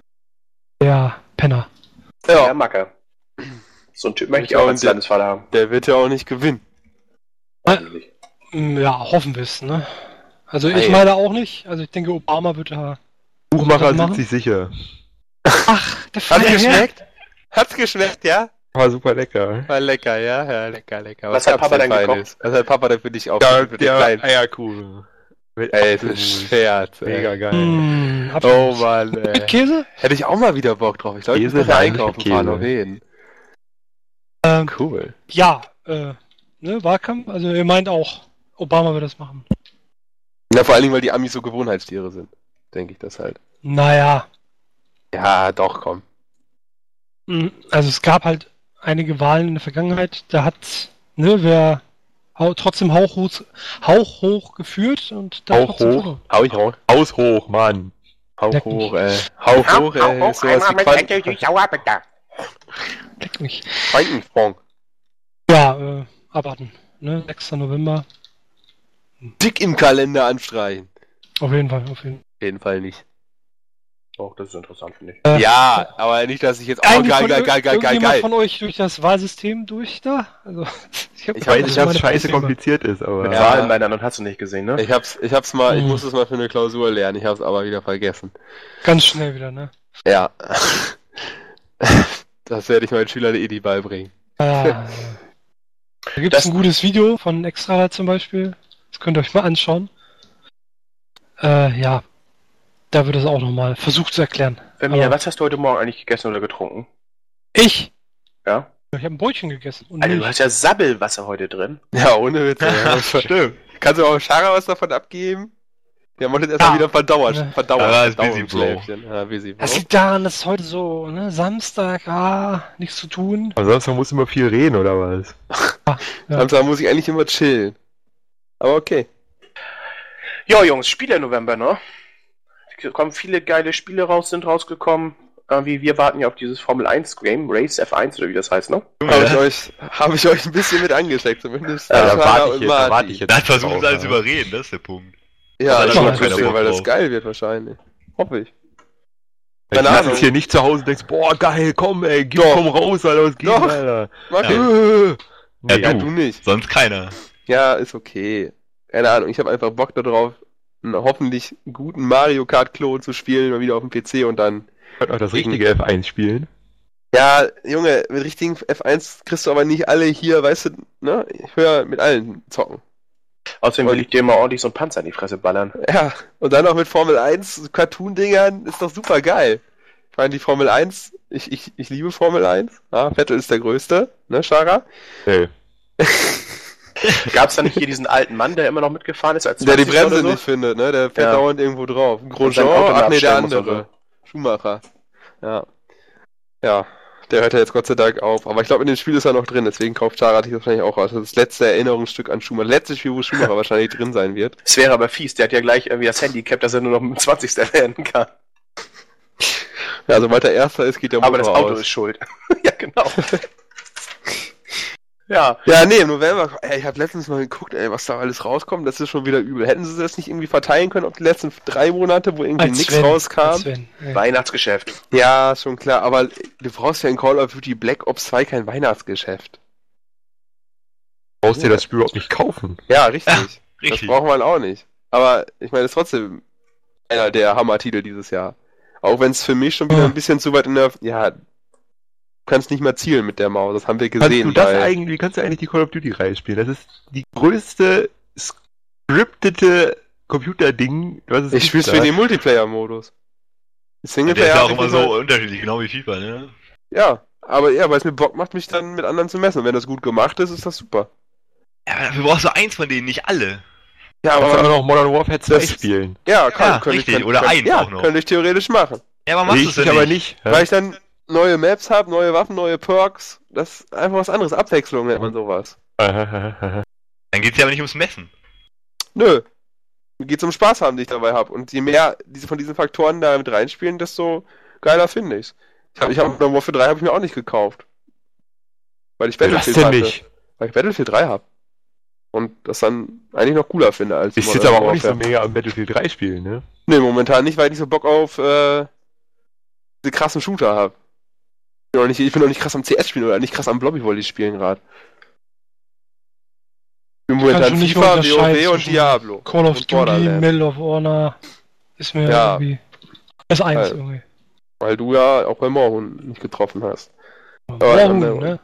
Speaker 2: Der Penner.
Speaker 3: Ja,
Speaker 1: Ja,
Speaker 3: Macke. So ein Typ möchte ich
Speaker 1: Ja,
Speaker 3: auch
Speaker 1: und
Speaker 3: als
Speaker 1: der-
Speaker 3: Landesvater haben.
Speaker 1: der wird ja auch nicht gewinnen.
Speaker 3: Hoffentlich.
Speaker 2: Mm, Ja, hoffen wir es, ne? Also ich
Speaker 1: Ei.
Speaker 2: meine auch nicht. Also ich denke, Obama wird da.
Speaker 4: Buchmacher
Speaker 2: das
Speaker 4: sind
Speaker 2: machen?
Speaker 4: sich sicher.
Speaker 2: Ach, der
Speaker 1: Hat's
Speaker 2: feine Herr.
Speaker 1: geschmeckt? Hat's geschmeckt, ja?
Speaker 4: War super lecker.
Speaker 1: War lecker, ja? Ja, lecker, lecker.
Speaker 3: Was hat
Speaker 1: gab's
Speaker 3: Papa
Speaker 1: denn
Speaker 3: denn
Speaker 1: Feines? Was hat Papa denn für dich auch
Speaker 4: Ja,
Speaker 1: für den
Speaker 4: der
Speaker 1: Kleinen?
Speaker 4: Eierkuchen. Mit
Speaker 1: Ey, das ist
Speaker 4: Apfelmus.
Speaker 1: Scherz, ey.
Speaker 4: Mega geil.
Speaker 2: Mm,
Speaker 1: Oh
Speaker 2: Apfelmus.
Speaker 1: Mann,
Speaker 2: Mit
Speaker 1: ey.
Speaker 2: Käse?
Speaker 1: Hätte ich auch mal wieder Bock drauf. Ich glaube, ich
Speaker 4: Käse,
Speaker 1: muss noch mal
Speaker 4: nein,
Speaker 1: einkaufen
Speaker 4: Käse.
Speaker 1: fahren, auf jeden.
Speaker 2: Ähm,
Speaker 1: Cool.
Speaker 2: ja, äh, ne, Wahlkampf. Also ihr meint auch, Obama wird das machen.
Speaker 1: Ja, vor allen Dingen, weil die Amis so Gewohnheitstiere sind. Denke ich das halt.
Speaker 2: Naja.
Speaker 1: Ja, doch, komm.
Speaker 2: Mm, Also es gab halt einige Wahlen in der Vergangenheit, da hat, ne, wer hau, trotzdem hauchhoch, hauchhoch geführt und da
Speaker 4: Hauch
Speaker 2: trotzdem
Speaker 4: hoch.
Speaker 2: verloren.
Speaker 1: Hau ich raus.
Speaker 4: Haus hoch, Mann.
Speaker 1: Hau
Speaker 2: Leck
Speaker 1: hoch,
Speaker 2: mich.
Speaker 1: ey. Hau hoch, ey. Ist sowas wie Quanten-
Speaker 3: Sauerbitter.
Speaker 2: Leck mich.
Speaker 1: Quantensprung.
Speaker 2: Ja, äh, abwarten. Ne, sechster November.
Speaker 1: Dick im Kalender anstreichen.
Speaker 2: Auf jeden Fall, auf jeden Fall.
Speaker 1: Auf jeden Fall nicht.
Speaker 3: Oh, das ist interessant, finde ich.
Speaker 2: Äh,
Speaker 1: Ja, aber nicht, dass ich jetzt... Oh,
Speaker 2: Eigentlich
Speaker 1: geil,
Speaker 2: von
Speaker 1: geil,
Speaker 2: ir-
Speaker 1: geil, geil, geil,
Speaker 2: irgendjemand
Speaker 1: geil.
Speaker 2: von euch durch das Wahlsystem durch da? Also, ich hab,
Speaker 1: Ich
Speaker 4: Ich weiß
Speaker 1: hab-
Speaker 4: nicht,
Speaker 1: hab
Speaker 4: dass
Speaker 2: meine
Speaker 4: scheiße
Speaker 2: Probleme.
Speaker 4: kompliziert ist, aber...
Speaker 3: Mit
Speaker 1: Ja.
Speaker 3: Wahlenmännern und hast du nicht gesehen, ne?
Speaker 1: Ich hab's, ich hab's mal, ich
Speaker 2: Hm.
Speaker 1: muss es mal für eine Klausur lernen. Ich hab's aber wieder vergessen.
Speaker 2: Ganz schnell wieder, ne?
Speaker 1: Ja. Das werde ich meinen Schülern eh nie beibringen.
Speaker 2: Ja, da gibt es
Speaker 3: Das-
Speaker 2: ein gutes Video von Extra zum Beispiel. Das könnt ihr euch mal anschauen. Äh, ja. Da wird es auch nochmal versucht zu erklären.
Speaker 3: Vermina,
Speaker 2: Aber-
Speaker 3: was hast du heute Morgen eigentlich gegessen oder getrunken?
Speaker 2: Ich?
Speaker 3: Ja?
Speaker 2: Ich habe ein Brötchen gegessen. Und
Speaker 3: Alter, du
Speaker 2: Milch.
Speaker 3: hast ja Sabbelwasser heute drin.
Speaker 1: Ja, ohne Witz. Ja,
Speaker 4: Stimmt.
Speaker 1: Kannst du auch Schara was davon abgeben? Der muss jetzt
Speaker 2: Ja.
Speaker 1: erstmal wieder verdauert.
Speaker 2: Ja.
Speaker 1: Verdauert.
Speaker 5: Ja, ist
Speaker 1: verdauern
Speaker 5: busy,
Speaker 1: im
Speaker 5: Bro.
Speaker 1: Schläfchen. Ja, busy, Bro.
Speaker 2: Das liegt daran, dass heute so, ne, Samstag, ah, nichts zu tun.
Speaker 4: Aber sonst man muss immer viel reden, oder was?
Speaker 2: Ja.
Speaker 1: Samstag muss ich eigentlich immer chillen. Aber okay.
Speaker 3: Ja, Jungs, Spiele November, ne? Es kommen viele geile Spiele raus, sind rausgekommen. Irgendwie, wir warten ja auf dieses Formel eins Game, Race F eins oder wie das heißt, ne?
Speaker 1: Habe ich, euch, hab ich euch ein bisschen mit angesteckt, zumindest.
Speaker 4: Ja, da
Speaker 1: Sarah
Speaker 4: warte ich
Speaker 1: und
Speaker 4: jetzt, da
Speaker 1: Marty.
Speaker 4: warte ich jetzt.
Speaker 5: Da hat versucht,
Speaker 4: drauf,
Speaker 5: uns alles
Speaker 4: ja.
Speaker 5: überreden, das ist der Punkt.
Speaker 1: Ja,
Speaker 5: Da
Speaker 1: ich
Speaker 5: hat
Speaker 1: hoffe,
Speaker 5: auch keiner Bock
Speaker 1: weil das
Speaker 5: drauf.
Speaker 1: geil wird wahrscheinlich. Hoffe ich.
Speaker 4: Ich
Speaker 1: Keine
Speaker 4: lass
Speaker 1: Ahnung.
Speaker 4: jetzt hier nicht zu Hause und denkst, boah, geil, komm, ey, gib,
Speaker 1: Doch.
Speaker 4: komm raus, Alter, was geht,
Speaker 1: Doch.
Speaker 4: Alter?
Speaker 1: Marty?
Speaker 5: Ja.
Speaker 4: Äh, nee,
Speaker 5: Ja,
Speaker 1: Ja,
Speaker 5: du.
Speaker 1: du nicht.
Speaker 5: Sonst keiner.
Speaker 1: Ja, ist okay. Keine Ahnung, ich habe einfach Bock darauf, einen hoffentlich guten Mario Kart Klon zu spielen, mal wieder auf dem P C und dann...
Speaker 4: Ich wollte auch das richtige F eins spielen.
Speaker 1: Ja, Junge, mit richtigen F eins kriegst du aber nicht alle hier, weißt du, ne? Ich höre mit allen zocken.
Speaker 3: Außerdem will ich dir mal ordentlich so einen Panzer in die Fresse ballern.
Speaker 1: Ja, und dann noch mit Formel eins Cartoon-Dingern, ist doch super geil. Ich meine, die Formel eins, ich, ich, ich liebe Formel eins. Ja, Vettel ist der Größte, ne, Shara?
Speaker 4: Hey.
Speaker 3: Gab's da nicht hier diesen alten Mann, der immer noch mitgefahren ist als
Speaker 1: Der die
Speaker 3: zwanziger
Speaker 1: Bremse
Speaker 3: oder so?
Speaker 1: nicht findet, ne? Der fährt
Speaker 3: Ja.
Speaker 1: dauernd irgendwo drauf.
Speaker 3: Und
Speaker 1: Grosjean,
Speaker 3: sein Auto
Speaker 1: ach nee, der
Speaker 3: abstellen muss und
Speaker 1: andere. Schumacher. Ja. Ja, der hört ja jetzt Gott sei Dank auf. Aber ich glaube, in dem Spiel ist er noch drin, deswegen kauft Shara sich wahrscheinlich auch aus. Das ist das letzte Erinnerungsstück an Schumacher. Letzte Spiel, wo Schumacher wahrscheinlich drin sein wird.
Speaker 3: Es wäre aber fies, der hat ja gleich irgendwie das Handicap, dass er nur noch mit dem zwanzigsten werden kann.
Speaker 1: Ja, sobald er Erster ist, geht der Motor
Speaker 3: Aber das Auto
Speaker 1: aus.
Speaker 3: ist schuld. Ja, genau. Ja,
Speaker 1: Ja, nee, im November, ey, ich habe letztens mal geguckt, ey, was da alles rauskommt, das ist schon wieder übel. Hätten sie das nicht irgendwie verteilen können auf die letzten drei Monate, wo irgendwie
Speaker 2: Als
Speaker 1: nichts
Speaker 2: Sven, als
Speaker 1: rauskam?
Speaker 2: Sven, ja.
Speaker 3: Weihnachtsgeschäft.
Speaker 1: Ja, schon klar, aber du brauchst ja in Call of Duty Black Ops zwei kein Weihnachtsgeschäft.
Speaker 4: Du brauchst dir das Spiel überhaupt nicht kaufen.
Speaker 1: Ja, richtig.
Speaker 5: Ja,
Speaker 1: Das
Speaker 5: Richtig.
Speaker 1: braucht man auch nicht. Aber ich meine, es ist trotzdem einer der Hammer-Titel dieses Jahr. Auch wenn es für mich schon wieder
Speaker 2: Ja.
Speaker 1: ein bisschen zu weit in der... Ja, du kannst nicht mehr zielen mit der Maus, das haben wir
Speaker 4: Kannst
Speaker 1: gesehen.
Speaker 4: du das
Speaker 1: weil-
Speaker 4: eigentlich, wie kannst du eigentlich die Call of Duty-Reihe spielen? Das ist die größte scriptete Computer-Ding, was es
Speaker 1: Ich
Speaker 4: gibt
Speaker 1: spiel's
Speaker 4: da.
Speaker 1: für den Multiplayer-Modus.
Speaker 5: Der ist
Speaker 1: Singleplayer
Speaker 5: ja auch
Speaker 1: hab ich
Speaker 5: immer
Speaker 1: nicht
Speaker 5: so
Speaker 1: mal-
Speaker 5: unterschiedlich, genau wie FIFA, ne?
Speaker 1: Ja, aber ja, weil es mir Bock macht, mich dann mit anderen zu messen. Und wenn das gut gemacht ist, ist das super.
Speaker 5: Ja, aber dafür brauchst du eins von denen, nicht alle.
Speaker 1: Ja,
Speaker 4: Kannst du auch
Speaker 1: aber
Speaker 4: noch Modern Warfare zwei
Speaker 1: Das-
Speaker 4: spielen.
Speaker 1: ja, kann,
Speaker 5: Ja,
Speaker 1: könnte
Speaker 5: richtig,
Speaker 1: ich, könnte,
Speaker 5: oder
Speaker 1: könnte,
Speaker 5: eins
Speaker 1: ja,
Speaker 5: auch noch.
Speaker 1: könnte ich theoretisch machen.
Speaker 5: Ja, aber machst du
Speaker 4: Ich,
Speaker 5: es denn
Speaker 4: ich aber
Speaker 5: nicht?
Speaker 4: nicht. ja.
Speaker 1: Weil ich dann neue Maps habe, neue Waffen, neue Perks. Das ist einfach was anderes. Abwechslung nennt man sowas.
Speaker 5: Dann geht's ja aber nicht ums Messen.
Speaker 1: Nö. Mir geht's um Spaß haben, den ich dabei habe. Und je mehr diese von diesen Faktoren da mit reinspielen, desto geiler finde ich's. Ich habe ich hab Modern Warfare drei habe ich mir auch nicht gekauft. Weil ich
Speaker 4: Was
Speaker 1: Battlefield
Speaker 4: denn
Speaker 1: hatte.
Speaker 4: nicht?
Speaker 1: Weil ich Battlefield drei habe. Und das dann eigentlich noch cooler finde als
Speaker 4: Bist
Speaker 1: Modern
Speaker 4: jetzt aber auch nicht so
Speaker 1: Warfare.
Speaker 4: mega am Battlefield drei spielen, ne?
Speaker 1: Nee, momentan nicht, weil ich nicht so Bock auf äh, diese krassen Shooter habe. Ich bin noch nicht, ich bin noch nicht krass am C S spielen oder nicht krass am Blobby-Volley spielen gerade. Ich bin momentan
Speaker 2: schon nicht
Speaker 1: FIFA, WoW
Speaker 2: unterscheiden
Speaker 1: und
Speaker 2: zwischen
Speaker 1: Diablo.
Speaker 2: Call of
Speaker 1: und
Speaker 2: Duty,
Speaker 1: Borderlands.
Speaker 2: Medal of Honor ist mir
Speaker 1: Ja.
Speaker 2: irgendwie das eins
Speaker 1: Äh,
Speaker 2: irgendwie.
Speaker 1: Weil du ja auch bei Morhun nicht getroffen hast.
Speaker 2: Aber
Speaker 1: aber
Speaker 2: warum,
Speaker 1: dann,
Speaker 2: ne?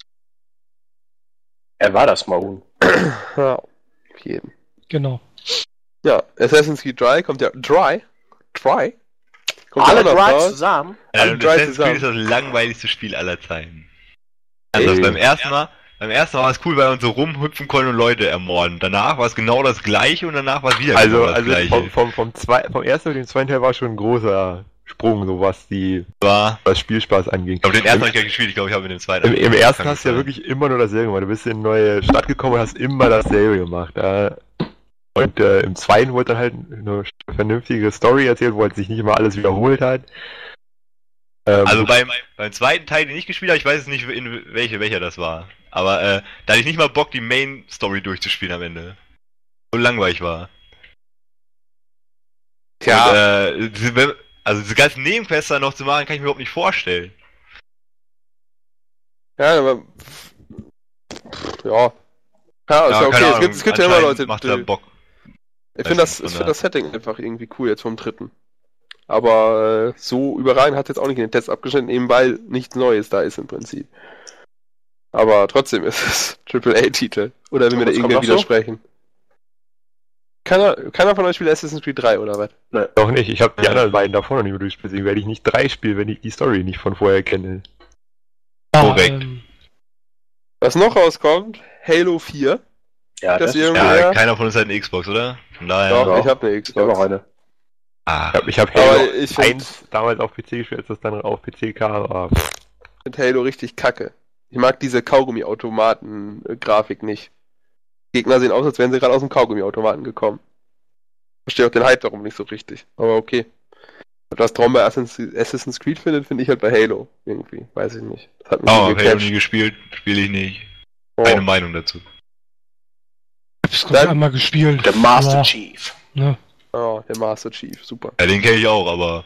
Speaker 3: Er war das Maun.
Speaker 1: Ja, auf jeden.
Speaker 2: Genau.
Speaker 1: Ja, Assassin's Creed drei kommt ja... Dry? Dry? Kommt
Speaker 3: Alle
Speaker 1: ja auch noch
Speaker 3: drei
Speaker 1: raus.
Speaker 3: zusammen.
Speaker 5: Ja,
Speaker 1: Alle
Speaker 5: und
Speaker 1: drei
Speaker 5: Assassin's Creed ist
Speaker 1: zusammen.
Speaker 5: das langweiligste Spiel aller Zeiten. Also
Speaker 1: Ey.
Speaker 5: beim ersten Mal, beim ersten Mal war es cool, weil man so rumhüpfen konnte und Leute ermorden. Danach war es genau das gleiche und danach war es wieder
Speaker 4: Also,
Speaker 5: genau das
Speaker 4: also
Speaker 5: gleiche.
Speaker 4: vom, vom, vom, zwei, vom ersten und dem zweiten Teil war schon ein großer Sprung, so was die,
Speaker 5: War,
Speaker 4: was Spielspaß anging.
Speaker 5: ich glaube, den ersten
Speaker 4: Im,
Speaker 5: habe ich gar nicht gespielt, ich glaube, ich habe mit dem zweiten.
Speaker 4: im, Im ersten
Speaker 5: Kann
Speaker 4: hast du ja
Speaker 5: sein.
Speaker 4: wirklich immer nur dasselbe gemacht. Du bist in eine neue Stadt gekommen und hast immer dasselbe gemacht. Ja. Und äh, im zweiten wurde dann halt eine vernünftige Story erzählt, wo halt sich nicht immer alles wiederholt hat. Ähm,
Speaker 5: Also beim, beim zweiten Teil, den ich gespielt habe, ich weiß jetzt nicht, in welche, welcher das war. Aber äh, da hatte ich nicht mal Bock, die Main-Story durchzuspielen am Ende. So langweilig war.
Speaker 1: Ja,
Speaker 5: Und, äh, diese, wenn- also diese ganzen Nebenquests da noch zu machen, kann ich mir überhaupt nicht vorstellen.
Speaker 1: ja, aber... Ja. Ja, ist ja, okay. Es gibt, es gibt ja immer
Speaker 5: anscheinend
Speaker 1: Leute,
Speaker 5: macht er
Speaker 1: die...
Speaker 5: Bock.
Speaker 1: Ich finde das,
Speaker 5: Von
Speaker 1: ich find
Speaker 5: der-
Speaker 1: das Setting einfach irgendwie cool jetzt vom dritten. Aber äh, so überragend hat jetzt auch nicht in den Tests abgeschnitten, eben weil nichts Neues da ist im Prinzip. Aber trotzdem ist es Triple A-Titel. Oder will mir da
Speaker 3: was kommt
Speaker 1: irgendwer
Speaker 3: noch so?
Speaker 1: widersprechen? Keiner, keiner von euch spielt Assassin's Creed drei, oder was?
Speaker 4: Doch nicht, ich habe die
Speaker 5: Ja.
Speaker 4: anderen beiden davor noch nicht mehr durchgespielt, deswegen werde ich nicht drei spielen, wenn ich die Story nicht von vorher kenne.
Speaker 2: Ja,
Speaker 5: Korrekt.
Speaker 2: ähm,
Speaker 1: Was noch rauskommt, Halo vier.
Speaker 3: Ja,
Speaker 1: Das
Speaker 3: das ist
Speaker 1: irgendwie-
Speaker 5: Ja,
Speaker 1: Ja.
Speaker 5: keiner von uns hat eine Xbox, oder? Von daher.
Speaker 1: Doch,
Speaker 3: Ja.
Speaker 1: ich habe eine
Speaker 3: ich habe noch
Speaker 1: Xbox.
Speaker 3: eine.
Speaker 5: Ah,
Speaker 4: Ich habe ich hab
Speaker 1: Aber
Speaker 4: Halo
Speaker 1: ich find-
Speaker 4: eins damals auf P C gespielt, als das dann auf P C kam, aber
Speaker 1: Ich finde Halo richtig kacke. Ich mag diese Kaugummi-Automaten-Grafik nicht. Gegner sehen aus, als wären sie gerade aus dem Kaugummi-Automaten gekommen. verstehe auch den Hype darum nicht so richtig. Aber okay. Was Traum bei Assassin's Creed findet, finde ich halt bei Halo. Irgendwie. Weiß ich nicht. Das hat mich
Speaker 5: Oh,
Speaker 1: nie
Speaker 5: Halo
Speaker 1: gecatcht.
Speaker 5: nie gespielt, spiele ich nicht.
Speaker 1: Oh.
Speaker 5: Keine Meinung dazu.
Speaker 2: Ich hab's gerade
Speaker 1: Dann-
Speaker 2: einmal gespielt.
Speaker 3: Der Master
Speaker 2: Ja,
Speaker 3: Chief.
Speaker 2: ne?
Speaker 1: Oh, der Master Chief. Super.
Speaker 5: Ja, den kenne ich auch, aber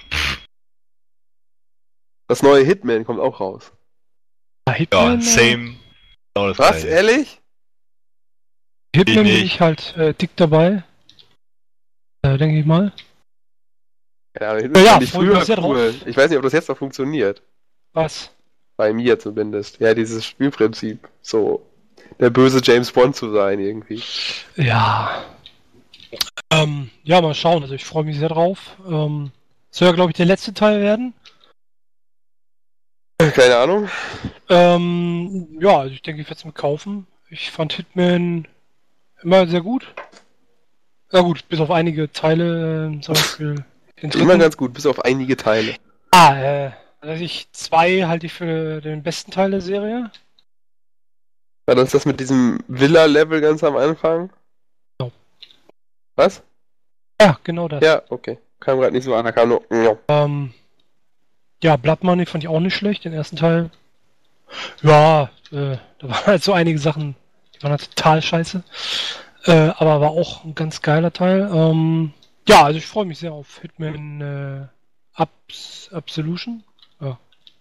Speaker 1: Das neue Hitman kommt auch raus.
Speaker 2: Ja,
Speaker 5: ja,
Speaker 2: Hitman, äh,
Speaker 5: same. Genau das
Speaker 1: Was?
Speaker 5: Gleiche.
Speaker 1: Ehrlich?
Speaker 2: Hitman
Speaker 5: Ich
Speaker 2: bin
Speaker 5: nicht.
Speaker 2: ich halt äh, dick dabei. Äh, denke ich mal.
Speaker 1: Ja, Hitman
Speaker 2: Ja, ja,
Speaker 1: fand ich
Speaker 2: freut
Speaker 1: früher
Speaker 2: mich sehr drauf.
Speaker 1: cool. Ich weiß nicht, ob das jetzt noch funktioniert.
Speaker 2: Was?
Speaker 1: Bei mir zumindest. Ja, dieses Spielprinzip. So, der böse James Bond zu sein irgendwie.
Speaker 2: Ja. Ähm, ja, mal schauen. Also ich freue mich sehr drauf. Ähm, soll ja, glaube ich, der letzte Teil werden.
Speaker 1: Keine Ahnung.
Speaker 2: Ähm, ja, also ich denke, ich werde es mir kaufen. Ich fand Hitman immer sehr gut. Ja gut, bis auf einige Teile, äh, zum Beispiel den
Speaker 1: Immer
Speaker 2: dritten.
Speaker 1: ganz gut, bis auf einige Teile.
Speaker 2: Ah, äh, also ich zwei halte ich für den besten Teil der Serie.
Speaker 1: War das das mit diesem Villa-Level ganz am Anfang?
Speaker 2: Ja.
Speaker 1: Was?
Speaker 2: Ja, genau das.
Speaker 1: Ja, okay. Kam gerade nicht so an, da kam nur... Ja.
Speaker 2: Ähm, ja, Blood Money fand ich auch nicht schlecht, den ersten Teil. Ja, äh, da waren halt so einige Sachen, die waren halt total scheiße. Äh, aber war auch ein ganz geiler Teil. Ähm, ja, also ich freue mich sehr auf Hitman äh, Abs Absolution. Ja.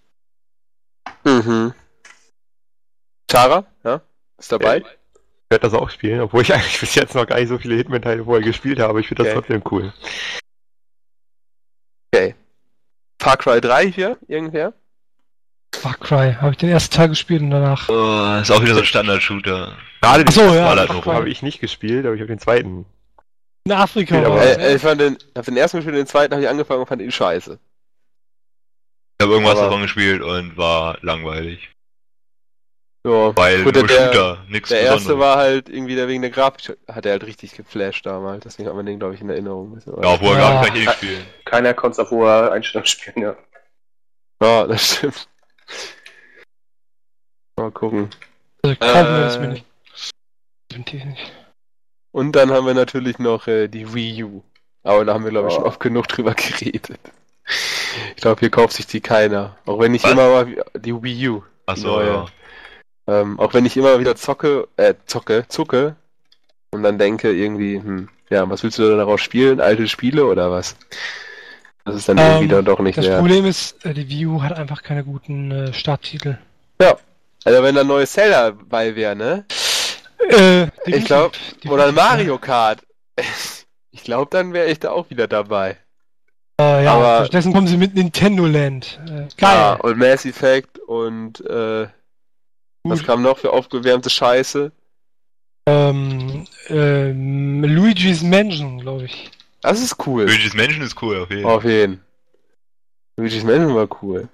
Speaker 1: Mhm. Tara, ja? Ist dabei?
Speaker 4: Ich werde das auch spielen, obwohl ich eigentlich bis jetzt noch gar nicht so viele Hitman-Teile vorher gespielt habe. Ich finde das
Speaker 1: Okay.
Speaker 4: trotzdem cool.
Speaker 1: Okay. Far Cry drei hier, irgendwer?
Speaker 2: Far Cry, habe ich den ersten Teil gespielt und danach.
Speaker 5: Oh, ist auch wieder so ein Standard-Shooter.
Speaker 4: Gerade den
Speaker 2: Achso,
Speaker 4: ersten
Speaker 2: ja,
Speaker 5: Mal halt
Speaker 2: Far
Speaker 5: noch
Speaker 2: Cry.
Speaker 4: habe ich nicht gespielt, aber ich habe den zweiten.
Speaker 2: In Afrika
Speaker 4: Spielt
Speaker 2: war
Speaker 4: aber-
Speaker 2: das,
Speaker 1: Äh, äh, ich fand den, hab den ersten gespielt, den zweiten habe ich angefangen und fand ihn scheiße.
Speaker 5: Ich habe irgendwas
Speaker 1: Aber-
Speaker 5: davon gespielt und war langweilig.
Speaker 1: Ja,
Speaker 5: Weil
Speaker 1: gut,
Speaker 5: nur
Speaker 1: der,
Speaker 5: Shooter, nichts
Speaker 1: der erste
Speaker 5: Besonderes.
Speaker 1: war halt irgendwie der wegen der Grafik, hat er halt richtig geflasht damals. Deswegen hat man den, glaube ich, in Erinnerung.
Speaker 5: Ja, obwohl
Speaker 2: Ja.
Speaker 5: gar nicht spielen.
Speaker 3: Keiner konnte es auf hoher Einstellung spielen, ja.
Speaker 1: Ja, das stimmt. Mal gucken.
Speaker 2: Also kaufen wir das
Speaker 1: Äh.
Speaker 2: mir nicht. Definitiv nicht.
Speaker 1: Und dann haben wir natürlich noch äh, die Wii U. Aber da haben wir, glaube ich, schon
Speaker 3: Oh.
Speaker 1: oft genug drüber geredet. Ich glaube, hier kauft sich die keiner. Auch wenn ich
Speaker 5: Was?
Speaker 1: immer mal... Die Wii U.
Speaker 5: Achso,
Speaker 1: Neue.
Speaker 5: ja.
Speaker 1: Ähm, auch wenn ich immer wieder zocke, äh, zocke, zucke und dann denke irgendwie, hm, ja, was willst du denn daraus spielen? Alte Spiele oder was? Das ist dann
Speaker 2: Ähm,
Speaker 1: irgendwie dann doch nicht
Speaker 2: Das
Speaker 1: mehr.
Speaker 2: Problem ist, äh, die Wii U hat einfach keine guten äh, Starttitel.
Speaker 1: Also wenn da ein neues Zelda dabei wäre, ne?
Speaker 2: Äh,
Speaker 1: Ich glaube,
Speaker 2: definitiv,
Speaker 1: oder ein
Speaker 2: definitiv,
Speaker 1: Mario Kart. Ich glaube, dann wäre ich da auch wieder dabei.
Speaker 2: Äh, ja,
Speaker 1: aber-
Speaker 2: stattdessen kommen sie mit Nintendo Land. Äh,
Speaker 1: Ja,
Speaker 2: geil.
Speaker 1: und Mass Effect und äh, was
Speaker 2: Gut.
Speaker 1: kam noch für aufgewärmte Scheiße?
Speaker 2: Ähm, ähm, Luigi's Mansion, glaube ich.
Speaker 1: Das ist cool.
Speaker 5: Luigi's Mansion ist cool, auf jeden Fall.
Speaker 1: Auf jeden. Luigi's Mansion war cool.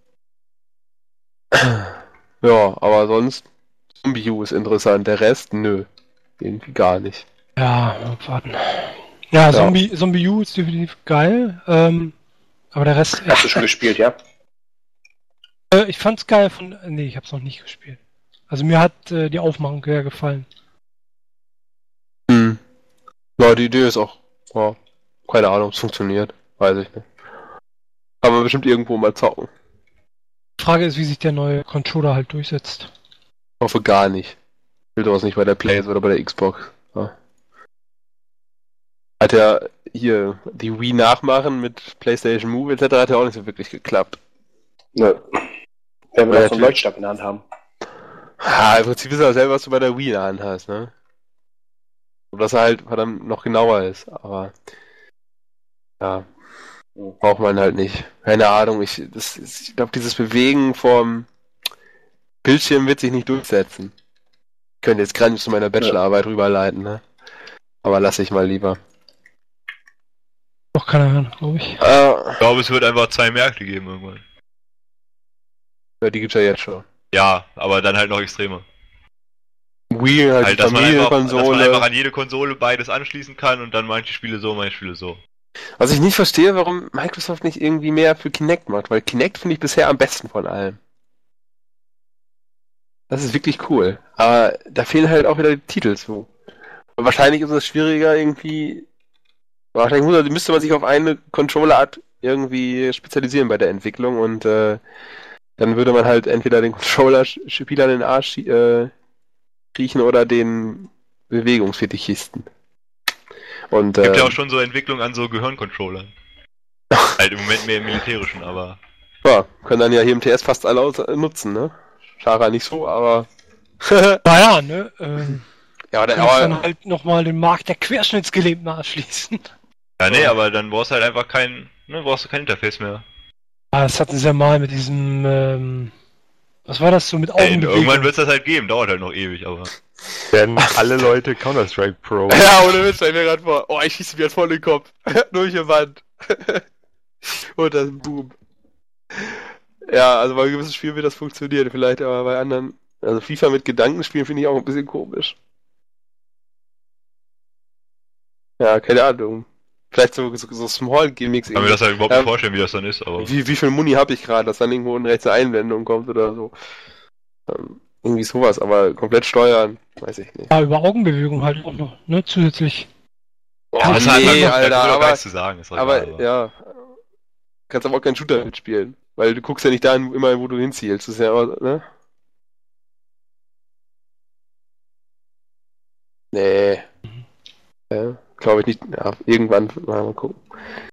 Speaker 1: Ja, aber sonst Zombie U ist interessant. Der Rest, nö. Irgendwie gar nicht.
Speaker 2: Ja, abwarten. Ja, Zombie, Zombie U ist definitiv geil. Ähm, aber der Rest,
Speaker 3: Hast du schon gespielt, ja?
Speaker 2: äh, ich fand's geil von. Nee, ich hab's noch nicht gespielt. Also mir hat äh, die Aufmachung sehr gefallen.
Speaker 1: Hm. Ja, die Idee ist auch, ja, keine Ahnung, es funktioniert. Weiß ich nicht. Kann man bestimmt irgendwo mal zocken.
Speaker 2: Die Frage ist, wie sich der neue Controller halt durchsetzt.
Speaker 1: Ich hoffe gar nicht. Ich will sowas nicht bei der Playstation oder bei der Xbox. Ja. Hat ja hier die Wii nachmachen mit PlayStation Move et cetera hat ja auch nicht so wirklich geklappt.
Speaker 3: Nö. Wenn wir
Speaker 1: Ja,
Speaker 3: noch so einen
Speaker 1: natürlich.
Speaker 3: Leuchtstab in der Hand haben.
Speaker 1: Ah, im Prinzip ist er selber, was du bei der Wii in der Hand hast, ne? Und dass er halt verdammt noch genauer ist, aber ja, braucht man halt nicht. Keine Ahnung, ich, das, ist- ich glaube, dieses Bewegen vom Bildschirm wird sich nicht durchsetzen. Ich könnte jetzt gerade nicht zu meiner Bachelorarbeit rüberleiten, ne? Aber lass ich mal lieber.
Speaker 2: Noch keiner hören, glaube ich.
Speaker 1: Äh,
Speaker 5: Ich glaube, es wird einfach zwei Märkte geben irgendwann.
Speaker 1: ja, die gibt's ja jetzt schon.
Speaker 5: Ja, aber dann halt noch extremer.
Speaker 1: Wii, halt,
Speaker 5: Halt,
Speaker 1: die
Speaker 5: dass man, einfach, dass man
Speaker 1: Familienkonsole.
Speaker 5: einfach an jede Konsole beides anschließen kann und dann manche Spiele so, manche Spiele so.
Speaker 1: Was ich nicht verstehe, warum Microsoft nicht irgendwie mehr für Kinect macht, weil Kinect finde ich bisher am besten von allem. Das ist wirklich cool. Aber da fehlen halt auch wieder die Titel zu. Und wahrscheinlich ist es schwieriger, irgendwie Wahrscheinlich muss, müsste man sich auf eine Controllerart irgendwie spezialisieren bei der Entwicklung und äh, dann würde man halt entweder den Controller-Spieler in den Arsch äh, riechen oder den Bewegungsfetischisten. Und,
Speaker 5: Gibt
Speaker 1: äh,
Speaker 5: ja auch schon so Entwicklung an so Gehirncontrollern. Halt im Moment mehr im militärischen, aber...
Speaker 1: Ja, können dann ja hier im T S fast alle aus nutzen, ne? Schara nicht so, aber...
Speaker 2: Naja, ne? Ähm,
Speaker 1: ja, der,
Speaker 2: kannst
Speaker 1: aber...
Speaker 2: dann halt nochmal den Markt der Querschnittsgelähmten erschließen.
Speaker 5: Ja, nee, aber dann brauchst du halt einfach kein... Ne, brauchst du kein Interface mehr.
Speaker 2: Ah, das hatten sie ja mal mit diesem, ähm... Was war das so mit
Speaker 5: Ey,
Speaker 2: Augenbewegung?
Speaker 5: irgendwann wird es das halt geben, dauert halt noch ewig, aber...
Speaker 4: Werden alle Leute Counter-Strike Pro.
Speaker 1: Ja, ohne Witz, stell mir gerade vor. Oh, ich schieße mir voll in den Kopf. Durch die Wand. Und das Boom. Ja, also bei gewissen Spielen wird das funktionieren vielleicht, aber bei anderen... Also FIFA mit Gedankenspielen finde ich auch ein bisschen komisch. Ja, keine Ahnung. Vielleicht so, so, so Small-Gimmicks.
Speaker 5: Ich kann mir das halt überhaupt
Speaker 1: Ja,
Speaker 5: nicht vorstellen, wie das dann ist, aber...
Speaker 1: Wie, wie viel Muni habe ich gerade, dass dann irgendwo eine rechte Einblendung kommt oder so. Ähm, irgendwie sowas, aber komplett steuern, weiß ich nicht.
Speaker 2: Ja, über Augenbewegung halt auch noch, ne? Zusätzlich.
Speaker 1: Oh,
Speaker 5: Ja, das ist halt
Speaker 1: nee,
Speaker 5: einfach,
Speaker 1: Alter,
Speaker 5: da kann man doch gar
Speaker 1: aber,
Speaker 5: nichts zu sagen, ist doch
Speaker 1: aber,
Speaker 5: egal, aber...
Speaker 1: ja. Kannst aber auch keinen Shooter mitspielen. Weil du guckst ja nicht dahin, immer wo du hinzielst. Das ist ja auch, ne? Nee. Ja, glaube ich nicht. Ja, irgendwann mal, mal gucken.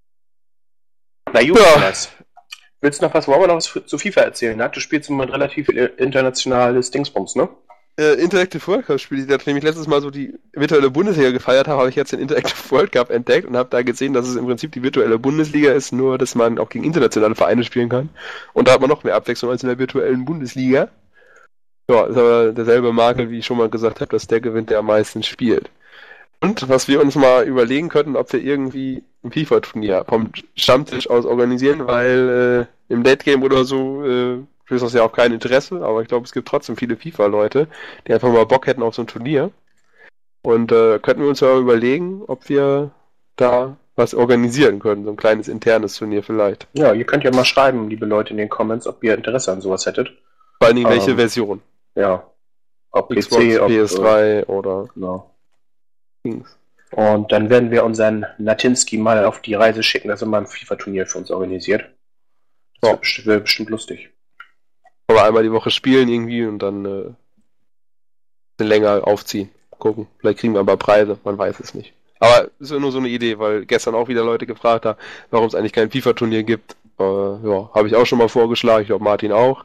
Speaker 3: Na gut,
Speaker 1: Ja.
Speaker 3: Jonas. Willst du noch was, wollen wir noch was zu FIFA erzählen? Ne? Du spielst immer ein relativ internationales Dingsbums, ne?
Speaker 1: Äh, Interactive World Cup Spiele, nachdem ich letztes Mal so die virtuelle Bundesliga gefeiert habe, habe ich jetzt den Interactive World Cup entdeckt und habe da gesehen, dass es im Prinzip die virtuelle Bundesliga ist, nur dass man auch gegen internationale Vereine spielen kann. Und da hat man noch mehr Abwechslung als in der virtuellen Bundesliga. Ja, ist aber derselbe Makel, wie ich schon mal gesagt habe, dass der gewinnt, der am meisten spielt. Und was wir uns mal überlegen könnten, ob wir irgendwie ein FIFA-Turnier vom Stammtisch aus organisieren, weil äh, im Late Game oder so äh, ist das ja auch kein Interesse, aber ich glaube, es gibt trotzdem viele FIFA-Leute, die einfach mal Bock hätten auf so ein Turnier. Und äh, könnten wir uns ja überlegen, ob wir da was organisieren können, so ein kleines internes Turnier vielleicht.
Speaker 3: Ja, ihr könnt ja mal schreiben, liebe Leute, in den Comments, ob ihr Interesse an sowas hättet.
Speaker 1: Vor allen Dingen welche
Speaker 3: Ähm,
Speaker 1: Version.
Speaker 3: Ja. Ob
Speaker 1: Xbox,
Speaker 3: P C, ob...
Speaker 1: P S drei oder
Speaker 3: Genau.
Speaker 1: Dings.
Speaker 3: Und dann werden wir unseren Natinski mal auf die Reise schicken, dass er mal ein FIFA-Turnier für uns organisiert. Das
Speaker 1: Ja.
Speaker 3: wird, best- wird bestimmt lustig.
Speaker 1: Aber einmal die Woche spielen irgendwie und dann äh, ein bisschen länger aufziehen. Gucken. Vielleicht kriegen wir aber Preise, man weiß es nicht. Aber ist ja nur so eine Idee, weil gestern auch wieder Leute gefragt haben, warum es eigentlich kein FIFA-Turnier gibt. Äh, ja, habe ich auch schon mal vorgeschlagen, ich glaube Martin auch.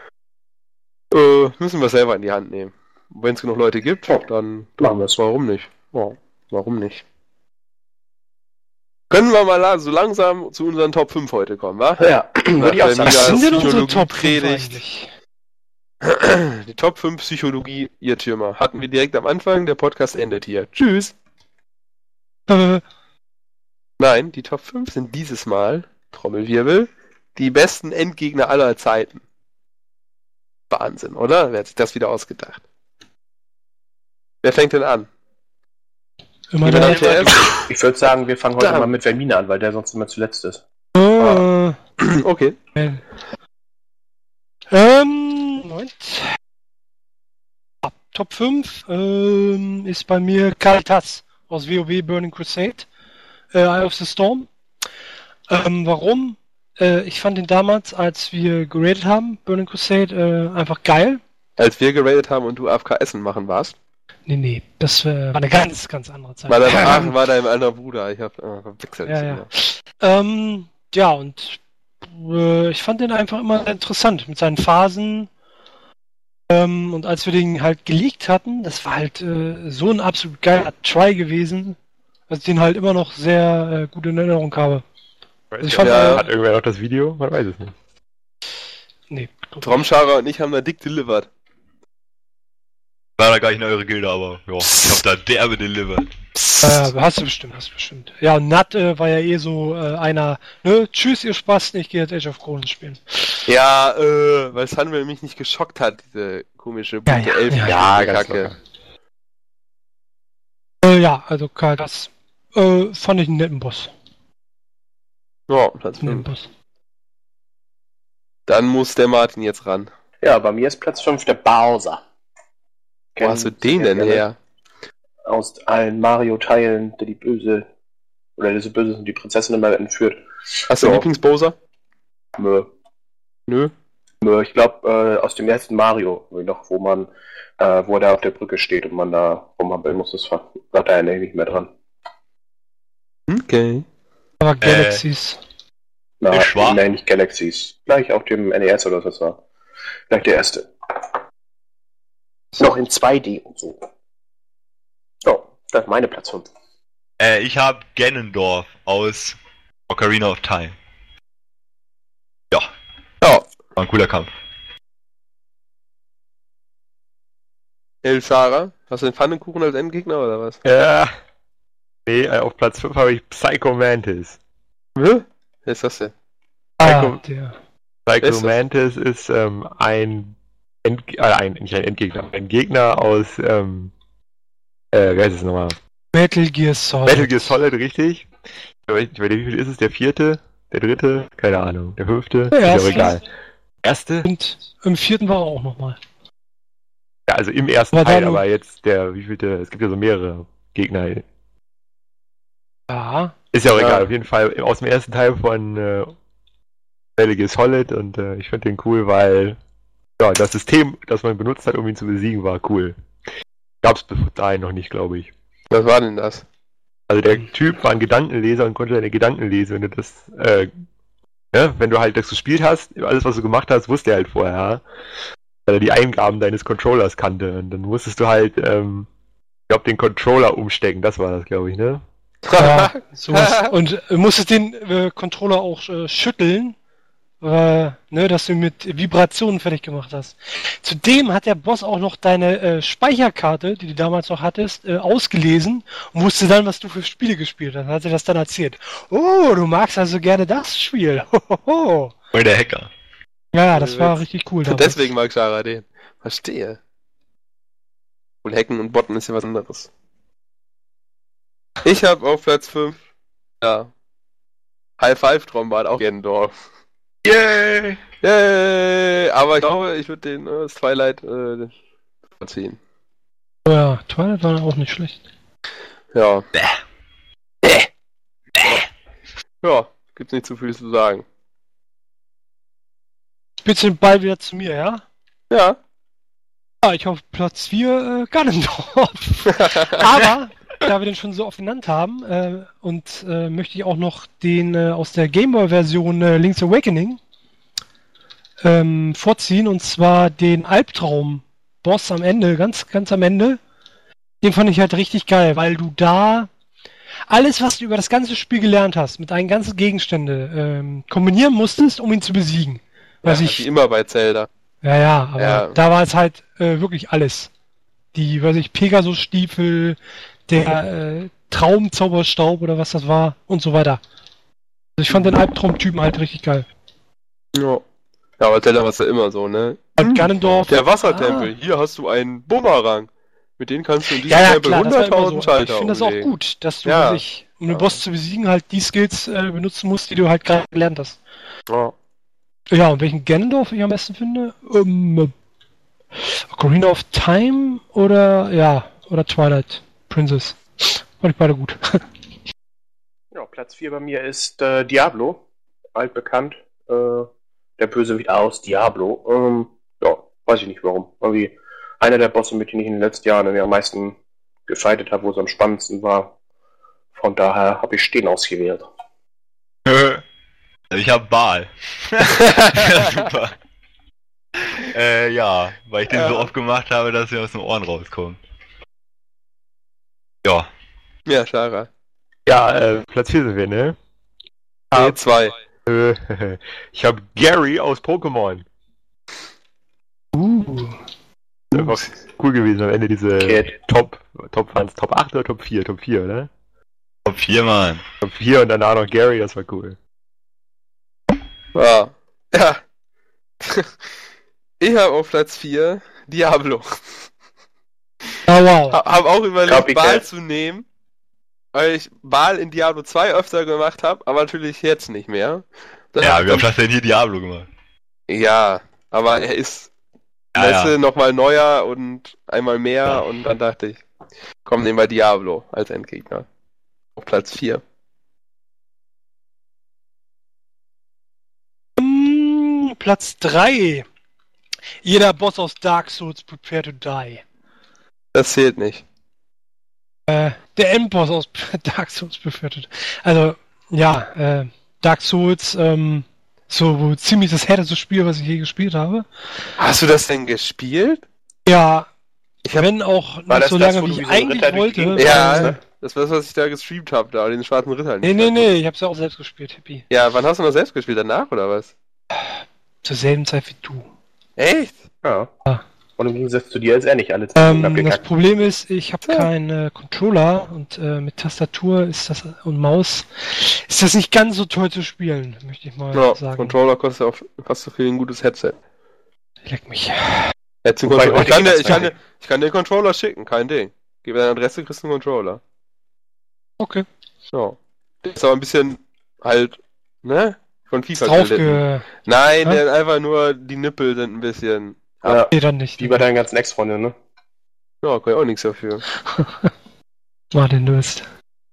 Speaker 1: Äh, müssen wir selber in die Hand nehmen. Wenn es genug Leute gibt,
Speaker 3: Ja,
Speaker 1: dann
Speaker 3: machen wir's.
Speaker 1: Warum nicht? Ja, warum nicht? Können wir mal la- so langsam zu unseren Top fünf heute kommen, wa?
Speaker 3: Ja, würde ich auch
Speaker 1: der
Speaker 3: sagen.
Speaker 1: Mega-
Speaker 2: Was sind denn unsere
Speaker 1: Psychologie
Speaker 2: Top fünf
Speaker 1: predigt.
Speaker 2: eigentlich?
Speaker 1: Die Top fünf Psychologie-Irrtümer hatten wir direkt am Anfang, der Podcast endet hier. Tschüss!
Speaker 2: Äh,
Speaker 1: Nein, die Top fünf sind dieses Mal, Trommelwirbel, die besten Endgegner aller Zeiten. Wahnsinn, oder? Wer hat sich das wieder ausgedacht? Wer fängt denn an?
Speaker 2: immer
Speaker 1: Jemand
Speaker 2: der...
Speaker 1: am T S?
Speaker 3: Ich würde sagen, wir fangen heute
Speaker 1: Da.
Speaker 3: mal mit Vermina an, weil der sonst immer zuletzt ist.
Speaker 2: Äh,
Speaker 1: Okay.
Speaker 2: ähm, Moment. Ja, Top fünf ähm, ist bei mir Caritas aus WoW Burning Crusade, äh, Eye of the Storm. Ähm, warum? Äh, ich fand ihn damals, als wir geradet haben, Burning Crusade, äh, einfach geil.
Speaker 1: Als wir geradet haben und du A F K Essen machen warst,
Speaker 2: Nee, nee, das äh, war eine ganz, ganz andere Zeit.
Speaker 1: war dein, ach, war dein anderer Bruder. Ich hab äh, verwechselt.
Speaker 2: Ja, ja. Ähm, ja, und äh, ich fand den einfach immer sehr interessant mit seinen Phasen. Ähm, und als wir den halt geleakt hatten, das war halt äh, so ein absolut geiler Try gewesen, dass ich den halt immer noch sehr äh, gut in Erinnerung habe.
Speaker 4: Weiß
Speaker 2: ich
Speaker 4: ich
Speaker 2: fand,
Speaker 1: ja,
Speaker 2: äh,
Speaker 4: Hat irgendwer noch das Video? Man weiß es nicht.
Speaker 2: Nee.
Speaker 1: Tromschara und ich haben da dick delivered.
Speaker 5: War da gar nicht in eure Gilde, aber ja, ich hab da derbe delivered.
Speaker 2: Äh, hast du bestimmt, hast du bestimmt. Ja, und Nat äh, war ja eh so äh, einer, ne, tschüss ihr Spasten, ich gehe jetzt Age of Chronos spielen.
Speaker 1: Ja, äh, weil Sunwell mich nicht geschockt hat, diese komische bunte
Speaker 2: Ja, ja,
Speaker 1: Elfen-
Speaker 2: ja,
Speaker 4: ja, ganz
Speaker 1: Kacke.
Speaker 4: locker.
Speaker 2: Äh, ja, also Karl, das äh, fand ich einen netten Boss.
Speaker 1: Ja, Platz
Speaker 2: Netten
Speaker 1: fünf.
Speaker 2: Boss.
Speaker 1: Dann muss der Martin jetzt ran.
Speaker 3: Ja, bei mir ist Platz fünf der Bowser.
Speaker 1: Wo hast du den denn her?
Speaker 3: Aus allen Mario-Teilen, der die böse oder diese Böse die Prinzessin immer entführt.
Speaker 1: Hast du
Speaker 3: Ja.
Speaker 1: einen Lieblingsbowser?
Speaker 3: Nö.
Speaker 1: Nö.
Speaker 3: Nö, ich glaube äh, aus dem ersten Mario, wo noch, wo man, äh, wo der auf der Brücke steht und man da rumhampeln muss, das war, da erinnere ich nicht mehr dran.
Speaker 1: Okay.
Speaker 2: Aber Galaxies.
Speaker 3: Na,
Speaker 5: Ist schwach.
Speaker 3: nein, nicht Galaxies. Gleich auf dem N E S oder was das war. Gleich der erste. Noch in zwei D und so. So, das ist meine Platz fünf.
Speaker 5: Äh, ich habe Ganondorf aus Ocarina of Time. Ja,
Speaker 1: Ja.
Speaker 5: war ein cooler Kampf.
Speaker 1: El Shara, hast du den Pfannkuchen als Endgegner oder was?
Speaker 4: Ja. Nee, äh, auf Platz fünf habe ich Psycho Mantis.
Speaker 1: Hä? Wer ist das denn?
Speaker 2: Ah,
Speaker 4: Psycho-
Speaker 2: der.
Speaker 4: Psycho
Speaker 1: Ist das?
Speaker 4: Mantis ist ähm, ein, End äh, ein, nicht ein Endgegner, ein Gegner aus, ähm, äh, wie heißt es nochmal?
Speaker 2: Metal Gear Solid.
Speaker 4: Metal Gear Solid, richtig. Ich weiß nicht, wie viel ist es? Der vierte? Der dritte? Keine Ahnung. Der fünfte?
Speaker 2: Der
Speaker 4: ist ja
Speaker 2: erste.
Speaker 4: auch egal. Erste?
Speaker 2: Und im vierten war er auch nochmal.
Speaker 4: Ja, also im ersten
Speaker 2: Aber
Speaker 4: Teil,
Speaker 2: dann-
Speaker 4: aber jetzt der, wie vielte, es gibt ja so mehrere Gegner.
Speaker 2: Ja.
Speaker 4: Ist ja auch
Speaker 1: Ja.
Speaker 4: egal, auf jeden Fall aus dem ersten Teil von äh, Metal Gear Solid und äh, ich finde den cool, weil ja, das System, das man benutzt hat, um ihn zu besiegen, war cool. Gab's bis dahin noch nicht, glaube ich.
Speaker 1: Was war denn das?
Speaker 4: Also der Typ war ein Gedankenleser und konnte deine Gedanken lesen, wenn du das, äh, ne, wenn du halt das gespielt hast, alles was du gemacht hast, wusste er halt vorher, weil er die Eingaben deines Controllers kannte und dann musstest du halt, ähm, ich glaube, den Controller umstecken, das war das, glaube ich, ne?
Speaker 2: Ja, sowas. Und äh, musstest den äh, Controller auch äh, schütteln, äh, ne, dass du ihn mit Vibrationen fertig gemacht hast. Zudem hat der Boss auch noch deine äh, Speicherkarte, die du damals noch hattest, äh, ausgelesen und wusste dann, was du für Spiele gespielt hast. Hat er das dann erzählt. Oh, du magst also gerne das Spiel. Hohoho.
Speaker 5: Voll der Hacker.
Speaker 2: Ja, das war richtig cool. damals.
Speaker 1: Deswegen mag Shara den. Verstehe. Und Hacken und Botten ist ja was anderes. Ich habe auf Platz fünf, ja, High Five Trombad, auch Gendorf.
Speaker 5: Yay!
Speaker 1: Yay! Aber ich glaube, ich würde den äh, das Twilight äh, verziehen.
Speaker 2: Ja, Twilight war auch nicht schlecht.
Speaker 1: Ja. Ja, gibt's nicht zu viel zu sagen.
Speaker 2: Spielst du den Ball wieder zu mir, ja?
Speaker 1: Ja.
Speaker 2: Ja, ich auf Platz vier äh, Ganondorf. Aber, da wir den schon so oft genannt haben, äh, und äh, möchte ich auch noch den äh, aus der Gameboy-Version äh, Link's Awakening ähm, vorziehen, und zwar den Albtraum-Boss am Ende, ganz, ganz am Ende. Den fand ich halt richtig geil, weil du da alles, was du über das ganze Spiel gelernt hast, mit deinen ganzen Gegenstände ähm, kombinieren musstest, um ihn zu besiegen. Was
Speaker 1: ja,
Speaker 2: ich
Speaker 1: wie immer bei Zelda.
Speaker 2: ja, ja, aber
Speaker 1: Ja.
Speaker 2: da war es halt äh, wirklich alles. Die, weiß ich, Pegasus-Stiefel, der äh, Traumzauberstaub oder was das war und so weiter. Also ich fand den Albtraum-Typen halt richtig geil.
Speaker 1: Ja. Ja, aber Zelda war es ja immer so, ne?
Speaker 2: Und Ganondorf.
Speaker 1: Der Wassertempel. Hier hast du einen Bumerang. Mit denen kannst du in diesem
Speaker 2: Ja, ja,
Speaker 1: Tempel
Speaker 2: klar, das war immer so.
Speaker 1: hunderttausend
Speaker 2: Aber ich
Speaker 1: Schalter
Speaker 2: finde das auch
Speaker 1: umlegen.
Speaker 2: gut, dass du,
Speaker 1: Ja.
Speaker 2: weiß ich, um den
Speaker 1: Ja.
Speaker 2: Boss zu besiegen, halt die Skills äh, benutzen musst, die du halt gerade gelernt hast.
Speaker 1: Ja.
Speaker 2: Ja, und welchen Ganondorf ich am besten finde? Ähm, Ocarina of Time oder, ja, oder Twilight Princess. Fand ich beide gut.
Speaker 3: Ja, Platz vier bei mir ist äh, Diablo. Altbekannt. Äh, der Bösewicht aus Diablo. Ähm, ja, weiß ich nicht warum. Irgendwie einer der Bosse, mit denen ich in den letzten Jahren irgendwie am meisten gefightet habe, wo es am spannendsten war. Von daher habe ich Stehen ausgewählt.
Speaker 5: Ich hab Baal. Ja, super. Äh, ja, weil ich den
Speaker 1: Ja.
Speaker 5: so oft gemacht habe, dass er aus den Ohren rauskommt. Ja.
Speaker 1: Ja, Shara.
Speaker 4: Ja, äh, Platz vier sind wir, ne?
Speaker 1: E zwei.
Speaker 4: Äh, ich habe Gary aus Pokémon.
Speaker 2: Uh.
Speaker 4: Einfach cool gewesen am Ende diese
Speaker 3: Kid.
Speaker 4: Top, Top, waren's Top acht oder Top vier? Top vier, oder?
Speaker 5: Top vier, Mann.
Speaker 4: Top vier und danach noch Gary, das war cool.
Speaker 1: Ja. Ja. Ich habe auf Platz vier Diablo.
Speaker 2: Oh, wow.
Speaker 1: Ha- Hab auch überlegt,
Speaker 3: Copycat.
Speaker 1: Baal zu nehmen, weil ich Baal in Diablo zwei öfter gemacht habe, aber natürlich jetzt nicht mehr. Dann
Speaker 5: Ja,
Speaker 1: hab
Speaker 5: wie
Speaker 1: ich
Speaker 5: oft hast du denn hier Diablo gemacht?
Speaker 1: dann- ja, aber er ist
Speaker 5: Ja,
Speaker 1: weißt
Speaker 5: ja.
Speaker 1: du, nochmal neuer und einmal mehr
Speaker 5: Ja.
Speaker 1: und dann dachte ich, komm, nehmen wir Diablo als Endgegner. Auf Platz vier.
Speaker 2: Platz drei. Jeder Boss aus Dark Souls Prepare to Die.
Speaker 1: Das zählt nicht.
Speaker 2: Äh, der Endboss aus Dark Souls Prepare to Die. Also, ja, äh, Dark Souls, ähm, so wo ziemlich das härteste Spiel, was ich je gespielt habe.
Speaker 1: Hast du das denn gespielt?
Speaker 2: Ja,
Speaker 1: Ich hab,
Speaker 2: wenn auch
Speaker 3: War
Speaker 2: nicht
Speaker 3: das
Speaker 2: so
Speaker 3: das,
Speaker 2: lange,
Speaker 3: wo
Speaker 2: wie
Speaker 3: du
Speaker 2: ich
Speaker 3: wie so ein
Speaker 2: eigentlich
Speaker 3: Ritter durch die
Speaker 2: wollte.
Speaker 3: Gegend
Speaker 1: ja,
Speaker 3: rennst, ne?
Speaker 1: das war das, was ich da gestreamt habe, da, den schwarzen Ritter.
Speaker 2: Nee, nee, nee, ich hab's ja auch selbst gespielt, Hippie.
Speaker 1: Ja, wann hast du noch selbst gespielt? Danach oder was?
Speaker 2: Zur selben Zeit wie du.
Speaker 1: Echt?
Speaker 3: Ja.
Speaker 2: Ah.
Speaker 3: Und im Gegensatz zu dir ist er nicht alle Zeit
Speaker 2: Ähm, das
Speaker 3: abgekackt.
Speaker 2: Problem ist, ich habe
Speaker 1: Ja.
Speaker 2: keinen äh, Controller und äh, mit Tastatur ist das und Maus ist das nicht ganz so toll zu spielen, möchte ich mal
Speaker 1: Ja,
Speaker 2: sagen.
Speaker 1: Controller kostet auch fast so viel ein gutes Headset.
Speaker 2: Leck mich.
Speaker 1: Jetzt einen
Speaker 3: Wobei,
Speaker 1: Controller. Ich,
Speaker 3: heute
Speaker 1: kann
Speaker 3: geht
Speaker 1: dir,
Speaker 3: das
Speaker 1: ich, kann
Speaker 3: nicht.
Speaker 1: dir, ich kann dir den Controller schicken, kein Ding. Gib mir deine Adresse, kriegst du einen Controller.
Speaker 2: Okay.
Speaker 1: Ja. Der ist aber ein bisschen halt, ne? Von FIFA
Speaker 2: Drauf
Speaker 1: gelitten.
Speaker 2: ge...
Speaker 1: Nein,
Speaker 2: Hä?
Speaker 1: der einfach nur, die Nippel sind ein bisschen.
Speaker 3: Ja,
Speaker 2: Nee, dann nicht.
Speaker 3: wie bei deinen ganzen Ex-Freundinnen, ne?
Speaker 1: Ja, kann ich auch nichts dafür.
Speaker 2: Martin Löst.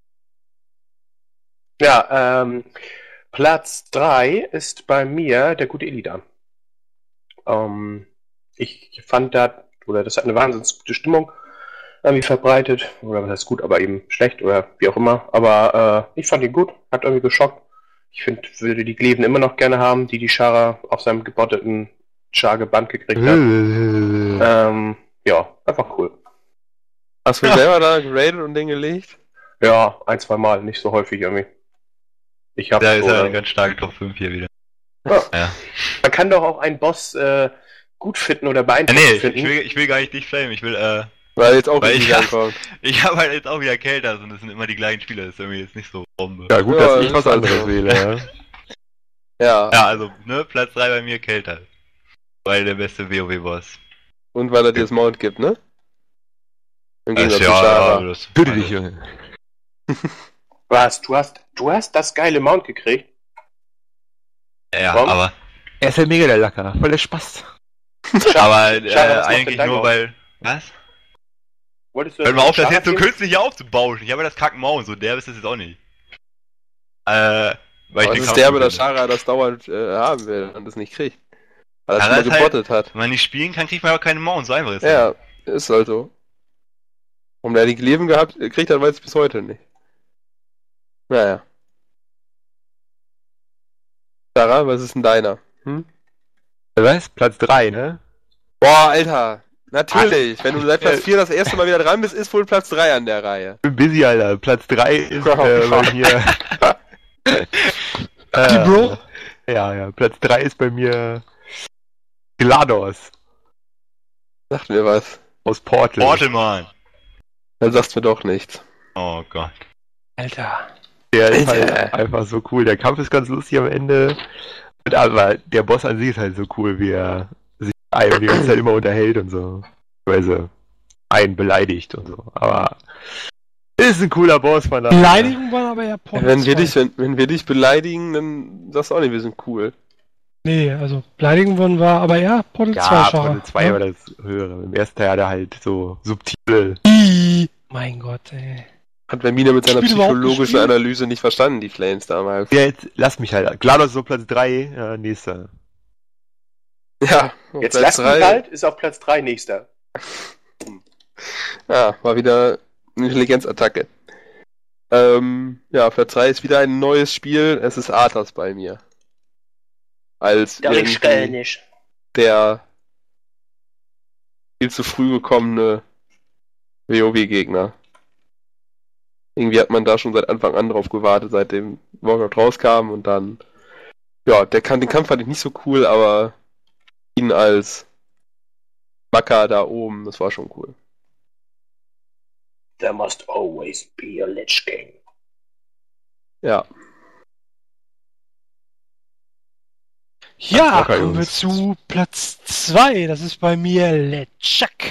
Speaker 3: Ja, ähm, Platz drei ist bei mir der gute Illidan. Ähm, ich fand da, oder das hat eine wahnsinnig gute Stimmung irgendwie verbreitet, oder was heißt gut, aber eben schlecht, oder wie auch immer, aber äh, ich fand ihn gut, hat irgendwie geschockt. Ich finde, würde die Gleven immer noch gerne haben, die die Shara auf seinem gebotteten Char-Geband gekriegt hat. ähm, ja, einfach cool.
Speaker 1: Hast du
Speaker 2: Ja.
Speaker 1: selber da geradet und den gelegt?
Speaker 3: Ja, ein, zwei Mal, nicht so häufig irgendwie. Ich hab
Speaker 5: Da ist
Speaker 3: so,
Speaker 5: ja
Speaker 3: äh,
Speaker 5: eine ganz starke Top fünf hier wieder.
Speaker 3: Ja.
Speaker 5: Ja.
Speaker 3: Man kann doch auch einen Boss äh, gut finden oder
Speaker 5: Ja,
Speaker 3: beeindruckend
Speaker 5: nee, ich,
Speaker 3: finden.
Speaker 5: ich, will, ich will gar nicht dich flamen, ich will, äh,
Speaker 1: Weil jetzt auch
Speaker 5: Weil
Speaker 1: richtig
Speaker 5: ich-
Speaker 1: reinkommt.
Speaker 5: ich habe halt jetzt auch wieder Kälte, und es sind immer die gleichen Spieler, das ist irgendwie jetzt nicht so Bombe.
Speaker 4: Ja, gut,
Speaker 1: Ja,
Speaker 4: dass ich
Speaker 1: das
Speaker 4: was
Speaker 1: ist halt
Speaker 4: anderes
Speaker 1: so.
Speaker 4: wähle, ja.
Speaker 1: Ja.
Speaker 5: Ja, also, ne, Platz drei bei mir Kälte. Weil der beste WoW-Boss.
Speaker 1: Und weil er dir das Mount gibt, ne? Im
Speaker 5: Das,
Speaker 1: Gegensatz
Speaker 5: ja,
Speaker 1: zu Shara.
Speaker 5: ja, das,
Speaker 4: Töte
Speaker 5: also,
Speaker 4: dich, Junge.
Speaker 3: Was? Du hast, du hast das geile Mount gekriegt?
Speaker 5: Ja,
Speaker 3: Warum?
Speaker 5: aber,
Speaker 4: Er ist ja mega der Lacker, voll der Spaß.
Speaker 5: aber äh,
Speaker 3: Schade, was macht
Speaker 5: eigentlich
Speaker 3: denn dein
Speaker 5: nur
Speaker 3: Mount?
Speaker 5: weil, was?
Speaker 3: Wolltest du
Speaker 5: Hör mal auf, das
Speaker 3: Shara
Speaker 5: jetzt so
Speaker 3: ziehen?
Speaker 5: künstlich aufzubauschen. Ich habe ja das Kackmaun, so der ist das jetzt auch nicht. Äh, weil
Speaker 1: Aber
Speaker 5: ich
Speaker 1: es
Speaker 5: den
Speaker 1: ist der,
Speaker 5: Kampf
Speaker 1: aber der
Speaker 5: finde.
Speaker 1: Shara das dauernd äh, haben will und das nicht kriegt. Weil er
Speaker 5: Shara
Speaker 1: es immer
Speaker 5: ist halt-
Speaker 1: gebottet hat.
Speaker 5: Wenn man nicht spielen kann, kriegt man auch keine Mount, so einfach ist
Speaker 1: Ja, ist halt so. Warum der die Leben gehabt kriegt, hat, weiß ich bis heute nicht. Naja. Shara, was ist denn deiner? Hm?
Speaker 4: Was? Platz drei, ne?
Speaker 1: Boah, Alter. Natürlich. Wenn du seit Platz vier das erste Mal wieder dran bist, ist wohl Platz drei an der Reihe.
Speaker 4: Ich bin busy, Alter. Platz drei ist
Speaker 1: Oh,
Speaker 4: äh, bei mir...
Speaker 2: Die Bro?
Speaker 4: Ja, ja. Platz drei ist bei mir... GLaDOS
Speaker 1: Sagt mir was.
Speaker 4: aus Portal.
Speaker 5: Portal, Mann.
Speaker 1: Dann sagst mir doch nichts.
Speaker 5: Oh Gott.
Speaker 2: Alter.
Speaker 4: Der ist
Speaker 1: Alter.
Speaker 4: halt einfach so cool. Der Kampf ist ganz lustig am Ende. Und aber der Boss an sich ist halt so cool, wie er sich einem die ganze Zeit immer unterhält und so. Weil sie einen beleidigt und so. Aber ist ein cooler Boss von daher.
Speaker 2: Beleidigung waren aber ja Portal
Speaker 1: Wenn wir,
Speaker 2: zwei.
Speaker 1: dich, wenn, wenn wir dich beleidigen, dann sagst du auch nicht, wir sind cool.
Speaker 2: Nee, also Beleidigung waren war aber ja Portal zwei
Speaker 4: Ja,
Speaker 2: Schara.
Speaker 4: Portal zwei
Speaker 2: Ja?
Speaker 4: war das höhere. Im ersten Teil hat er halt so subtile.
Speaker 2: Ih, Mein Gott, ey.
Speaker 1: Hat Vermina mit seiner
Speaker 2: Spiel überhaupt
Speaker 1: psychologischen
Speaker 2: gespielt?
Speaker 1: Analyse nicht verstanden, die Flames damals.
Speaker 4: Ja, jetzt lass mich halt. GLaDOS ist so Platz drei, ja, nächster.
Speaker 1: Ja, auf
Speaker 3: Jetzt
Speaker 1: Platz
Speaker 3: lass mich
Speaker 1: drei.
Speaker 3: halt, ist auf Platz drei nächster.
Speaker 1: Ja, war wieder eine Intelligenzattacke. Ähm, ja, Platz drei ist wieder ein neues Spiel. Es ist Arthas bei mir. Als irgendwie
Speaker 3: nicht.
Speaker 1: der viel zu früh gekommene WoW-Gegner. Irgendwie hat man da schon seit Anfang an drauf gewartet, seitdem Warcraft rauskam und dann, ja, der kann, den Kampf fand ich nicht so cool, aber ihn als Macker da oben, das war schon cool.
Speaker 3: There must always be a Lich King.
Speaker 1: Ja.
Speaker 2: Ja,
Speaker 4: locker,
Speaker 2: kommen wir
Speaker 4: Jungs.
Speaker 2: zu Platz zwei. Das ist bei mir LeChuck.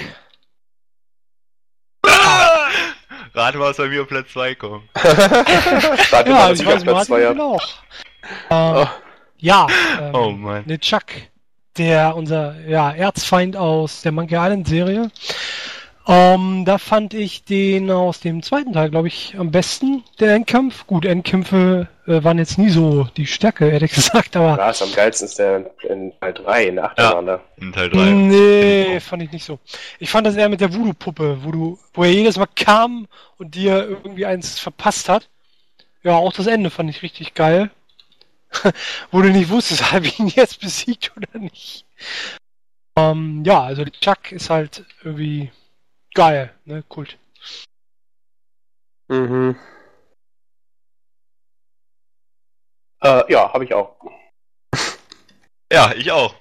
Speaker 5: Rate mal, was bei mir auf Platz zwei kommt.
Speaker 3: Warte
Speaker 2: Ja,
Speaker 3: mal,
Speaker 2: ich
Speaker 3: ich
Speaker 2: weiß,
Speaker 3: auf Platz zwei
Speaker 2: Martin
Speaker 3: habe.
Speaker 2: auch. Ähm,
Speaker 1: Oh.
Speaker 2: Ja, ähm,
Speaker 5: Oh Mann.
Speaker 2: LeChuck, der unser ja, Erzfeind aus der Monkey Island Serie. Ähm, da fand ich den aus dem zweiten Teil, glaube ich, am besten, der Endkampf. Gut, Endkämpfe äh, waren jetzt nie so die Stärke, ehrlich gesagt, aber...
Speaker 3: Ja, ist am geilsten ist der in Teil drei, in der Achterbahn da.
Speaker 5: In Teil drei.
Speaker 2: Nee, fand ich nicht so. Ich fand das eher mit der Voodoo-Puppe, wo du, wo er jedes Mal kam und dir irgendwie eins verpasst hat. Ja, auch das Ende fand ich richtig geil. Wo du nicht wusstest, habe ich ihn jetzt besiegt oder nicht. Ähm, ja, also Chuck ist halt irgendwie geil, ne, Kult.
Speaker 1: Mhm.
Speaker 3: Äh, ja, habe ich auch.
Speaker 5: Ja, ich auch.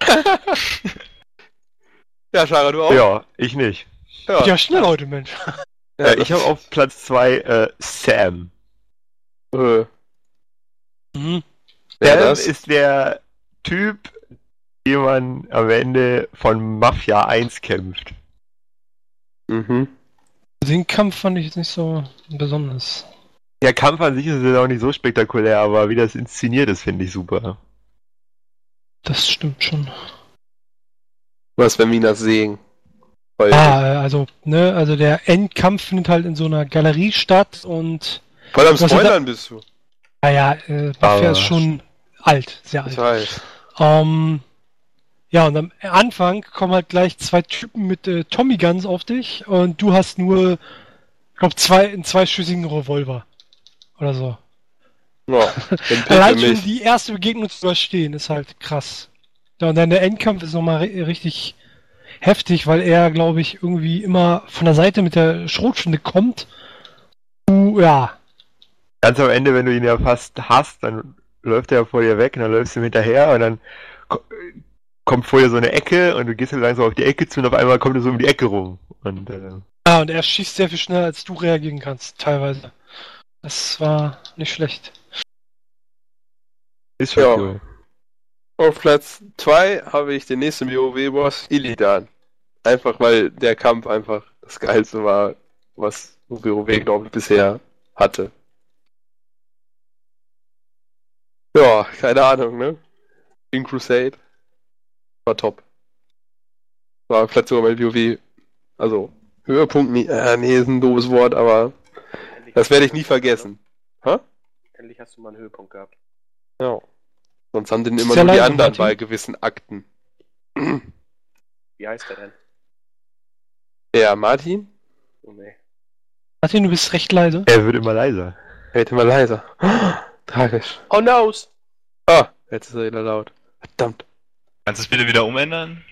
Speaker 1: Ja, Schara, du auch?
Speaker 4: Ja, ich nicht.
Speaker 1: Ja.
Speaker 2: Ja, schnell heute, Mensch.
Speaker 1: Ja,
Speaker 4: Äh, ich habe auf Platz zwei äh, Sam.
Speaker 1: Äh,
Speaker 2: Mhm.
Speaker 1: wer
Speaker 4: Sam
Speaker 1: das?
Speaker 4: ist der Typ, den man am Ende von Mafia eins kämpft.
Speaker 1: Mhm.
Speaker 2: Den Kampf fand ich jetzt nicht so besonders.
Speaker 4: Der Kampf an sich ist jetzt auch nicht so spektakulär, aber wie das inszeniert ist, finde ich super.
Speaker 2: Das stimmt schon.
Speaker 1: Was, wenn wir ihn das sehen? Heute.
Speaker 2: Ah, also, ne, also der Endkampf findet halt in so einer Galerie statt und,
Speaker 1: Voll am
Speaker 2: was
Speaker 1: Spoilern bist du.
Speaker 2: naja, äh, Mafia
Speaker 4: Aber-
Speaker 2: ist schon alt, sehr
Speaker 1: Ich
Speaker 2: alt.
Speaker 1: weiß.
Speaker 2: Ähm, ja, und am Anfang kommen halt gleich zwei Typen mit äh, Tommy Guns auf dich und du hast nur, ich glaube, zwei, einen zweischüssigen Revolver. Oder so.
Speaker 1: Ja, den Pick
Speaker 2: Allein
Speaker 1: für
Speaker 2: schon
Speaker 1: mich.
Speaker 2: die erste Begegnung zu überstehen, ist halt krass. Ja, und dann der Endkampf ist nochmal ri- richtig heftig, weil er, glaube ich, irgendwie immer von der Seite mit der Schrotflinte kommt. Du, ja.
Speaker 4: Ganz am Ende, wenn du ihn ja fast hast, dann läuft er vor dir weg und dann läufst du ihm hinterher und dann ko- kommt vor dir so eine Ecke und du gehst dann langsam auf die Ecke zu und auf einmal kommt er so um die Ecke rum. Und äh,
Speaker 2: Ah, und er schießt sehr viel schneller, als du reagieren kannst, teilweise. Das war nicht schlecht.
Speaker 4: ist schon
Speaker 1: Ja.
Speaker 4: cool.
Speaker 1: Auf Platz zwei habe ich den nächsten WoW-Boss, Illidan. Einfach weil der Kampf einfach das Geilste war, was WoW, glaube ich, bisher hatte. Ja, keine Ahnung, ne? In Crusade. War top. War vielleicht sogar mein WoW. Also, Höhepunkt, nie, äh, nee, ist ein doofes Wort, aber das werde ich nie vergessen. Hä?
Speaker 3: Endlich hast du mal einen Höhepunkt gehabt.
Speaker 1: Ja. Sonst haben den immer
Speaker 2: Sehr
Speaker 1: nur die
Speaker 2: leise,
Speaker 1: anderen
Speaker 2: Martin.
Speaker 1: bei gewissen Akten.
Speaker 3: Wie heißt der denn?
Speaker 1: Ja, Martin?
Speaker 3: Oh nee.
Speaker 2: Martin, du bist recht leise.
Speaker 4: Er wird immer leiser.
Speaker 1: Hält immer leiser. Tragisch.
Speaker 3: Oh no!
Speaker 1: Ah, jetzt ist er wieder laut. Verdammt.
Speaker 5: Kannst du es bitte wieder umändern?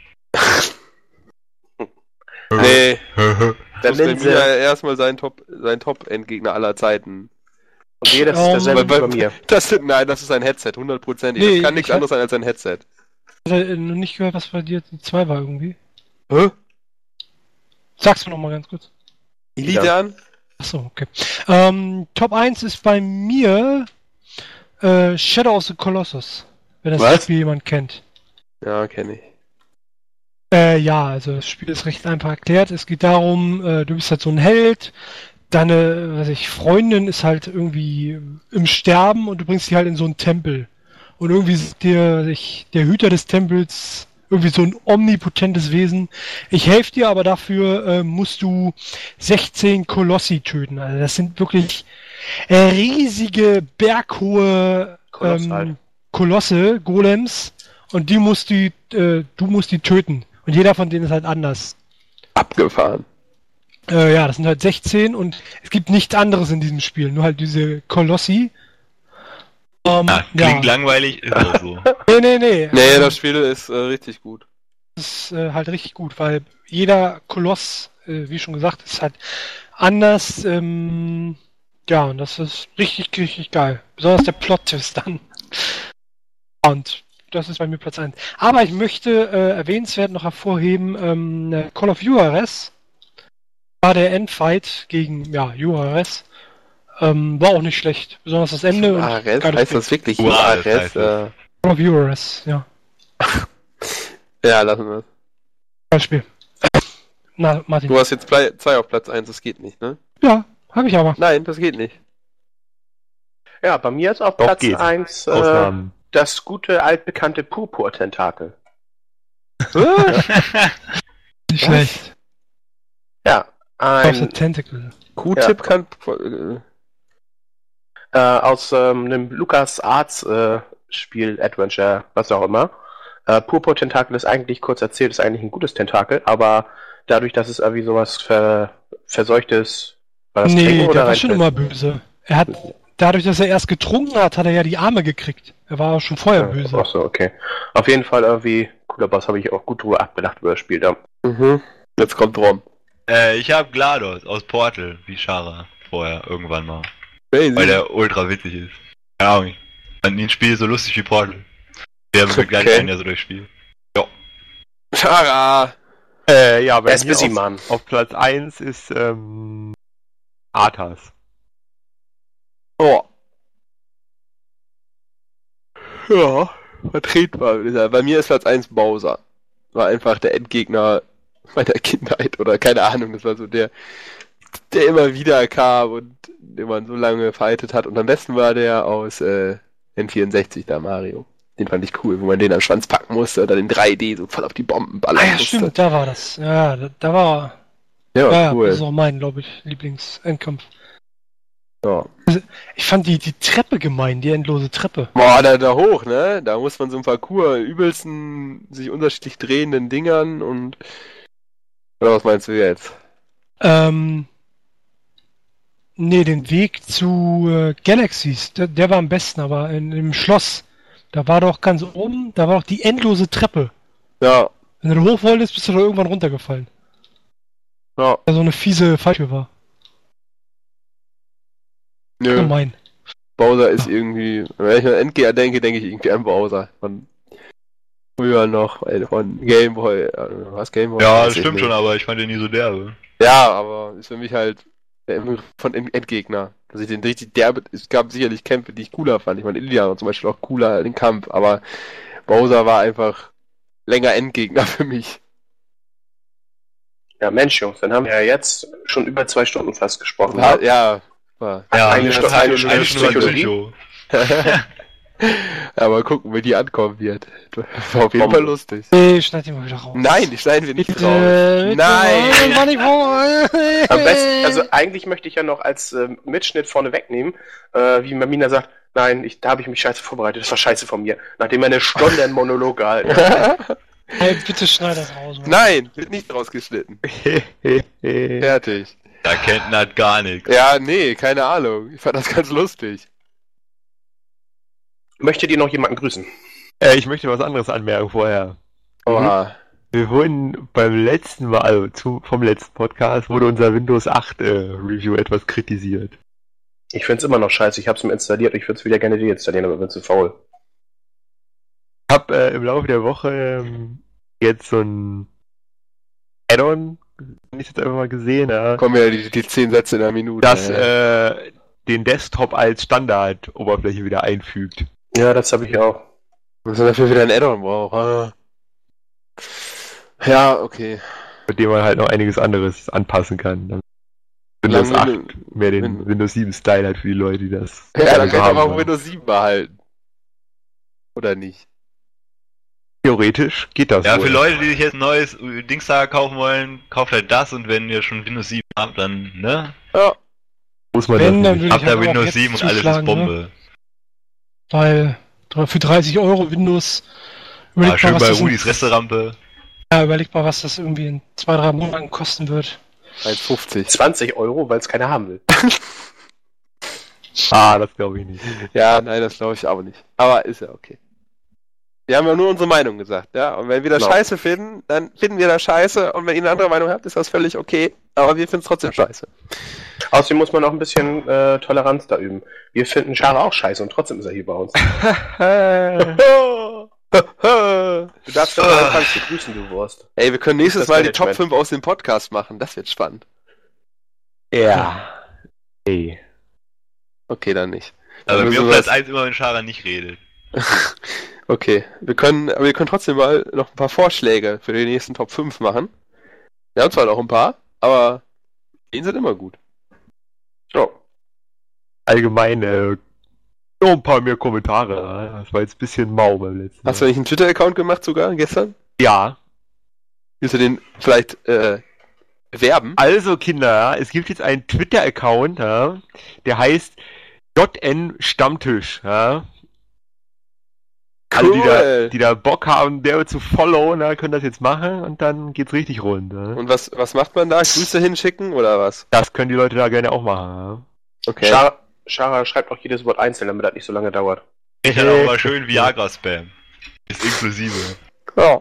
Speaker 1: Nee,
Speaker 3: Der
Speaker 1: das ist bei
Speaker 3: Linse.
Speaker 1: mir erstmal sein Top, sein Top-Endgegner aller Zeiten.
Speaker 3: Okay, das
Speaker 2: Um,
Speaker 3: ist derselbe wie
Speaker 1: Weil-
Speaker 3: bei mir.
Speaker 1: Das, nein, das ist ein Headset, hundertprozentig.
Speaker 2: Nee,
Speaker 1: das kann
Speaker 2: ich
Speaker 1: nichts
Speaker 2: hab-
Speaker 1: anderes sein als ein Headset.
Speaker 2: Ich habe noch nicht gehört, was bei dir die zwei war irgendwie.
Speaker 1: Hä?
Speaker 2: Sag's mir noch mal ganz kurz.
Speaker 1: Illidan?
Speaker 2: Achso, okay. Ähm, Top eins ist bei mir äh, Shadow of the Colossus. Wenn das
Speaker 1: Was?
Speaker 2: Spiel jemand kennt.
Speaker 1: Ja, kenne ich.
Speaker 2: Äh, ja, also das Spiel ist recht einfach erklärt. Es geht darum, äh, du bist halt so ein Held, deine, weiß ich, Freundin ist halt irgendwie im Sterben und du bringst sie halt in so einen Tempel. Und irgendwie ist dir sich der Hüter des Tempels irgendwie so ein omnipotentes Wesen. Ich helfe dir, aber dafür äh, musst du sechzehn Kolossi töten. Also das sind wirklich äh, riesige, berghohe
Speaker 3: Koloss
Speaker 2: ähm,
Speaker 3: halt.
Speaker 2: Kolosse, Golems, und die musst du, äh, du musst die töten. Und jeder von denen ist halt anders.
Speaker 1: Abgefahren.
Speaker 2: Äh, ja, das sind halt sechzehn und es gibt nichts anderes in diesem Spiel, nur halt diese Kolossi. Ähm,
Speaker 5: Ah, klingt
Speaker 2: ja.
Speaker 5: langweilig, ist auch so.
Speaker 2: Nee, nee, nee.
Speaker 1: Nee,
Speaker 2: Also,
Speaker 1: das Spiel ist äh, richtig gut.
Speaker 2: das ist äh, halt richtig gut, weil jeder Koloss, äh, wie schon gesagt, ist halt anders. Ähm, ja, und das ist richtig, richtig geil. Besonders der Plot-Twist dann. Und das ist bei mir Platz eins. Aber ich möchte äh, erwähnenswert noch hervorheben, ähm, Call of Juarez war der Endfight gegen, ja, Juarez. Ähm, war auch nicht schlecht. Besonders das Ende. und
Speaker 1: Ares,
Speaker 2: geiles
Speaker 1: heißt
Speaker 2: Spiel.
Speaker 1: das wirklich
Speaker 5: Juarez
Speaker 1: Ares?
Speaker 5: heißt
Speaker 1: Äh,
Speaker 2: Call of Juarez, ja.
Speaker 1: ja, lassen wir es.
Speaker 2: Geiles Spiel. Na, Martin.
Speaker 1: Du hast jetzt zwei auf Platz eins, das geht nicht, ne?
Speaker 2: Ja, habe ich aber.
Speaker 1: Nein, das geht nicht.
Speaker 3: Ja, bei mir ist auf
Speaker 4: Doch,
Speaker 3: Platz
Speaker 4: geht.
Speaker 3: eins äh,
Speaker 4: Ausnahmen.
Speaker 3: das gute altbekannte Purpur-Tentakel.
Speaker 2: Nicht schlecht.
Speaker 3: Ja,
Speaker 2: Of the
Speaker 3: Ein
Speaker 2: Tentacle.
Speaker 1: Q-Tip
Speaker 3: Ja.
Speaker 1: kann. Äh,
Speaker 3: äh, aus ähm, einem Lucas Arts äh, Spiel, Adventure, was auch immer. Äh, Purpur Tentakel ist eigentlich, kurz erzählt, ist eigentlich ein gutes Tentakel, aber dadurch, dass es irgendwie sowas ver verseuchtes, war das
Speaker 2: Nee,
Speaker 3: Trinken
Speaker 2: der
Speaker 3: oder
Speaker 2: war schon
Speaker 3: reinfressen?
Speaker 2: immer böse. Er hat, dadurch, dass er erst getrunken hat, hat er ja die Arme gekriegt. Er war schon vorher böse.
Speaker 3: Achso, okay. Auf jeden Fall irgendwie cooler Boss, habe ich auch gut drüber abgelacht über das Spiel da.
Speaker 1: mhm. Jetzt kommt Rom.
Speaker 5: Äh, ich hab GLaDOS aus Portal, wie Shara vorher irgendwann mal.
Speaker 1: Crazy.
Speaker 5: Weil der ultra witzig ist. Keine Ahnung. Ich fand nie ein Spiel so lustig wie Portal. Der begleitet
Speaker 1: Okay.
Speaker 5: einen ja so durchs Spiel.
Speaker 1: Tara!
Speaker 4: Äh, ja, bei
Speaker 3: Er ist
Speaker 4: mir
Speaker 3: busy,
Speaker 4: auf,
Speaker 3: Mann.
Speaker 4: auf Platz eins ist ähm, Arthas.
Speaker 1: Oh. Ja, vertretbar, würde ich sagen. Bei mir ist Platz eins Bowser. War einfach der Endgegner meiner Kindheit oder keine Ahnung, das war so der, der immer wieder kam und den man so lange fightet hat. Und am besten war der aus äh, N vierundsechzig, da Mario. Den fand ich cool, wo man den am Schwanz packen musste oder in drei D so voll auf die Bomben ballern
Speaker 2: Ah ja,
Speaker 1: musste.
Speaker 2: stimmt, da war das. Ja, da, da war.
Speaker 1: Ja,
Speaker 2: Ja, ja,
Speaker 1: cool.
Speaker 2: das ist auch mein, glaube ich, Lieblingsendkampf.
Speaker 1: Ja.
Speaker 2: Ich fand die, die Treppe gemein, die endlose Treppe.
Speaker 1: Boah, da, da hoch, ne? Da muss man so ein Parcours übelsten, sich unterschiedlich drehenden Dingern und... Oder was meinst du jetzt?
Speaker 2: Ähm. Nee, den Weg zu äh, Galaxies, der, der war am besten, aber in, im Schloss, da war doch ganz oben, da war doch die endlose Treppe.
Speaker 1: Ja,
Speaker 2: Wenn du hoch wolltest, bist du da irgendwann runtergefallen.
Speaker 1: ja,
Speaker 2: Da so eine fiese Falltür war.
Speaker 1: nö.
Speaker 2: Gemein.
Speaker 1: Bowser ist irgendwie... Wenn ich an Endgegner denke, denke ich irgendwie an Bowser. Von früher noch, äh, von Gameboy, äh, was Gameboy?
Speaker 5: Ja,
Speaker 1: Weiß
Speaker 5: das
Speaker 1: ich
Speaker 5: stimmt
Speaker 1: nicht.
Speaker 5: schon, aber ich fand den nie so derbe.
Speaker 1: Ja, aber ist für mich halt der Begriff von End- Endgegner. Dass ich den richtig derbe... Es gab sicherlich Kämpfe, die ich cooler fand. Ich meine, Ilian war zum Beispiel auch cooler, den Kampf, aber Bowser war einfach länger Endgegner für mich.
Speaker 3: Ja, Mensch, Jungs, dann haben wir ja jetzt schon über zwei Stunden fast gesprochen.
Speaker 1: Ja, ja, war.
Speaker 5: Ja,
Speaker 3: Eine
Speaker 5: das
Speaker 3: Stunde-
Speaker 5: ist
Speaker 3: eine
Speaker 5: eine
Speaker 3: Stunde
Speaker 5: Stunde
Speaker 3: Psychologie.
Speaker 5: Psycho.
Speaker 1: Ja, mal gucken, wie die ankommen wird. Das war auf jeden
Speaker 3: Bombe.
Speaker 1: Fall lustig.
Speaker 2: Nee, schneid die mal wieder raus.
Speaker 1: Nein, die schneiden wir nicht
Speaker 2: Bitte,
Speaker 1: raus.
Speaker 2: bitte,
Speaker 1: Nein!
Speaker 2: war nicht vor.
Speaker 3: Am besten, also eigentlich möchte ich ja noch als äh, Mitschnitt vorne wegnehmen, äh, wie Mamina sagt, nein, ich, da habe ich mich scheiße vorbereitet, das war scheiße von mir. Nachdem er eine Stunde einen Monolog gehalten hat.
Speaker 2: Hey, bitte schneid das raus. Mann.
Speaker 1: Nein, wird nicht rausgeschnitten. Fertig.
Speaker 5: Da kennt Nat gar nichts.
Speaker 1: Ja, nee, keine Ahnung. Ich fand das ganz lustig.
Speaker 3: Möchtet ihr noch jemanden grüßen?
Speaker 4: äh, ich möchte was anderes anmerken vorher.
Speaker 1: Oha.
Speaker 4: Wir wurden beim letzten Mal, also zu, vom letzten Podcast, wurde unser Windows acht äh, Review etwas kritisiert.
Speaker 3: Ich find's immer noch scheiße, ich hab's mir installiert, ich würde es wieder gerne deinstallieren, aber bin zu faul.
Speaker 4: Ich habe äh, im Laufe der Woche ähm, jetzt so ein Add-on, hab ich jetzt einfach mal gesehen, ja,
Speaker 1: Kommen ja die, die zehn Sätze in einer Minute.
Speaker 4: das
Speaker 1: ja.
Speaker 4: äh, den Desktop als Standard-Oberfläche wieder einfügt.
Speaker 3: Ja, das habe ich auch.
Speaker 1: Muss man dafür wieder ein Add-on brauchen. Ja, okay.
Speaker 4: Mit dem man halt noch einiges anderes anpassen kann. Damit Windows
Speaker 1: Lang-
Speaker 4: acht mehr den
Speaker 1: Win-
Speaker 4: Windows sieben Style hat für die Leute, die das
Speaker 1: Ja,
Speaker 4: gerne
Speaker 1: dann
Speaker 4: so
Speaker 1: kann ich
Speaker 4: haben
Speaker 1: aber auch
Speaker 4: wollen.
Speaker 1: Windows sieben behalten. Oder nicht?
Speaker 4: Theoretisch geht das
Speaker 5: Ja,
Speaker 4: wohl.
Speaker 5: für Leute, die sich jetzt ein neues Dings da kaufen wollen, kauft halt das und wenn ihr schon Windows sieben habt, dann, ne?
Speaker 1: Ja.
Speaker 4: Muss man
Speaker 2: Wenn,
Speaker 4: das
Speaker 2: dann
Speaker 4: nicht.
Speaker 2: würde
Speaker 5: Habt
Speaker 2: ich
Speaker 5: ihr
Speaker 2: aber auch
Speaker 5: Windows
Speaker 2: jetzt
Speaker 5: sieben und alles ist
Speaker 2: zuschlagen, ne?
Speaker 5: Bombe.
Speaker 2: Weil für dreißig Euro Windows
Speaker 5: Ah,
Speaker 2: überlegt
Speaker 5: schön
Speaker 2: mal, was
Speaker 5: bei
Speaker 2: das in,
Speaker 5: Rudis Resterampe.
Speaker 2: ja, überlegt mal, was das irgendwie in zwei, drei Monaten kosten wird.
Speaker 1: eins fünfzig.
Speaker 3: zwanzig Euro, weil es keiner haben will.
Speaker 4: Ah, das glaube ich nicht.
Speaker 1: Ja, nein, das glaube ich auch nicht. Aber ist ja okay. Wir haben ja nur unsere Meinung gesagt, ja. Und wenn wir das
Speaker 3: Genau.
Speaker 1: scheiße finden, dann finden wir das scheiße. Und wenn ihr eine andere Meinung habt, ist das völlig okay. Aber wir finden es trotzdem scheiße.
Speaker 3: Außerdem muss man auch ein bisschen äh, Toleranz da üben. Wir finden Schara auch scheiße und trotzdem ist er hier bei uns. Du darfst doch mal anfangen zu grüßen, du Wurst.
Speaker 1: Ey, wir können nächstes
Speaker 3: Das
Speaker 1: Mal die Top
Speaker 3: Management.
Speaker 1: fünf aus dem Podcast machen. Das wird spannend.
Speaker 4: Ja. Ey.
Speaker 1: Okay, dann nicht.
Speaker 5: Aber
Speaker 1: Dann
Speaker 5: mir
Speaker 1: müssen
Speaker 5: auf
Speaker 1: wir
Speaker 5: Platz
Speaker 1: das-
Speaker 5: eins immer, wenn Schara nicht redet.
Speaker 1: Okay, wir können, aber wir können trotzdem mal noch ein paar Vorschläge für die nächsten Top fünf machen. Wir haben zwar noch ein paar, aber die sind immer gut.
Speaker 3: So.
Speaker 4: Allgemein, äh, noch ein paar mehr Kommentare. ja. Das war jetzt ein bisschen mau beim letzten
Speaker 1: Hast du
Speaker 4: Mal.
Speaker 1: nicht einen Twitter-Account gemacht sogar gestern?
Speaker 4: Ja.
Speaker 1: Willst du den vielleicht äh, Bewerben?
Speaker 4: Also Kinder, ja, es gibt jetzt einen Twitter-Account, ja, der heißt J N Stammtisch. Ja. Alle, die da, die da Bock haben, der zu followen, ja, können das jetzt machen und dann geht's richtig rund. Ja.
Speaker 1: Und was, was macht man da? Grüße hinschicken oder was?
Speaker 4: Das können die Leute da gerne auch machen. Ja.
Speaker 1: Okay.
Speaker 3: Schara, Schara schreibt auch jedes Wort einzeln, damit das nicht so lange dauert.
Speaker 5: Ich hätte auch mal schön Viagra-Spam. Ist inklusive.
Speaker 1: Ja.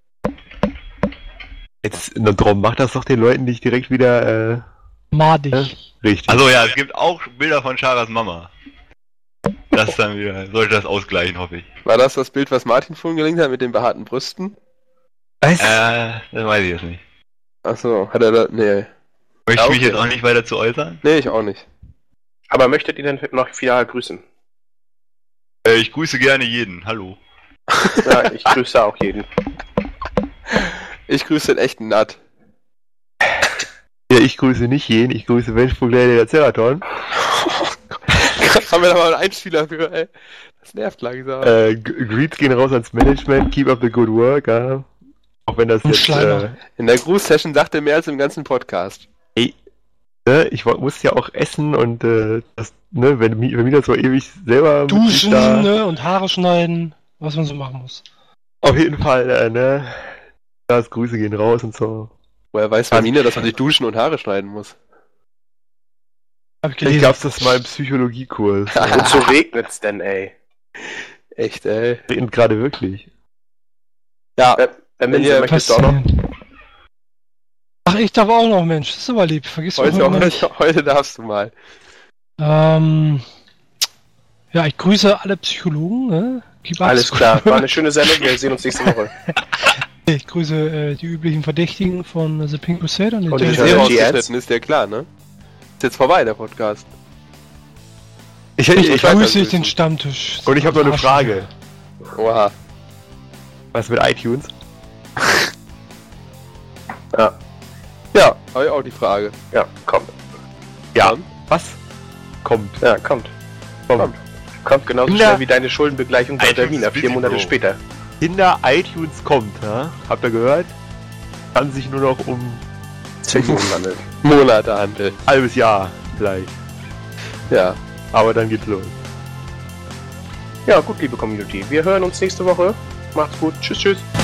Speaker 4: Jetzt, na drum, mach das doch den Leuten nicht direkt wieder, äh,
Speaker 2: Madig.
Speaker 4: äh, richtig.
Speaker 5: Also ja, es gibt auch Bilder von Charas Mama. Das dann wieder, sollte das ausgleichen, hoffe ich.
Speaker 1: War das das Bild, was Martin vorhin gelinkt hat mit den behaarten Brüsten?
Speaker 4: Was?
Speaker 5: Äh, das weiß ich jetzt nicht.
Speaker 1: Achso, hat er da. Nee.
Speaker 5: Möchte
Speaker 1: Ja,
Speaker 5: ich mich
Speaker 1: okay.
Speaker 5: jetzt auch nicht weiter zu äußern?
Speaker 1: Nee, ich auch nicht.
Speaker 3: Aber möchtet ihr denn noch final grüßen?
Speaker 5: Äh, ich grüße gerne jeden. Hallo.
Speaker 3: Ja, ich grüße auch jeden.
Speaker 1: Ich grüße den echten Nat.
Speaker 4: Ja, ich grüße nicht jeden, ich grüße Mensch.Lady der Zeraton.
Speaker 1: Haben wir da mal einen Einspieler für, ey. Das nervt langsam.
Speaker 4: Äh, G- Greets gehen raus ans Management, keep up the good work, ja. Auch wenn das
Speaker 2: Und
Speaker 4: jetzt,
Speaker 2: Schleimer.
Speaker 4: äh,
Speaker 1: In der Gruß-Session sagt er mehr als im ganzen Podcast.
Speaker 4: ne, ich wo- muss ja auch essen und, äh, das, ne, wenn, Mi- wenn mir das so ewig selber mit
Speaker 2: Duschen,
Speaker 4: da,
Speaker 2: ne, und Haare schneiden, was man so machen muss.
Speaker 4: auf jeden Fall, äh, ne, das Grüße gehen raus und so.
Speaker 1: Woher weiß Vermine, dass man sich duschen und Haare schneiden muss?
Speaker 2: Hab ich
Speaker 4: Vielleicht
Speaker 2: gelesen.
Speaker 4: gab's das mal im Psychologiekurs.
Speaker 3: Und so regnet's denn, ey.
Speaker 1: Echt, ey.
Speaker 4: Und gerade wirklich.
Speaker 1: Ja,
Speaker 3: Äh, äh, Minze,
Speaker 1: ihr-
Speaker 3: möchtest du auch noch?
Speaker 2: Faszinierend. Ach, ich darf auch noch, Mensch. Das ist aber lieb. Vergiss doch
Speaker 1: heute,
Speaker 2: immer nicht.
Speaker 1: heute, heute darfst du mal.
Speaker 2: Ähm, ja, ich grüße alle Psychologen. Ne? Keep up
Speaker 3: Alles
Speaker 2: the
Speaker 3: klar,
Speaker 2: good
Speaker 3: war
Speaker 2: work.
Speaker 3: eine schöne Sendung, wir sehen uns nächste Woche.
Speaker 2: Ich grüße äh, die üblichen Verdächtigen von äh, The Pink Crusader. Und den
Speaker 3: Und
Speaker 1: Der
Speaker 3: die
Speaker 1: ist
Speaker 2: Jason-
Speaker 1: eh
Speaker 3: G
Speaker 1: rausgeschnitten, ist dir klar, ne? Ist jetzt vorbei, der Podcast.
Speaker 4: Ich,
Speaker 2: ich,
Speaker 4: ich, ich,
Speaker 1: weiß,
Speaker 2: grüße
Speaker 1: was
Speaker 2: ich
Speaker 1: du
Speaker 2: den
Speaker 1: bist.
Speaker 2: Stammtisch.
Speaker 4: und ich habe noch eine Frage.
Speaker 1: Oha.
Speaker 4: Was mit iTunes?
Speaker 3: Ja,
Speaker 1: Ja, hab ich auch die Frage.
Speaker 3: ja, kommt.
Speaker 4: Ja.
Speaker 1: Kommt.
Speaker 4: Was? Kommt.
Speaker 3: Ja, kommt.
Speaker 4: Kommt.
Speaker 3: Kommt genauso
Speaker 4: Kinder-
Speaker 3: schnell wie deine Schuldenbegleichung bei der
Speaker 5: iTunes
Speaker 3: Mina, vier
Speaker 5: Busy
Speaker 3: Monate
Speaker 5: Bro.
Speaker 3: später.
Speaker 4: Kinder, iTunes kommt, ja? Habt ihr gehört? Kann sich nur noch um
Speaker 3: zehn Minuten handelt.
Speaker 1: Monate handelt.
Speaker 4: ein halbes Jahr vielleicht.
Speaker 1: Ja.
Speaker 4: Aber dann geht's los.
Speaker 3: Ja, gut, liebe Community. Wir hören uns nächste Woche. Macht's gut. Tschüss, tschüss.